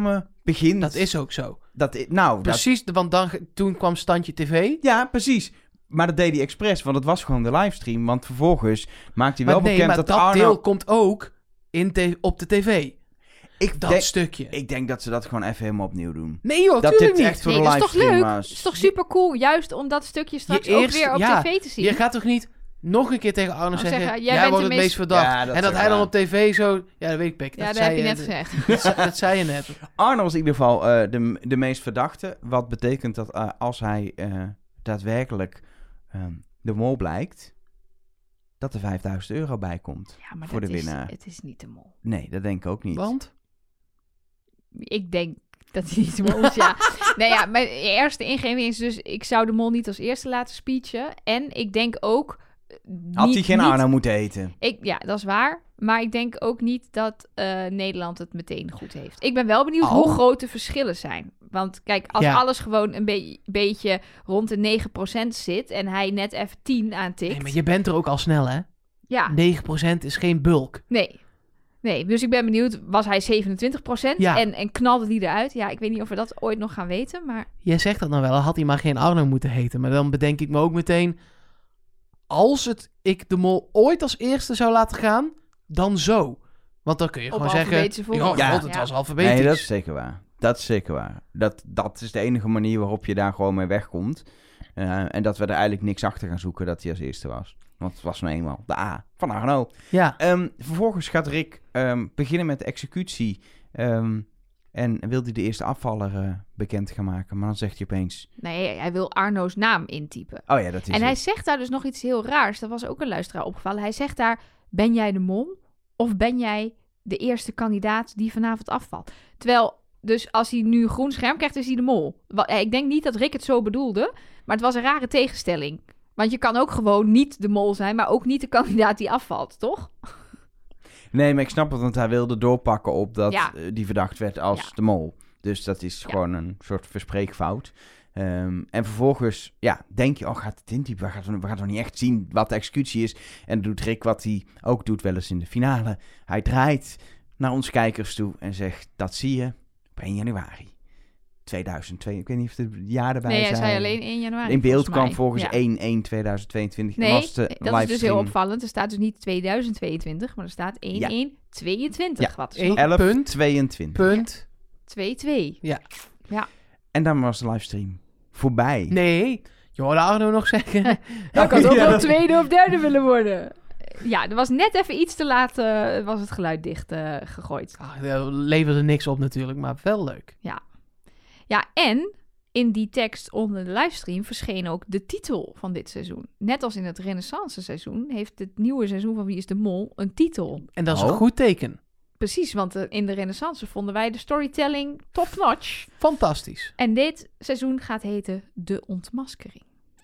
C: begint...
A: Dat is ook zo.
C: Dat, i- nou, dat,
A: Precies, want dan, toen kwam Standje T V.
C: ja, precies. Maar dat deed hij expres, want het was gewoon de livestream. Want vervolgens maakt hij wel
A: Maar nee,
C: bekend
A: maar
C: dat,
A: dat
C: Arno...
A: deel komt ook in te- op de tv.
C: Ik
A: Dat
C: denk,
A: stukje.
C: ik denk dat ze dat gewoon even helemaal opnieuw doen.
A: Nee joh,
C: dat
A: tuurlijk
C: dit
A: niet.
C: echt voor
B: Nee,
C: de
B: dat is toch
C: livestream
B: leuk?
C: was.
B: Het is toch super cool, juist om dat stukje straks
A: Je
B: ook
A: eerst-
B: weer op
A: ja,
B: tv te zien.
A: Je gaat toch niet nog een keer tegen Arno
B: Oh,
A: zeggen...
B: zeggen,
A: jij,
B: jij bent
A: wordt
B: de
A: het meest
B: meest-
A: verdacht.
C: Ja, dat
A: en dat
C: is
A: hij dan
C: waar.
A: op tv zo... Ja, dat weet ik, Pik.
B: ja,
A: Dat
B: dat heb
A: zei
B: je net
A: je-
B: gezegd.
A: Dat, zei- dat zei je net.
C: Arno was in ieder geval eh, de, de meest verdachte. Wat betekent dat eh, als hij eh, daadwerkelijk ehm, de mol blijkt... dat er vijfduizend euro bij komt.
B: Ja, maar
C: Voor
B: dat
C: de
B: is,
C: winnaar.
B: het is niet de mol.
C: Nee, dat denk ik ook niet.
A: Want?
B: Ik denk dat hij niet de mol is, ja. Nee, ja, mijn eerste ingeving is dus... ik zou de mol niet als eerste laten speechen. En ik denk ook... eh,
C: Had
B: niet,
C: hij geen
B: niet-
C: Arno moeten heten?
B: Ik, ja, dat is waar. Maar ik denk ook niet dat eh, Nederland het meteen goed heeft. Ik ben wel benieuwd
A: Oh.
B: hoe groot de verschillen zijn. Want kijk, als
A: Ja.
B: alles gewoon een be- beetje rond de negen procent zit... en hij net even tien aantikt...
A: Nee, maar je bent er ook al snel, hè?
B: Ja,
A: negen procent is geen bulk.
B: nee. Nee, dus ik ben benieuwd, was hij zevenentwintig procent
A: Ja.
B: en, en knalde die eruit? Ja, ik weet niet of we dat ooit nog gaan weten, maar...
A: Jij zegt dat nou wel, had hij maar geen Arno moeten heten. Maar dan bedenk ik me ook meteen... als het ik de mol ooit als eerste zou laten gaan... dan zo. Want dan kun je
B: Op
A: gewoon zeggen...
B: alfabetische volgorde.
A: Ja,
C: Ja.
A: god, het
B: Ja.
A: was alfabetisch.
C: Nee, dat is zeker waar. Dat is zeker waar. Dat, dat is de enige manier waarop je daar gewoon mee wegkomt. Uh, en dat we er eigenlijk niks achter gaan zoeken dat hij als eerste was. Want het was nou eenmaal de A van Arno.
A: Ja,
C: Um, vervolgens gaat Rick um, beginnen met de executie. Um, en wil hij de eerste afvaller uh, bekend gaan maken. Maar dan zegt hij opeens...
B: Nee, hij wil Arno's naam intypen.
C: Oh ja, dat is
B: En hij
C: het.
B: zegt daar dus nog iets heel raars. Dat was ook een luisteraar opgevallen. Hij zegt daar, ben jij de mol? Of ben jij de eerste kandidaat die vanavond afvalt? Terwijl, dus als hij nu groen scherm krijgt, is hij de mol. Wa- Ik denk niet dat Rick het zo bedoelde. Maar het was een rare tegenstelling. Want je kan ook gewoon niet de mol zijn, maar ook niet de kandidaat die afvalt, toch?
C: Nee, maar ik snap het, want hij wilde doorpakken op dat
B: Ja.
C: uh, die verdacht werd als
B: Ja.
C: de mol. Dus dat is
B: Ja.
C: gewoon een soort verspreekfout. Um, en vervolgens, ja, denk je, oh, gaat het intypen? We gaan, we gaan toch niet echt zien wat de executie is. En dan doet Rick wat hij ook doet wel eens in de finale. Hij draait naar onze kijkers toe en zegt, dat zie je op één januari tweeduizend twee. Ik weet niet of het jaar erbij
B: Nee, hij
C: zijn.
B: zei alleen één januari.
C: In beeld
B: volgens
C: kwam
B: mij.
C: volgens
B: Ja.
C: één één tweeduizend tweeëntwintig.
B: Nee,
C: was de
B: dat is dus heel
C: livestream
B: opvallend. Er staat dus niet tweeduizend tweeëntwintig, maar er staat één één tweeëntwintig.
C: Ja.
B: Wat is
A: Eén-
B: nog
C: elf
A: punt.
C: tweeëntwintig.
A: punt.
B: twee twee.
C: En dan was de livestream voorbij.
A: Nee, je hoorde Arno nog zeggen.
B: Dan kan het ook
C: Ja,
B: wel
C: dat-
B: tweede of derde willen worden. Ja, er was net even iets te laat, eh, was het geluid dicht eh, gegooid.
A: Ach, dat leverde niks op natuurlijk, maar wel leuk.
B: Ja, en in die tekst onder de livestream verscheen ook de titel van dit seizoen. Net als in het Renaissance seizoen heeft het nieuwe seizoen van Wie is de Mol een titel.
A: En dat is
C: Oh.
A: een goed teken.
B: Precies, want eh, in de Renaissance vonden wij de storytelling top-notch.
A: Fantastisch.
B: En dit seizoen gaat heten De Ontmaskering.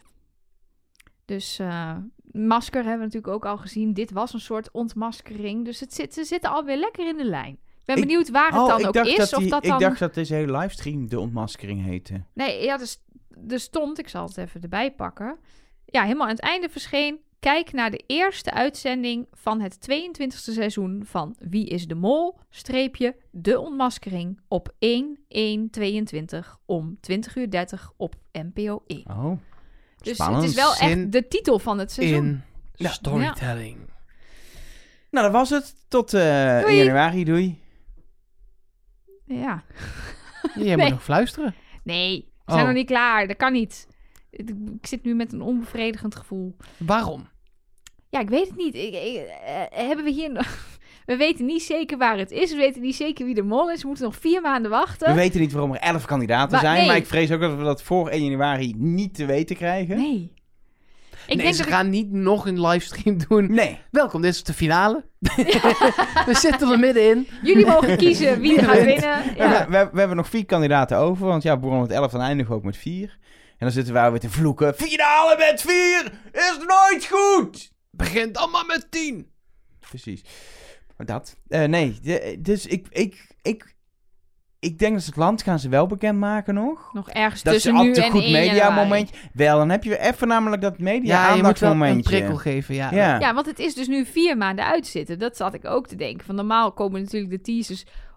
B: Dus eh, masker hebben we natuurlijk ook al gezien. Dit was een soort ontmaskering. Dus het zit, ze zitten alweer lekker in de lijn. Ik ben
C: Ik-
B: benieuwd waar het
C: Oh,
B: dan
C: ik
B: ook
C: dacht
B: is.
C: dat
B: of
C: die-
B: dat
C: ik
B: dan...
C: dacht dat deze hele livestream de ontmaskering heette.
B: Nee, ja, er, st- er stond, ik zal het even erbij pakken. Ja, helemaal aan het einde verscheen. Kijk naar de eerste uitzending van het tweeëntwintigste seizoen van Wie is de Mol? Streepje De Ontmaskering op één één tweeëntwintig om twintig uur dertig op N P O één.
C: Oh,
B: Dus
C: spannend.
B: het is wel
A: Zin
B: echt de titel van het seizoen.
A: In
C: Ja.
A: storytelling.
C: Nou, dat was het. Tot eh
B: Doei.
C: januari. Doei.
B: Ja.
A: Jij
B: Nee.
A: moet nog fluisteren.
B: Nee, we zijn
A: Oh.
B: nog niet klaar. Dat kan niet. Ik ik zit nu met een onbevredigend gevoel.
A: Waarom?
B: Ja, ik weet het niet. Ik, ik- eh, hebben we hier nog... We weten niet zeker waar het is. We weten niet zeker wie de mol is. We moeten nog vier maanden wachten.
C: We weten niet waarom er elf kandidaten
B: Maar
C: zijn.
B: nee.
C: Maar ik vrees ook dat we dat voor één januari niet te weten krijgen.
B: Nee. Ik
A: nee,
B: denk
A: ze
B: dat ik-
A: gaan niet nog een livestream doen.
C: Nee.
A: Welkom, dit is de finale. We zitten er middenin.
B: Jullie mogen kiezen wie er gaat
A: Wie
B: winnen.
C: We,
B: Ja.
C: hebben- we, we hebben nog vier kandidaten over. Want ja, Boeron met elf en eindigen we ook met vier. En dan zitten wij weer te vloeken. Finale met vier is nooit goed!
A: Begin dan maar met tien.
C: Precies. Maar dat. Eh, nee, de- dus ik, ik, ik, ik denk dat ze het land gaan ze wel bekendmaken nog.
B: Nog ergens
C: Dat is
B: tussen nu
C: altijd
B: en
C: een goed
B: één januari.
C: mediamomentje. Wel, dan heb je weer even namelijk dat media
A: Ja, je moet wel een
C: aandachtsmomentje.
A: prikkel geven. Ja.
C: Ja.
B: Ja, want het is dus nu vier maanden uitzitten. Dat zat ik ook te denken. Van normaal komen natuurlijk de teasers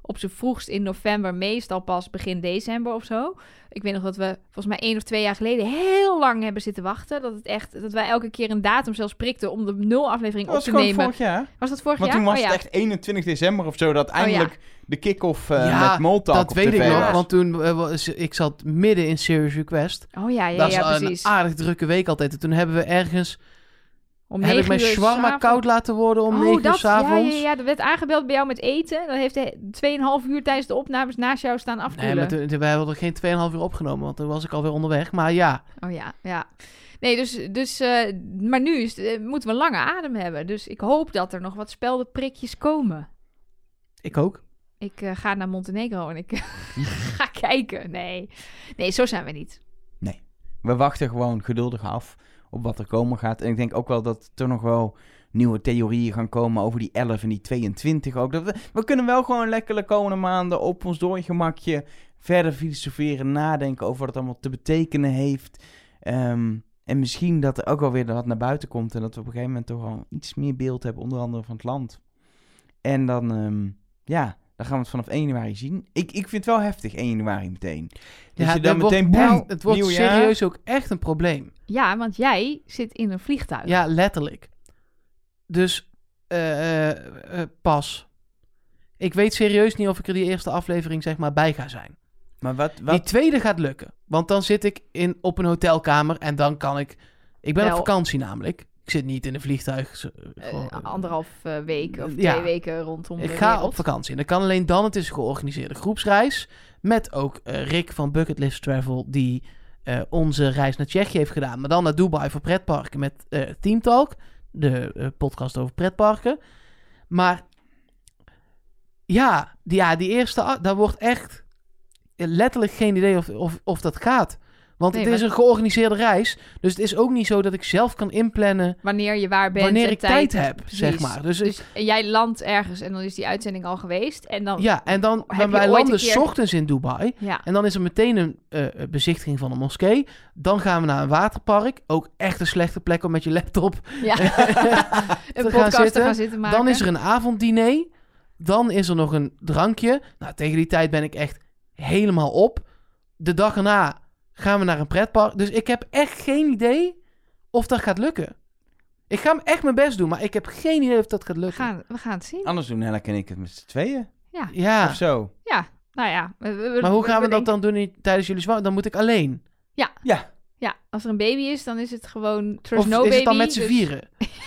B: op z'n vroegst in november, meestal pas begin december of zo. Ik weet nog dat we volgens mij één of twee jaar geleden heel lang hebben zitten wachten. Dat het echt, dat wij elke keer een datum zelfs prikten om de nul aflevering
C: Dat
B: op
C: was
B: te
C: gewoon
B: nemen.
C: vorig jaar.
B: Was dat vorig
C: Want
B: jaar?
C: toen was
B: oh, ja.
C: het echt eenentwintig december of zo, dat eindelijk de kick-off uh,
A: Ja,
C: met Moltalk
A: dat
C: op
A: weet
C: tv
A: ik nog,
C: was.
A: want toen uh, was, ik zat midden in Serious Request.
B: Oh ja, ja,
A: dat
B: ja,
A: is
B: precies.
A: een aardig drukke week altijd. En toen hebben we ergens...
B: Om
A: heb ik
B: negen
A: mijn
B: uur
A: shawarma
B: s'avonds.
A: koud laten worden om
B: Oh,
A: negen uur
B: dat,
A: s'avonds.
B: Ja, ja, ja, dat werd aangebeld bij jou met eten. Dan heeft hij tweeënhalf uur tijdens de opnames naast jou staan
A: Nee,
B: afkoelen.
A: maar toen, wij hadden geen tweeënhalf uur opgenomen, want toen was ik alweer onderweg. Maar ja,
B: Oh ja, ja. Nee, dus, dus uh, maar nu is, uh, moeten we een lange adem hebben. Dus ik hoop dat er nog wat speldenprikjes komen.
A: ik ook.
B: Ik uh, ga naar Montenegro en ik ga kijken. Nee. nee, zo zijn we niet.
C: We wachten gewoon geduldig af op wat er komen gaat. En ik denk ook wel dat er nog wel nieuwe theorieën gaan komen over die elf en die tweeëntwintig ook. Dat we, we kunnen wel gewoon lekker de komende maanden op ons doorgemakje verder filosoferen, nadenken over wat het allemaal te betekenen heeft. Um, en misschien dat er ook wel weer wat naar buiten komt en dat we op een gegeven moment toch al iets meer beeld hebben, onder andere van het land. En dan, um, ja... Dan gaan we het vanaf één januari zien. Ik, ik vind het wel heftig, één januari meteen. Dus
A: Ja,
C: je dan
A: het wordt,
C: meteen, boem,
A: echt- het wordt
C: nieuw jaar.
A: serieus ook echt een probleem.
B: Ja, want jij zit in een vliegtuig.
A: Ja, letterlijk. Dus uh, uh, uh, pas. Ik weet serieus niet of ik er die eerste aflevering zeg maar bij ga zijn.
C: Maar wat,
A: Die
C: wat,
A: tweede gaat lukken. Want dan zit ik in, op een hotelkamer en dan kan ik... Ik ben
B: Wel.
A: op vakantie namelijk. Ik zit niet in een vliegtuig. zo-
B: Uh,
A: gewoon, uh,
B: anderhalf uh, week of
A: ja.
B: twee weken rondom
A: Ik
B: de
A: ga
B: wereld.
A: op vakantie. En dat kan alleen dan. Het is een georganiseerde groepsreis. Met ook uh, Rick van Bucketlist Travel. Die uh, onze reis naar Tsjechië heeft gedaan. Maar dan naar Dubai voor pretparken met uh, Team Talk. De uh, podcast over pretparken. Maar ja, die, ja, die eerste... a- Daar wordt echt letterlijk geen idee of, of, of dat gaat. Want
B: Nee,
A: het is
B: maar-
A: een georganiseerde reis. Dus het is ook niet zo dat ik zelf kan inplannen...
B: Wanneer je waar bent
A: wanneer
B: en
A: ik tijd heb,
B: Precies.
A: zeg maar. Dus,
B: Dus jij landt ergens en dan is die uitzending al geweest. En dan...
A: ja, en dan...
B: Heb je
A: wij
B: ooit
A: landen
B: een keer-
A: 's ochtends in Dubai...
B: Ja.
A: En dan is er meteen een uh, bezichtiging van een moskee. Dan gaan we naar een waterpark. Ook echt een slechte plek om met je laptop
B: ja.
A: te
B: een
A: gaan
B: podcast
A: zitten.
B: te gaan zitten maken.
A: Dan is er een avonddiner. Dan is er nog een drankje. Nou, tegen die tijd ben ik echt helemaal op. De dag erna gaan we naar een pretpark. Dus ik heb echt geen idee of dat gaat lukken. Ik ga echt mijn best doen, maar ik heb geen idee of dat gaat
B: We
A: lukken.
B: gaan, we gaan het zien.
C: Anders doen Helle en ik het met z'n tweeën.
A: Ja,
C: Of zo.
B: Ja, nou ja. We, we-
A: maar hoe gaan we dat
B: denken-
A: dan doen in- tijdens jullie zwangerschap? Dan moet ik alleen.
C: Ja.
B: Ja, als er een baby is, dan is het gewoon Trust
A: Of
B: No
A: is
B: Baby.
A: het dan met z'n
B: dus-
A: vieren?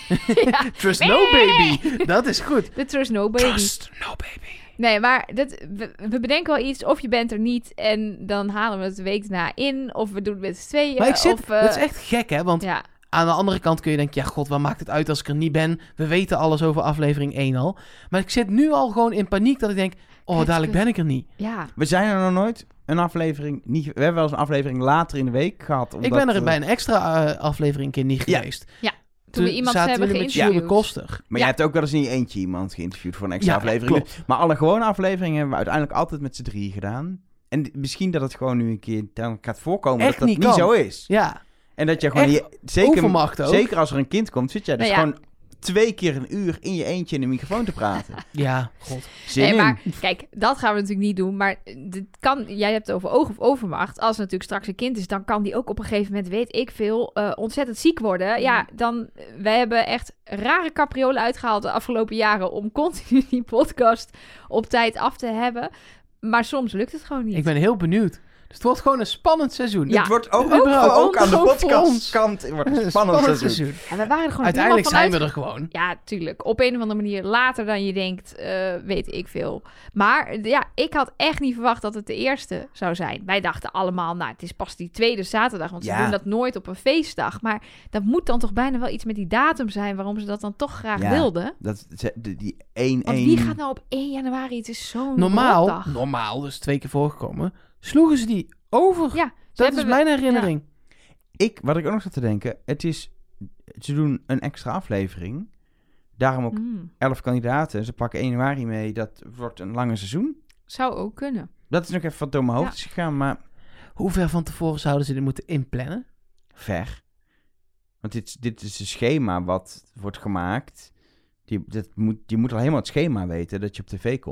B: Ja.
A: Trust no baby. Dat is goed.
B: De Trust No Baby.
A: Trust no baby.
B: Nee, maar dat, we, we bedenken wel iets. Of je bent er niet en dan halen we het de week daarna in. Of we doen het met z'n tweeën.
A: Maar ik zit,
B: of, uh,
A: dat is echt gek, hè? Want
B: Ja,
A: aan de andere kant kun je denken... ja, god, wat maakt het uit als ik er niet ben? We weten alles over aflevering één al. Maar ik zit nu al gewoon in paniek dat ik denk... oh,
B: Kut,
A: dadelijk
B: kut.
A: ben ik er niet.
B: ja.
C: We zijn er nog nooit een aflevering... Niet, we hebben wel eens een aflevering later in de week gehad. Omdat,
A: ik ben er
C: eh,
A: bij een extra uh, aflevering een keer niet
C: Ja.
A: geweest.
B: Toen we iemand
A: zaten
B: hebben
A: jullie met
B: geïnterviewd.
A: Sjoerd Koster.
C: Maar
B: Ja.
C: jij hebt ook wel eens in je eentje iemand geïnterviewd voor een extra
A: Ja,
C: aflevering.
A: klopt.
C: Maar alle gewone afleveringen hebben we uiteindelijk altijd met z'n drieën gedaan. En d- misschien dat het gewoon nu een keer dan gaat voorkomen
A: Echt
C: dat dat
A: niet
C: niet,
A: kan.
C: zo is.
A: Ja,
C: En dat je gewoon...
A: Echt
C: Je, zeker,
A: overmacht ook.
C: zeker als er een kind komt, zit jij dus
B: Nou ja.
C: gewoon twee keer een uur in je eentje in de microfoon te praten.
A: ja, god.
C: Zin
B: Nee,
C: in.
B: maar kijk, dat gaan we natuurlijk niet doen. Maar dit kan, jij hebt het over oog of overmacht. Als er natuurlijk straks een kind is, dan kan die ook op een gegeven moment, weet ik veel, uh, ontzettend ziek worden. Ja, dan, wij hebben echt rare capriolen uitgehaald de afgelopen jaren om continu die podcast op tijd af te hebben. Maar soms lukt het gewoon niet.
A: Ik ben heel benieuwd. Dus het wordt gewoon een spannend seizoen.
B: Ja.
C: Het wordt ook,
A: Ook
C: ook,
A: voor
C: ook
A: ons,
C: aan de
A: ook voor
C: podcastkant. Het wordt een spannend seizoen.
B: En we waren er gewoon
A: Uiteindelijk
B: helemaal
A: zijn
B: vanuit-
A: we er gewoon.
B: Ja, tuurlijk. Op een of andere manier later dan je denkt, uh, weet ik veel. Maar ja, ik had echt niet verwacht dat het de eerste zou zijn. Wij dachten allemaal, nou, het is pas die tweede zaterdag. Want ze
C: Ja.
B: doen dat nooit op een feestdag. Maar dat moet dan toch bijna wel iets met die datum zijn waarom ze dat dan toch graag
C: Ja.
B: wilden.
C: Dat, ze- die- die één
B: Want
C: één...
B: wie gaat nou op één januari? Het is zo'n
A: Normaal,
B: rotdag.
A: normaal, dus twee keer voorgekomen, sloegen ze die over.
B: Ja, ze
A: dat
B: hebben
A: is
B: we-
A: mijn herinnering.
C: Ik, wat ik ook nog zat te denken, het is... Ze doen een extra aflevering. Daarom ook
B: Hmm,
C: elf kandidaten. Ze pakken één januari mee. Dat wordt een lange seizoen.
B: zou ook kunnen.
C: Dat is nog even wat door mijn hoofd
B: Ja.
C: is gegaan, maar
A: Hoe ver van tevoren zouden ze dit moeten inplannen?
C: ver. Want dit, dit is een schema wat wordt gemaakt. Die, dat moet, je moet al helemaal het schema weten dat je op tv komt.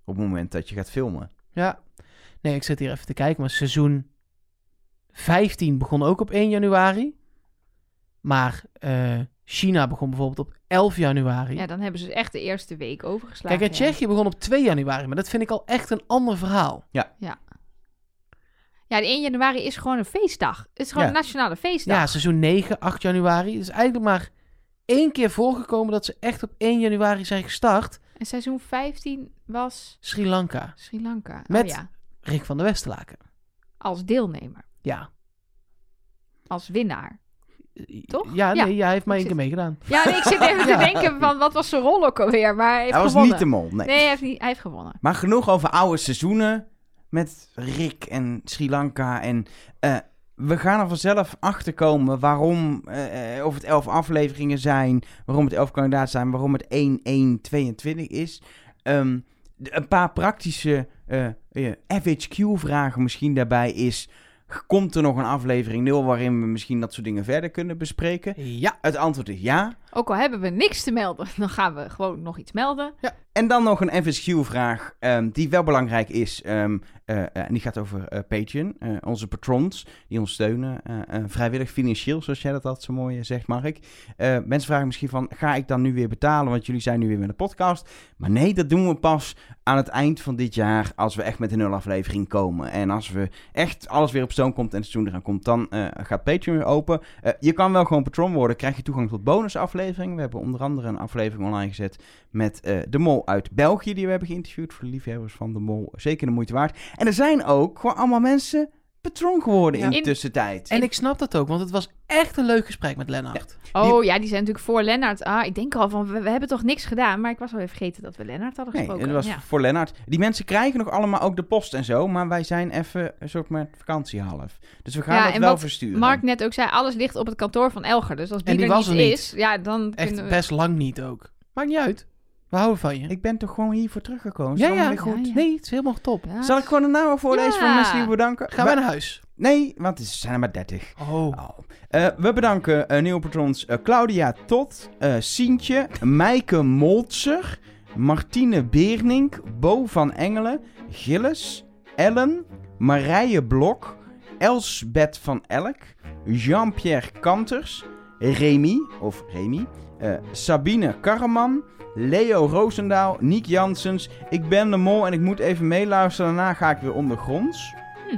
C: op het moment dat je gaat filmen.
A: Ja. Nee, ik zit hier even te kijken, maar seizoen vijftien begon ook op één januari. Maar uh, China begon bijvoorbeeld op elf januari.
B: Ja, dan hebben ze echt de eerste week overgeslagen.
A: Kijk, en Tsjechië begon op twee januari, maar dat vind ik al echt een ander verhaal.
B: Ja, de één januari is gewoon een feestdag. Het is gewoon
C: Ja.
B: een nationale feestdag.
A: Ja, seizoen negen, acht januari. Het is eigenlijk maar één keer voorgekomen dat ze echt op één januari zijn gestart.
B: En seizoen vijftien was
A: Sri Lanka.
B: Sri Lanka.
A: Met-
B: Oh ja,
A: Rick van der Westerlaken.
B: als deelnemer.
A: Ja.
B: Als winnaar. Toch?
A: Ja,
B: Ja.
A: nee, ja, hij heeft mij
B: Ik
A: één keer meegedaan.
B: Ja, nee, ik zit even te denken van wat was zijn rol ook alweer. Maar hij heeft
C: Hij was
B: gewonnen.
C: niet de mol, nee.
B: Nee, hij heeft, niet, hij heeft gewonnen.
C: Maar genoeg over oude seizoenen met Rick en Sri Lanka. En uh, we gaan er vanzelf achter komen waarom, uh, of het elf afleveringen zijn, waarom het elf kandidaten zijn, waarom het één één tweeëntwintig is. Um, de- een paar praktische uh, uh, F H Q-vragen misschien daarbij is, komt er nog een aflevering nul waarin we misschien dat soort dingen verder kunnen bespreken?
A: Ja.
C: Het antwoord is ja.
B: Ook al hebben we niks te melden, dan gaan we gewoon nog iets melden.
C: En dan nog een F A Q-vraag um, die wel belangrijk is. Um, uh, uh, en die gaat over uh, Patreon. Uh, onze patrons die ons steunen. Uh, uh, vrijwillig financieel, zoals jij dat altijd zo mooi uh, zegt, Mark. Uh, mensen vragen misschien van, ga ik dan nu weer betalen? Want jullie zijn nu weer met een podcast. Maar nee, dat doen we pas aan het eind van dit jaar. Als we echt met een nul aflevering komen. En als we echt alles weer op stoom komt en het seizoen eraan komt. Dan uh, gaat Patreon weer open. Uh, je kan wel gewoon patron worden. Krijg je toegang tot bonusafleveringen. We hebben onder andere een aflevering online gezet met uh, de mol uit België die we hebben geïnterviewd. Voor de liefhebbers van de mol. Zeker de moeite waard. En er zijn ook gewoon allemaal mensen patron geworden
A: Ja.
C: in de
B: In-
C: tussentijd.
A: En ik snap dat ook, want het was echt een leuk gesprek met Lennart.
B: Oh ja, die zijn natuurlijk voor Lennart. Ah, ik denk al van, we, we hebben toch niks gedaan. Maar ik was al even vergeten dat we Lennart hadden
C: Nee,
B: gesproken.
C: dat was
B: Ja.
C: voor Lennart. Die mensen krijgen nog allemaal ook de post en zo. Maar wij zijn even een soort met vakantie half. Dus we gaan
B: Ja,
C: dat
B: en
C: wel
B: wat
C: versturen.
B: Mark net ook zei, alles ligt op het kantoor van Elger. Dus als die,
A: En die
B: er
A: was
B: niet
A: er niet.
B: is, ja, dan
A: Echt
B: kunnen we...
A: best lang niet ook. Maakt niet uit. We houden van je.
C: Ik ben toch gewoon hiervoor teruggekomen. Is
A: Ja,
C: dat
A: ja.
C: allemaal weer goed?
B: Ja, ja.
A: Nee, het is helemaal top.
B: Ja.
C: Zal ik gewoon de namen voorlezen
B: Ja.
C: van de mensen die we bedanken?
A: Gaan wij naar huis?
C: Nee, want het zijn er maar dertig.
A: Oh.
C: Oh. Uh, we bedanken uh, nieuwe patrons uh, Claudia Tot, uh, Sientje, Meike Moltser, Martine Beernink, Bo van Engelen, Gilles, Ellen, Marije Blok, Elsbeth van Elk, Jean-Pierre Kanters, Remy, of Remy, uh, Sabine Karreman, Leo Roosendaal, Niek Janssens. Ik ben de mol en ik moet even meeluisteren. Daarna ga ik weer ondergronds.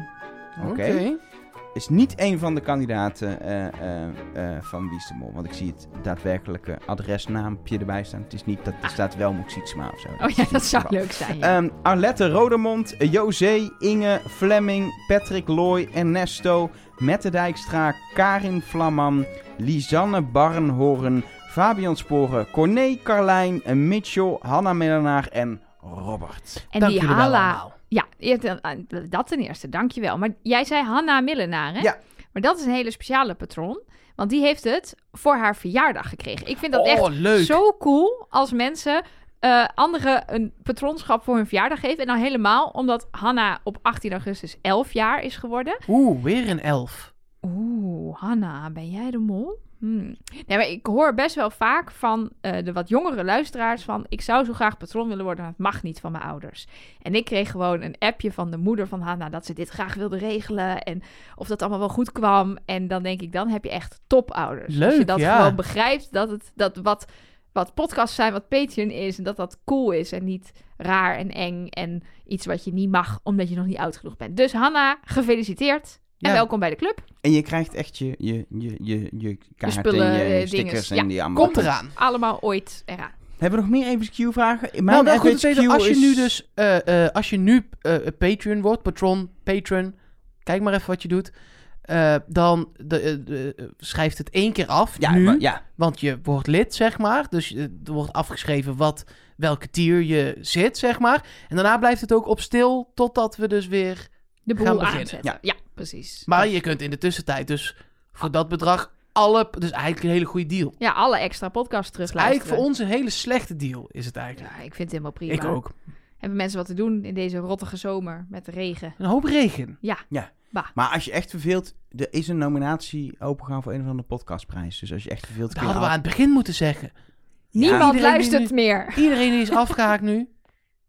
C: Oké.
A: Oké.
C: Is niet een van de kandidaten uh, uh, uh, van Wie is de Mol. Want ik zie het daadwerkelijke adresnaampje erbij staan. Het is niet dat er staat Welmoed Sietsma of zo.
B: Oh ja, dat zou leuk zijn, ja.
C: Um, Arlette Rodemond, José, Inge, Fleming, Patrick Looy, Ernesto, Mette Dijkstra, Karin Vlamman, Lisanne Barnhoorn, Fabian Sporen, Corné Carlijn, Mitchell, Hanna Millenaar en Robert.
B: En
A: Dank
B: die
A: jullie wel
B: Hala...
A: allemaal.
B: Ja, eer- dat ten eerste, dankjewel. Maar jij zei Hanna Millenaar, hè?
C: Ja.
B: Maar dat is een hele speciale patron. Want die heeft het voor haar verjaardag gekregen. Ik vind dat
A: Oh,
B: echt
A: leuk.
B: zo cool als mensen uh, anderen een patronschap voor hun verjaardag geven. En dan helemaal omdat Hanna op achttien augustus elf jaar is geworden.
A: Oeh, weer een elf.
B: Oeh, Hanna, ben jij de mol? Hmm. Nee, maar ik hoor best wel vaak van uh, de wat jongere luisteraars van... ik zou zo graag patron willen worden, maar het mag niet van mijn ouders. En ik kreeg gewoon een appje van de moeder van Hanna... dat ze dit graag wilde regelen en of dat allemaal wel goed kwam. En dan denk ik, dan heb je echt topouders.
A: Leuk,
B: Als je dat
A: ja.
B: gewoon begrijpt, dat, het, dat wat, wat podcasts zijn, wat Patreon is... en dat dat cool is en niet raar en eng... en iets wat je niet mag, omdat je nog niet oud genoeg bent. Dus Hanna, gefeliciteerd en
A: Ja.
B: welkom bij de club.
C: En je krijgt echt je, je, je, je, je kaarten,
B: spullen,
C: je,
B: eh,
C: je stickers
B: dinges.
C: en
B: Ja.
C: die allemaal.
A: Komt eraan.
B: Allemaal ooit eraan.
C: Hebben we nog meer even Q-vragen? Mijn
A: Nou, wel goed
C: F
A: te
C: H Q
A: weten, als je
C: is-
A: nu dus, eh, eh, als je nu eh, Patreon wordt, patron, patron, kijk maar even wat je doet, eh, dan de, eh, de, eh, schrijft het één keer af,
C: Ja,
A: nu,
C: maar, ja.
A: want je wordt lid, zeg maar, dus eh, er wordt afgeschreven wat, welke tier je zit, zeg maar, en daarna blijft het ook op stil, totdat we dus weer,
B: De boel
A: Gaan beginnen.
B: aanzetten.
C: Ja.
B: Ja, precies.
A: maar je kunt in de tussentijd dus voor dat bedrag alle, dus eigenlijk een hele goede deal.
B: Ja, alle extra podcasts
A: Dus
B: terugluisteren.
A: eigenlijk voor ons een hele slechte deal is het eigenlijk.
B: Ja, ik vind het helemaal prima.
A: Ik ook.
B: Hebben mensen wat te doen in deze rottige zomer met de regen?
A: Een hoop regen.
C: Maar als je echt verveelt, er is een nominatie opengegaan voor een of andere podcastprijs. Dus als je echt verveelt,
A: Dat
C: kun je
A: hadden we aan
C: af-
A: het begin moeten zeggen.
B: Niemand
A: iedereen
B: luistert
A: die
B: meer.
A: Iedereen die is afgehaakt nu.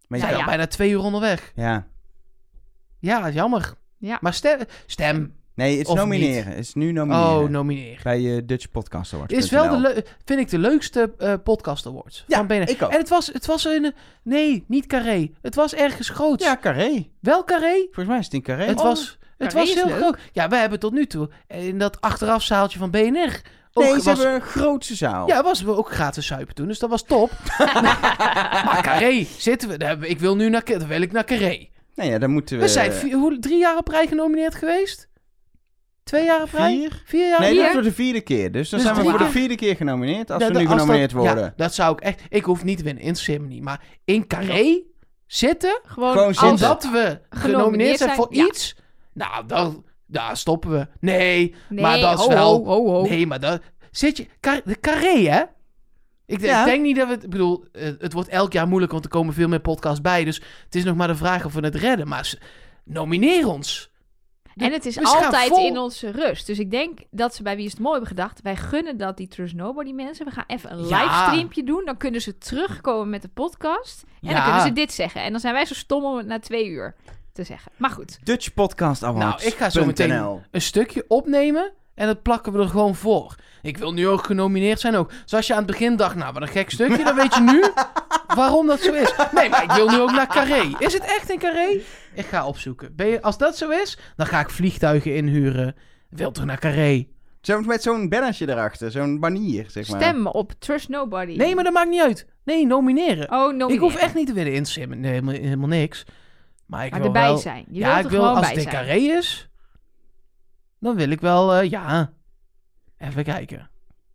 C: Maar
A: We
C: je
A: zijn
B: Nou
A: al
B: ja.
A: bijna twee uur onderweg.
C: Ja.
A: Ja, jammer.
B: Ja.
A: Maar stem... stem.
C: Nee, het is
A: Of
C: nomineren. Het is nu nomineren.
A: Oh, nomineer.
C: Bij je Dutch Podcast Awards.
A: Is wel de leu- vind ik de leukste eh, podcast awards
C: Ja,
A: van B N R.
C: ik ook.
A: En het was, het was een... Nee, niet Carré. Het was ergens groots.
C: Ja, Carré.
A: Wel Carré?
C: Volgens mij is het in Carré.
A: Het
B: Oh,
A: was, het
B: Carré
A: was
B: is
A: heel
B: leuk.
A: groot. Ja, we hebben tot nu toe in dat achterafzaaltje van B N R... Ook
C: nee, ze
A: was,
C: hebben een grootste zaal.
A: ja, was we ook gratis suipen toen, dus dat was top. Maar Carré, zitten we... daar hebben we- Ik wil nu naar, dan wil ik naar Carré.
C: Nou ja, dan moeten we...
A: We zijn vier, hoe, drie jaar op rij genomineerd geweest? Twee jaar op rij?
C: Vier?
A: Vier jaar?
C: Nee,
A: Vier?
C: dat wordt de vierde keer. Dus dan
A: Dus
C: zijn we
A: drie
C: voor de
A: keer.
C: vierde keer genomineerd. Als
A: Ja,
C: we
A: de-
C: nu genomineerd
A: dat,
C: worden.
A: Ja, dat zou ik echt... Ik hoef niet te winnen in Simony, maar in Carré zitten...
B: Gewoon,
C: Gewoon
B: als-
C: zitten.
A: Omdat we genomineerd zijn voor
B: ja.
A: iets... Nou, dan, daar stoppen we. Nee,
B: Nee,
A: maar dat is
B: ho,
A: wel...
B: ho, ho, ho.
A: Nee, maar dat... Zit je... Car- de Carré, hè? Ik,
C: Ja.
A: ik denk niet dat we... het- Ik bedoel, eh, het wordt elk jaar moeilijk, want er komen veel meer podcasts bij. Dus het is nog maar de vraag of we het redden. Maar s- nomineer ons.
B: En het is
A: We gaan
B: altijd
A: vol-
B: in onze rust. Dus ik denk dat ze bij Wie is het Mooi hebben gedacht... wij gunnen dat die Trust Nobody mensen. We gaan even een
A: Ja.
B: livestreampje doen. Dan kunnen ze terugkomen met de podcast. En
A: Ja.
B: dan kunnen ze dit zeggen. En dan zijn wij zo stom om het na twee uur te zeggen. Maar goed.
C: Dutch Podcast Awards.
A: Nou, ik ga zo meteen een stukje opnemen en dat plakken we er gewoon voor. Ik wil nu ook genomineerd zijn ook. Dus als je aan het begin dacht, nou, wat een gek stukje, dan weet je nu waarom dat zo is. Nee, maar ik wil nu ook naar Carré. Is het echt in Carré? Ik ga opzoeken. Ben je, als dat zo is, dan ga ik vliegtuigen inhuren. Wil toch naar Carré?
C: Zo met zo'n bannertje erachter. Zo'n banier, zeg maar.
B: Stem op Trust Nobody.
A: Nee, maar dat maakt niet uit. Nee, nomineren.
B: Oh, nomineren.
A: Ik hoef echt niet te winnen in Sim. Nee, helemaal, helemaal niks. Maar ik
B: Maar
A: wil
B: erbij
A: wel...
B: zijn. Je
A: ja,
B: wilt
A: ik
B: er
A: wil,
B: gewoon
A: als
B: bij
A: het in
B: zijn.
A: Carré is, dan wil ik wel, eh, ja, even kijken.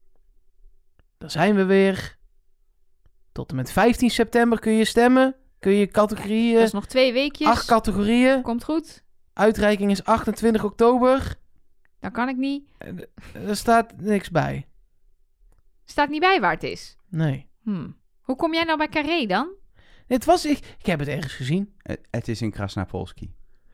A: Dan zijn we weer. Tot en met vijftien september kun je stemmen. Kun je categorieën,
B: Dat is nog twee weekjes.
A: acht categorieën.
B: Komt goed.
A: Uitreiking is achtentwintig oktober.
B: Dan kan ik niet.
A: Er staat niks bij.
B: Staat niet bij waar het is.
A: Nee.
B: Hm. Hoe kom jij nou bij Carré dan?
A: Het was, ik, ik heb het ergens gezien.
C: Het, het is in Krasnapolski.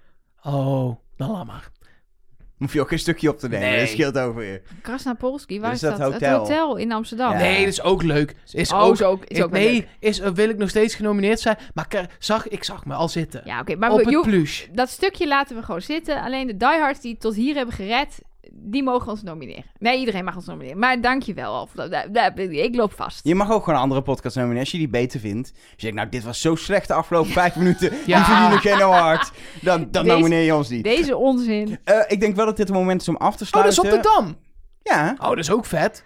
A: Oh, dan laat maar.
C: Hoef je ook een stukje op te nemen.
A: Nee.
C: Dat scheelt over je.
B: Krasnapolski, waar
C: Dus
B: is
C: dat
B: dat?
C: hotel.
B: Het hotel in Amsterdam.
C: Ja.
A: Nee, dat is ook leuk. Is
B: Oh,
A: ook,
B: is ook, is
A: ik-
B: ook wel
A: nee,
B: leuk.
A: is, eh, wil ik nog steeds genomineerd zijn. Maar ik, zag, ik zag me al zitten.
B: Ja, oké. maar
A: op
B: we,
A: het
B: joh,
A: pluche.
B: dat stukje laten we gewoon zitten. Alleen de diehards die het tot hier hebben gered, die mogen ons nomineren. Nee, iedereen mag ons nomineren. Maar dankjewel, Alf. Da- da- da- Ik loop vast.
C: Je mag ook gewoon een andere podcast nomineren als je die beter vindt. Als je denkt, nou, dit was zo slecht de afgelopen vijf minuten.
A: Ja.
C: Die verdienen geen award. Dan, dan
B: Deze-
C: nomineer je ons niet.
B: Deze onzin.
C: Eh, ik denk wel dat dit het moment is om af te
A: Oh, dat is
C: sluiten.
A: op de Dam.
C: Ja.
A: Oh, dat is ook vet.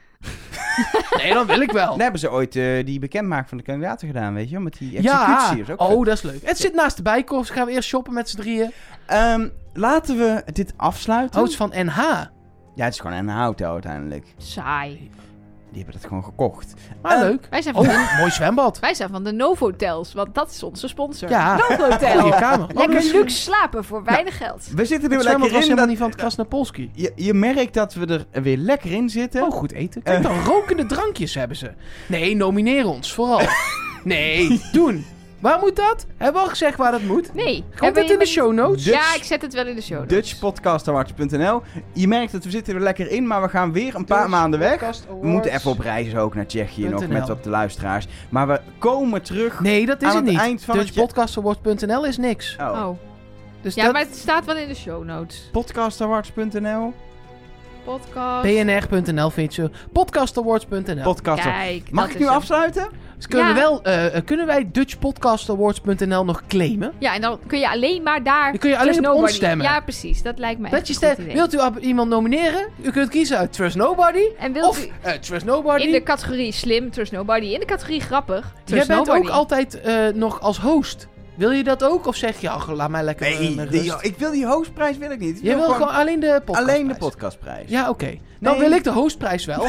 A: Nee, dan wil ik wel.
C: Daar hebben ze ooit eh, die bekendmaak van de kandidaten gedaan, weet je wel? Met die
A: Ja,
C: executie. Dat is ook vet.
A: oh, dat is leuk. Het zit naast de Bijenkorf. Gaan we eerst shoppen met z'n drieën.
C: Ehm, laten we dit afsluiten.
A: Oh, het is van N H.
C: Ja, het is gewoon een hotel uiteindelijk.
B: Saai.
C: Die hebben het gewoon gekocht.
A: Maar
C: Eh,
A: leuk.
B: Wij zijn van, de,
A: Oh, mooi zwembad.
B: wij zijn van de Novotels, want dat is onze sponsor.
A: Ja.
B: Novotel.
A: Goeie kamer. Oh,
B: Lekker
A: dat is-
B: luxe slapen voor weinig geld.
C: We zitten er
A: Het
C: weer
A: zwembad
C: lekker
A: was
C: in.
A: helemaal
C: Dat,
A: niet van het Krasnapolski.
C: je, je merkt dat we er weer lekker in zitten.
A: Oh, goed eten. Kijk dan, rokende drankjes hebben ze. Nee, nomineer ons, vooral. Nee, doen. Waar moet dat? Hebben we al gezegd waar dat moet?
B: Nee.
A: Komt
B: Hebben
A: het in de
B: je-
A: show notes?
B: Ja, ik zet het wel in de show notes.
C: Dutch Podcast Awards punt n l. Je merkt dat we zitten er lekker in, maar we gaan weer een paar maanden weg. We moeten even op reis ook naar Tsjechië nog met wat luisteraars. Maar we komen terug.
A: Nee, dat is
C: Aan
A: het
C: het
A: niet.
C: eind van het
A: Dutch
C: jaar-
A: podcast awards punt n l is niks.
C: Oh.
B: Oh.
A: Dus
B: Ja,
A: dat
B: maar het staat wel in de show notes.
C: podcast awards punt n l.
B: Podcast.
A: p n r punt n l vind je. podcast awards punt n l.
C: Podcast.
B: Kijk,
C: Mag
B: dat
C: ik
B: is
C: nu
B: hem.
C: afsluiten?
A: Dus kunnen,
B: Ja.
A: we wel, eh, eh, kunnen wij dutch podcast awards punt n l nog claimen?
B: Ja, en dan kun je alleen maar daar...
A: Dan kun je alleen
B: Trust
A: op ons
B: Nobody.
A: stemmen.
B: Ja, precies. Dat lijkt me
A: Dat
B: echt
A: je
B: een goed
A: stem-
B: idee.
A: Wilt u ab- iemand nomineren? U kunt kiezen uit Trust Nobody
B: En wilt
A: of
B: u
A: eh, Trust Nobody.
B: in de categorie slim, Trust Nobody. In de categorie grappig,
A: Jij
B: Trust
A: bent
B: Nobody.
A: ook altijd eh, nog als host. Wil je dat ook? Of zeg je, ach, laat mij lekker eh,
C: Nee,
A: met
C: die-
A: rust?
C: ik wil die hostprijs wil ik niet. Ik
A: Je wil gewoon alleen de podcast.
C: alleen de podcastprijs.
A: Ja, oké. Dan
C: Nee.
A: wil ik de hostprijs wel.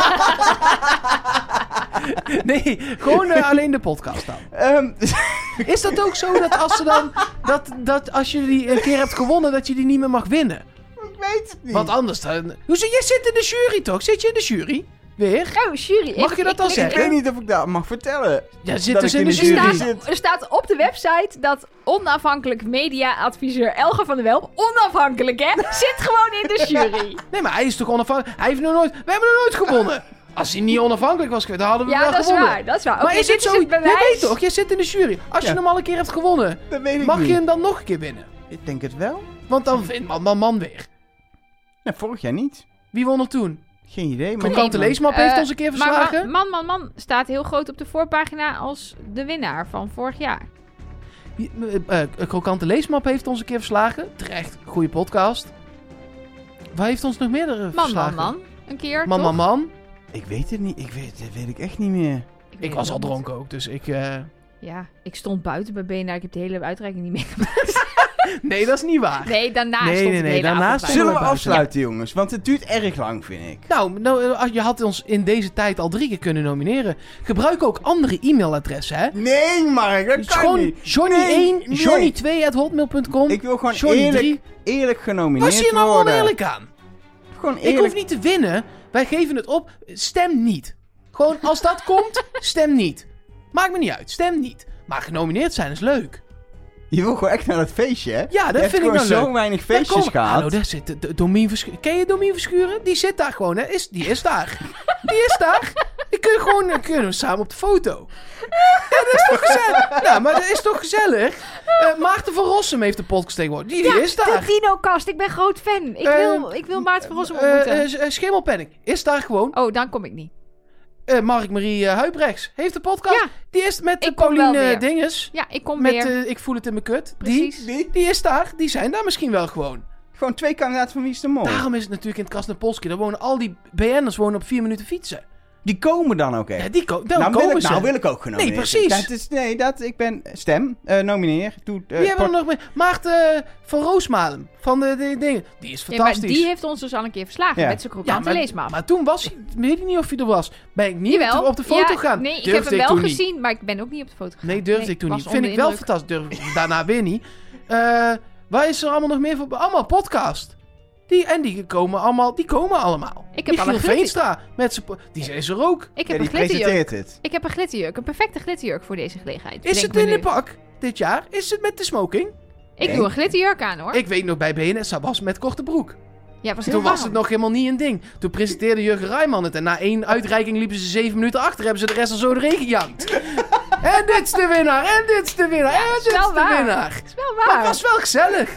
A: Nee, gewoon eh, alleen de podcast dan.
C: Ehm,
A: Is dat ook zo dat als ze dan dat, dat als je die een keer hebt gewonnen, dat je die niet meer mag winnen?
C: ik weet het niet.
A: Want anders dan. Hoe zit je zit in de jury toch? Zit je in de jury? Weer?
B: Oh, jury.
A: Mag
B: Ik-
A: je dat
B: ik
A: dan
B: klik-
C: Ik
A: zeggen?
C: weet niet of ik dat mag vertellen.
A: Ja, zit
C: Dat
A: dus
C: ik
A: in
C: in
A: de
C: de
A: jury.
C: jury
B: Er
C: zit.
B: staat, er staat op de website dat onafhankelijk media-adviseur Elger van der Welp, onafhankelijk hè, zit gewoon in de jury.
A: Nee, maar hij is toch onafhankelijk? Hij heeft nog nooit. We hebben nog nooit gewonnen. Als hij niet onafhankelijk was geweest, dan hadden we
B: Ja,
A: wel
B: dat is
A: gewonnen.
B: waar. Dat is waar.
A: Maar
B: Oké,
A: is
B: dit
A: het zo?
B: is het bewijs.
A: Jij weet toch, jij zit in de jury. Als je
C: Ja.
A: hem al een keer hebt gewonnen,
C: Dat weet ik
A: mag
C: niet.
A: je hem dan nog een keer winnen?
C: Ik denk het wel.
A: Want dan vindt man, man, man weer.
C: Nou, vorig jaar niet.
A: Wie won er toen?
C: Geen idee. Maar
A: Krokante
C: nee,
A: Leesmap
B: Eh,
A: heeft ons een keer
B: Maar
A: verslagen.
B: man, man, man staat heel groot op de voorpagina als de winnaar van vorig jaar.
A: Uh, uh, Krokante Leesmap heeft ons een keer verslagen. Terecht, goede podcast. Waar heeft ons nog meer
B: Man,
A: verslagen?
B: man, man. Een keer,
A: Man,
B: toch?
A: man, man.
C: Ik weet het niet. Ik weet, dat weet ik echt niet meer.
B: weet
A: Ik
B: het
A: was al
B: niet.
A: dronken ook, dus ik... Uh...
B: Ja, ik stond buiten bij B N R. Ik heb de hele uitreiking niet meegemaakt.
A: Nee, dat is niet waar.
B: Nee, daarna
A: Nee,
B: stond
A: nee,
B: ik de
A: nee,
B: hele
A: daarna
B: avond
A: stond-
B: buiten.
C: Zullen we
A: buiten.
C: afsluiten, jongens? Want het duurt erg lang, vind ik.
A: Nou, nou, uh, je had ons in deze tijd al drie keer kunnen nomineren. Gebruik ook andere e-mailadressen, hè?
C: Nee, Mark, dat
A: Het is
C: kan
A: gewoon
C: niet.
A: Johnny
C: Nee,
A: één,
C: nee.
A: Johnny twee at hotmail punt com.
C: Ik wil gewoon
A: Johnny
C: eerlijk,
A: drie.
C: eerlijk
A: Waar
C: genomineerd
A: zie je nou
C: worden.
A: oneerlijk aan?
C: Gewoon
A: Ik
C: eerlijk.
A: hoef niet te winnen. Wij geven het op. Stem niet. Gewoon, als dat komt, stem niet. Maakt me niet uit. Stem niet. Maar genomineerd zijn is leuk.
C: Je wil gewoon echt naar dat feestje, hè?
A: Ja, dat
C: je hebt
A: vind ik
C: gewoon
A: nou
C: zo
A: leuk.
C: weinig
A: Daar
C: feestjes
A: kom-
C: gehad.
A: Hallo, daar zit de, de Domien Verschuren. Ken je Domien Verschuren? Die zit daar gewoon, hè? Is, die is daar. Die is daar. Die kun je gewoon dan kunnen we samen op de foto. Ja, dat is toch gezellig? Nou, maar dat is toch gezellig? Uh, Maarten van Rossum heeft de podcast tegenwoordig. Die, die
B: Ja,
A: is daar.
B: de Dino-kast. Ik ben groot fan. Ik
A: Eh,
B: wil, ik wil Maarten van Rossum
A: Uh,
B: ontmoeten.
A: uh, uh, Schimmelpenning is daar gewoon.
B: Oh, dan kom ik niet.
A: Uh, Mark-Marie uh, Huibrechts heeft de podcast.
B: Ja.
A: Die is met de
B: Ik kom wel
A: Pauline
B: weer.
A: Dinges.
B: Ja, ik kom
A: Met
B: weer.
A: uh, Ik voel het in mijn kut.
B: Precies.
A: Die, die is daar. Die zijn daar misschien wel gewoon.
C: Gewoon twee kandidaten van Wie is de Mol.
A: Daarom is het natuurlijk in het Krasnopolski. Daar wonen al die B N'ers wonen op vier minuten fietsen.
C: Die komen dan ook echt.
A: Ja, die ko- dan
C: nou, wil
A: komen
C: ik,
A: ze.
C: nou wil ik ook genomineerd.
A: Nee, precies.
C: Dat is, nee, dat, ik ben... Stem, uh, nomineer. Doe, uh,
A: Wie hebben we
C: port-
A: nog meer? Maarten uh, van Roosmalen. Van de, de dingen. Die is
B: Ja, maar
A: fantastisch.
B: die heeft ons dus al een keer verslagen
C: Ja.
B: met zijn
A: Ja,
B: krokante
A: maar,
B: leesmap.
A: maar toen was hij... Weet ik niet of hij er was. Ben ik niet
B: Jawel.
A: op de foto
B: Ja,
A: gaan.
B: Nee, ik
A: Durfde
B: heb hem wel
A: toen niet.
B: gezien, maar ik ben ook niet op de foto gegaan.
A: Nee, durfde ik toen
B: was
A: niet. Vind
B: onder
A: ik wel
B: indruk.
A: fantastisch. Durfde ik daarna weer niet. Uh, waar is er allemaal nog meer voor? Allemaal podcast. Die, en die komen allemaal. Die komen allemaal.
B: Ik heb
A: die
B: al een
A: Giel
B: glitter-
A: Veenstra. Met zijn po- die is er ook.
B: Ik
C: Ja,
B: heb
C: die
B: een glitterjurk.
C: presenteert het.
B: Ik heb een glitterjurk. Een perfecte glitterjurk voor deze gelegenheid.
A: Is
B: bedenk
A: het
B: me
A: in
B: nu.
A: de pak dit jaar? Is het met de smoking?
B: Ik
C: Nee.
B: doe een glitterjurk aan, hoor.
A: Ik weet nog bij B N S was met korte broek.
B: Ja, was heel
A: Toen was
B: warm.
A: het nog helemaal niet een ding. Toen presenteerde Jurgen Rijman het. En na één uitreiking liepen ze zeven minuten achter. Hebben ze de rest al zo doorheen gejankt. En dit is de winnaar. En dit is de winnaar. En
B: is
A: dit
B: wel
A: is de
B: waar.
A: winnaar.
B: Dat is wel
A: Maar
B: waar.
A: het was wel gezellig.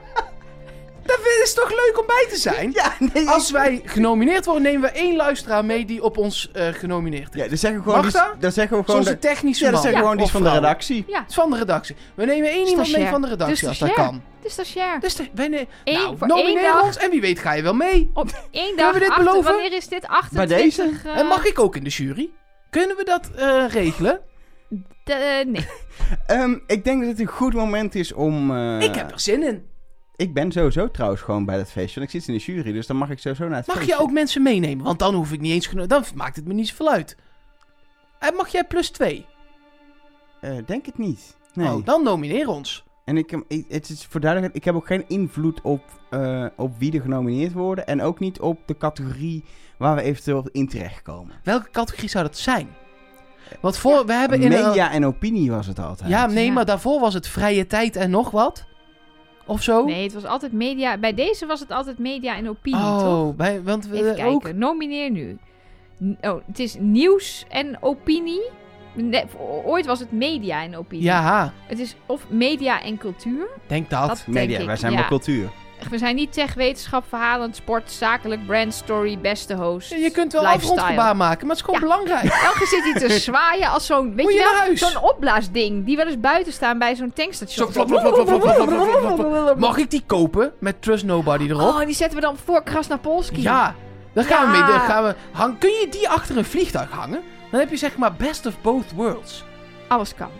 A: Dat is toch leuk om bij te zijn?
C: Ja, nee.
A: Als wij genomineerd worden, nemen we één luisteraar mee die op ons uh, genomineerd is.
C: Ja, dan zeggen we gewoon...
A: Mag
C: die-
A: dat?
C: Dan zeggen we gewoon...
A: Zoals
C: de-
A: een technische
C: Ja, dan
A: man.
C: zeggen we gewoon die
A: Of
C: is van de
A: vrouw.
C: redactie.
B: Ja,
A: Het is van de redactie. We nemen één iemand mee
B: Stagiair.
A: van de redactie
B: De
A: als dat
B: stagiair.
A: kan.
B: de stagiair.
A: Dus de, wij ne-
B: Eén-
A: nou,
B: voor één
A: nomineer
B: dag.
A: ons en wie weet ga je wel mee.
B: Op één
A: Kunnen
B: dag
A: we dit
B: achter-
A: beloven?
B: Wanneer is dit? achtentwintig
C: deze?
B: eh,
A: En mag ik ook in de jury? Kunnen we dat uh, regelen?
B: de- eh, nee.
C: Ehm, ik denk dat het een goed moment is om... eh,
A: ik heb er zin in.
C: Ik ben sowieso trouwens gewoon bij dat feestje. Want ik zit in de jury, dus dan mag ik sowieso naar het
A: Mag
C: feestje.
A: je ook mensen meenemen? Want dan hoef ik niet eens... geno- Dan maakt het me niet zoveel uit. En mag jij plus twee?
C: Eh, denk het niet. Nee.
A: Oh, dan nomineer ons.
C: En ik, heb- ik- het is voor duidelijkheid, ik heb ook geen invloed op, eh, op wie er genomineerd worden. En ook niet op de categorie waar we eventueel in terechtkomen.
A: Welke categorie zou dat zijn? Want voor... We hebben in
C: Media en opinie was het altijd.
A: Ja, nee,
B: Ja.
A: maar daarvoor was het vrije tijd en nog wat? Of zo?
B: Nee, het was altijd media. Bij deze was het altijd media en opinie, toch?
A: Oh, bij, want we
B: Even kijken.
A: ook...
B: Nomineer nu. N- Oh, het is nieuws en opinie. Nee, o- ooit was het media en opinie.
A: Ja,
B: Het is of media en cultuur.
A: denk dat.
B: Dat
C: Media,
B: denk ik,
C: wij zijn
B: ja.
C: wel cultuur.
B: We zijn niet tech, wetenschap, verhalend, sport, zakelijk, brand, story, beste host.
A: Je kunt wel
B: lifestyle.
A: afrondgebaar maken, maar het is gewoon
B: Ja.
A: belangrijk.
B: Elke zit hier te zwaaien als zo'n, weet
A: Moet
B: je
A: je
B: wel,
A: naar huis?
B: zo'n opblaasding die wel eens buiten staan bij zo'n tankstation.
A: Zo flop, flop, flop, flop, flop, flop, flop, flop, flop. Mag ik die kopen met Trust Nobody erop?
B: Oh, die zetten we dan voor Krasnapolski.
A: Ja, daar gaan we
B: Ja.
A: mee. Daar gaan we hang, kun je die achter een vliegtuig hangen? Dan heb je zeg maar best of both worlds.
B: Alles kan.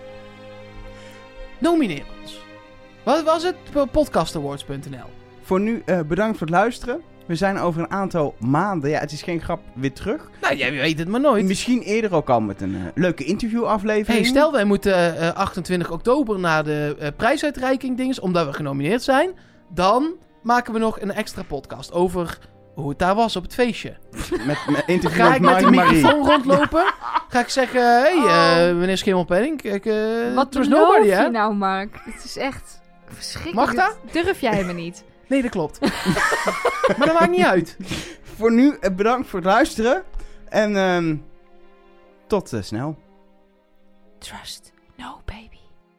A: Nomineer ons. Wat was het? podcastawards punt n l.
C: Voor nu eh, bedankt voor het luisteren. We zijn over een aantal maanden, ja het is geen grap, weer terug.
A: Nou, jij weet het maar nooit.
C: Misschien eerder ook al met een eh, leuke interviewaflevering.
A: Hey, stel wij moeten eh, achtentwintig oktober naar de eh, prijsuitreiking dinges, omdat we genomineerd zijn. Dan maken we nog een extra podcast over hoe het daar was op het feestje.
C: Met, met interview
A: Ga
C: met
A: ik met de
C: Mark Marie.
A: microfoon rondlopen? Ga ik zeggen, hey
B: Oh.
A: uh, meneer Schimmelpenning, kijk, uh,
B: Wat
A: Trust
B: beloof
A: Nobody,
B: je
A: hè?
B: nou, Mark? Het is echt verschrikkelijk.
A: Mag dat?
B: Durf jij me niet?
A: Nee, dat klopt. Maar dat maakt niet uit.
C: Voor nu eh, bedankt voor het luisteren. En um, tot uh, snel.
B: Trust no baby.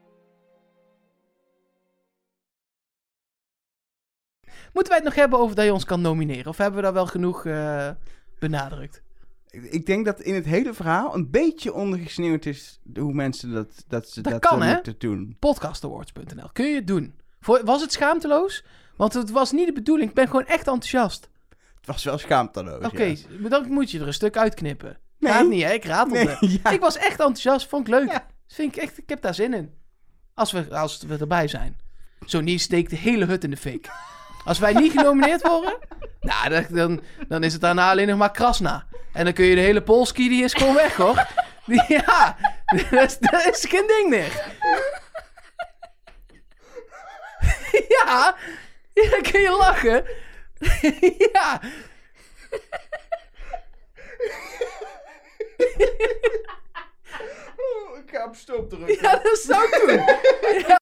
A: Moeten wij het nog hebben over dat je ons kan nomineren? Of hebben we daar wel genoeg uh, benadrukt?
C: Ik denk dat in het hele verhaal een beetje ondergesneeuwd is hoe mensen dat, dat, ze
A: dat,
C: dat
A: kan,
C: uh,
A: hè?
C: moeten doen.
A: podcastawards punt n l. Kun je het doen? Voor, was het schaamteloos? Want het was niet de bedoeling. Ik ben gewoon echt enthousiast.
C: Het was wel schaamteloos.
A: Oké, okay,
C: ja.
A: dan moet je er een stuk uitknippen.
C: Nee.
A: Gaat niet, hè? Ik ratelde.
C: Nee, ja.
A: Ik was echt enthousiast. Vond ik leuk.
C: Ja.
A: Vind ik, echt, ik heb daar zin in. Als we, als we erbij zijn. Zo niet, steekt de hele hut in de fik. Als wij niet genomineerd worden, nou, dan, dan, dan is het daarna alleen nog maar Krasna. En dan kun je de hele Polski, die is gewoon weg, hoor. Die, ja, dat is, dat is geen ding meer. Ja, ja, dan kun je lachen. Ja.
C: Oh, ik ga op stop drukken.
A: Ja, dat zou ik doen. Ja.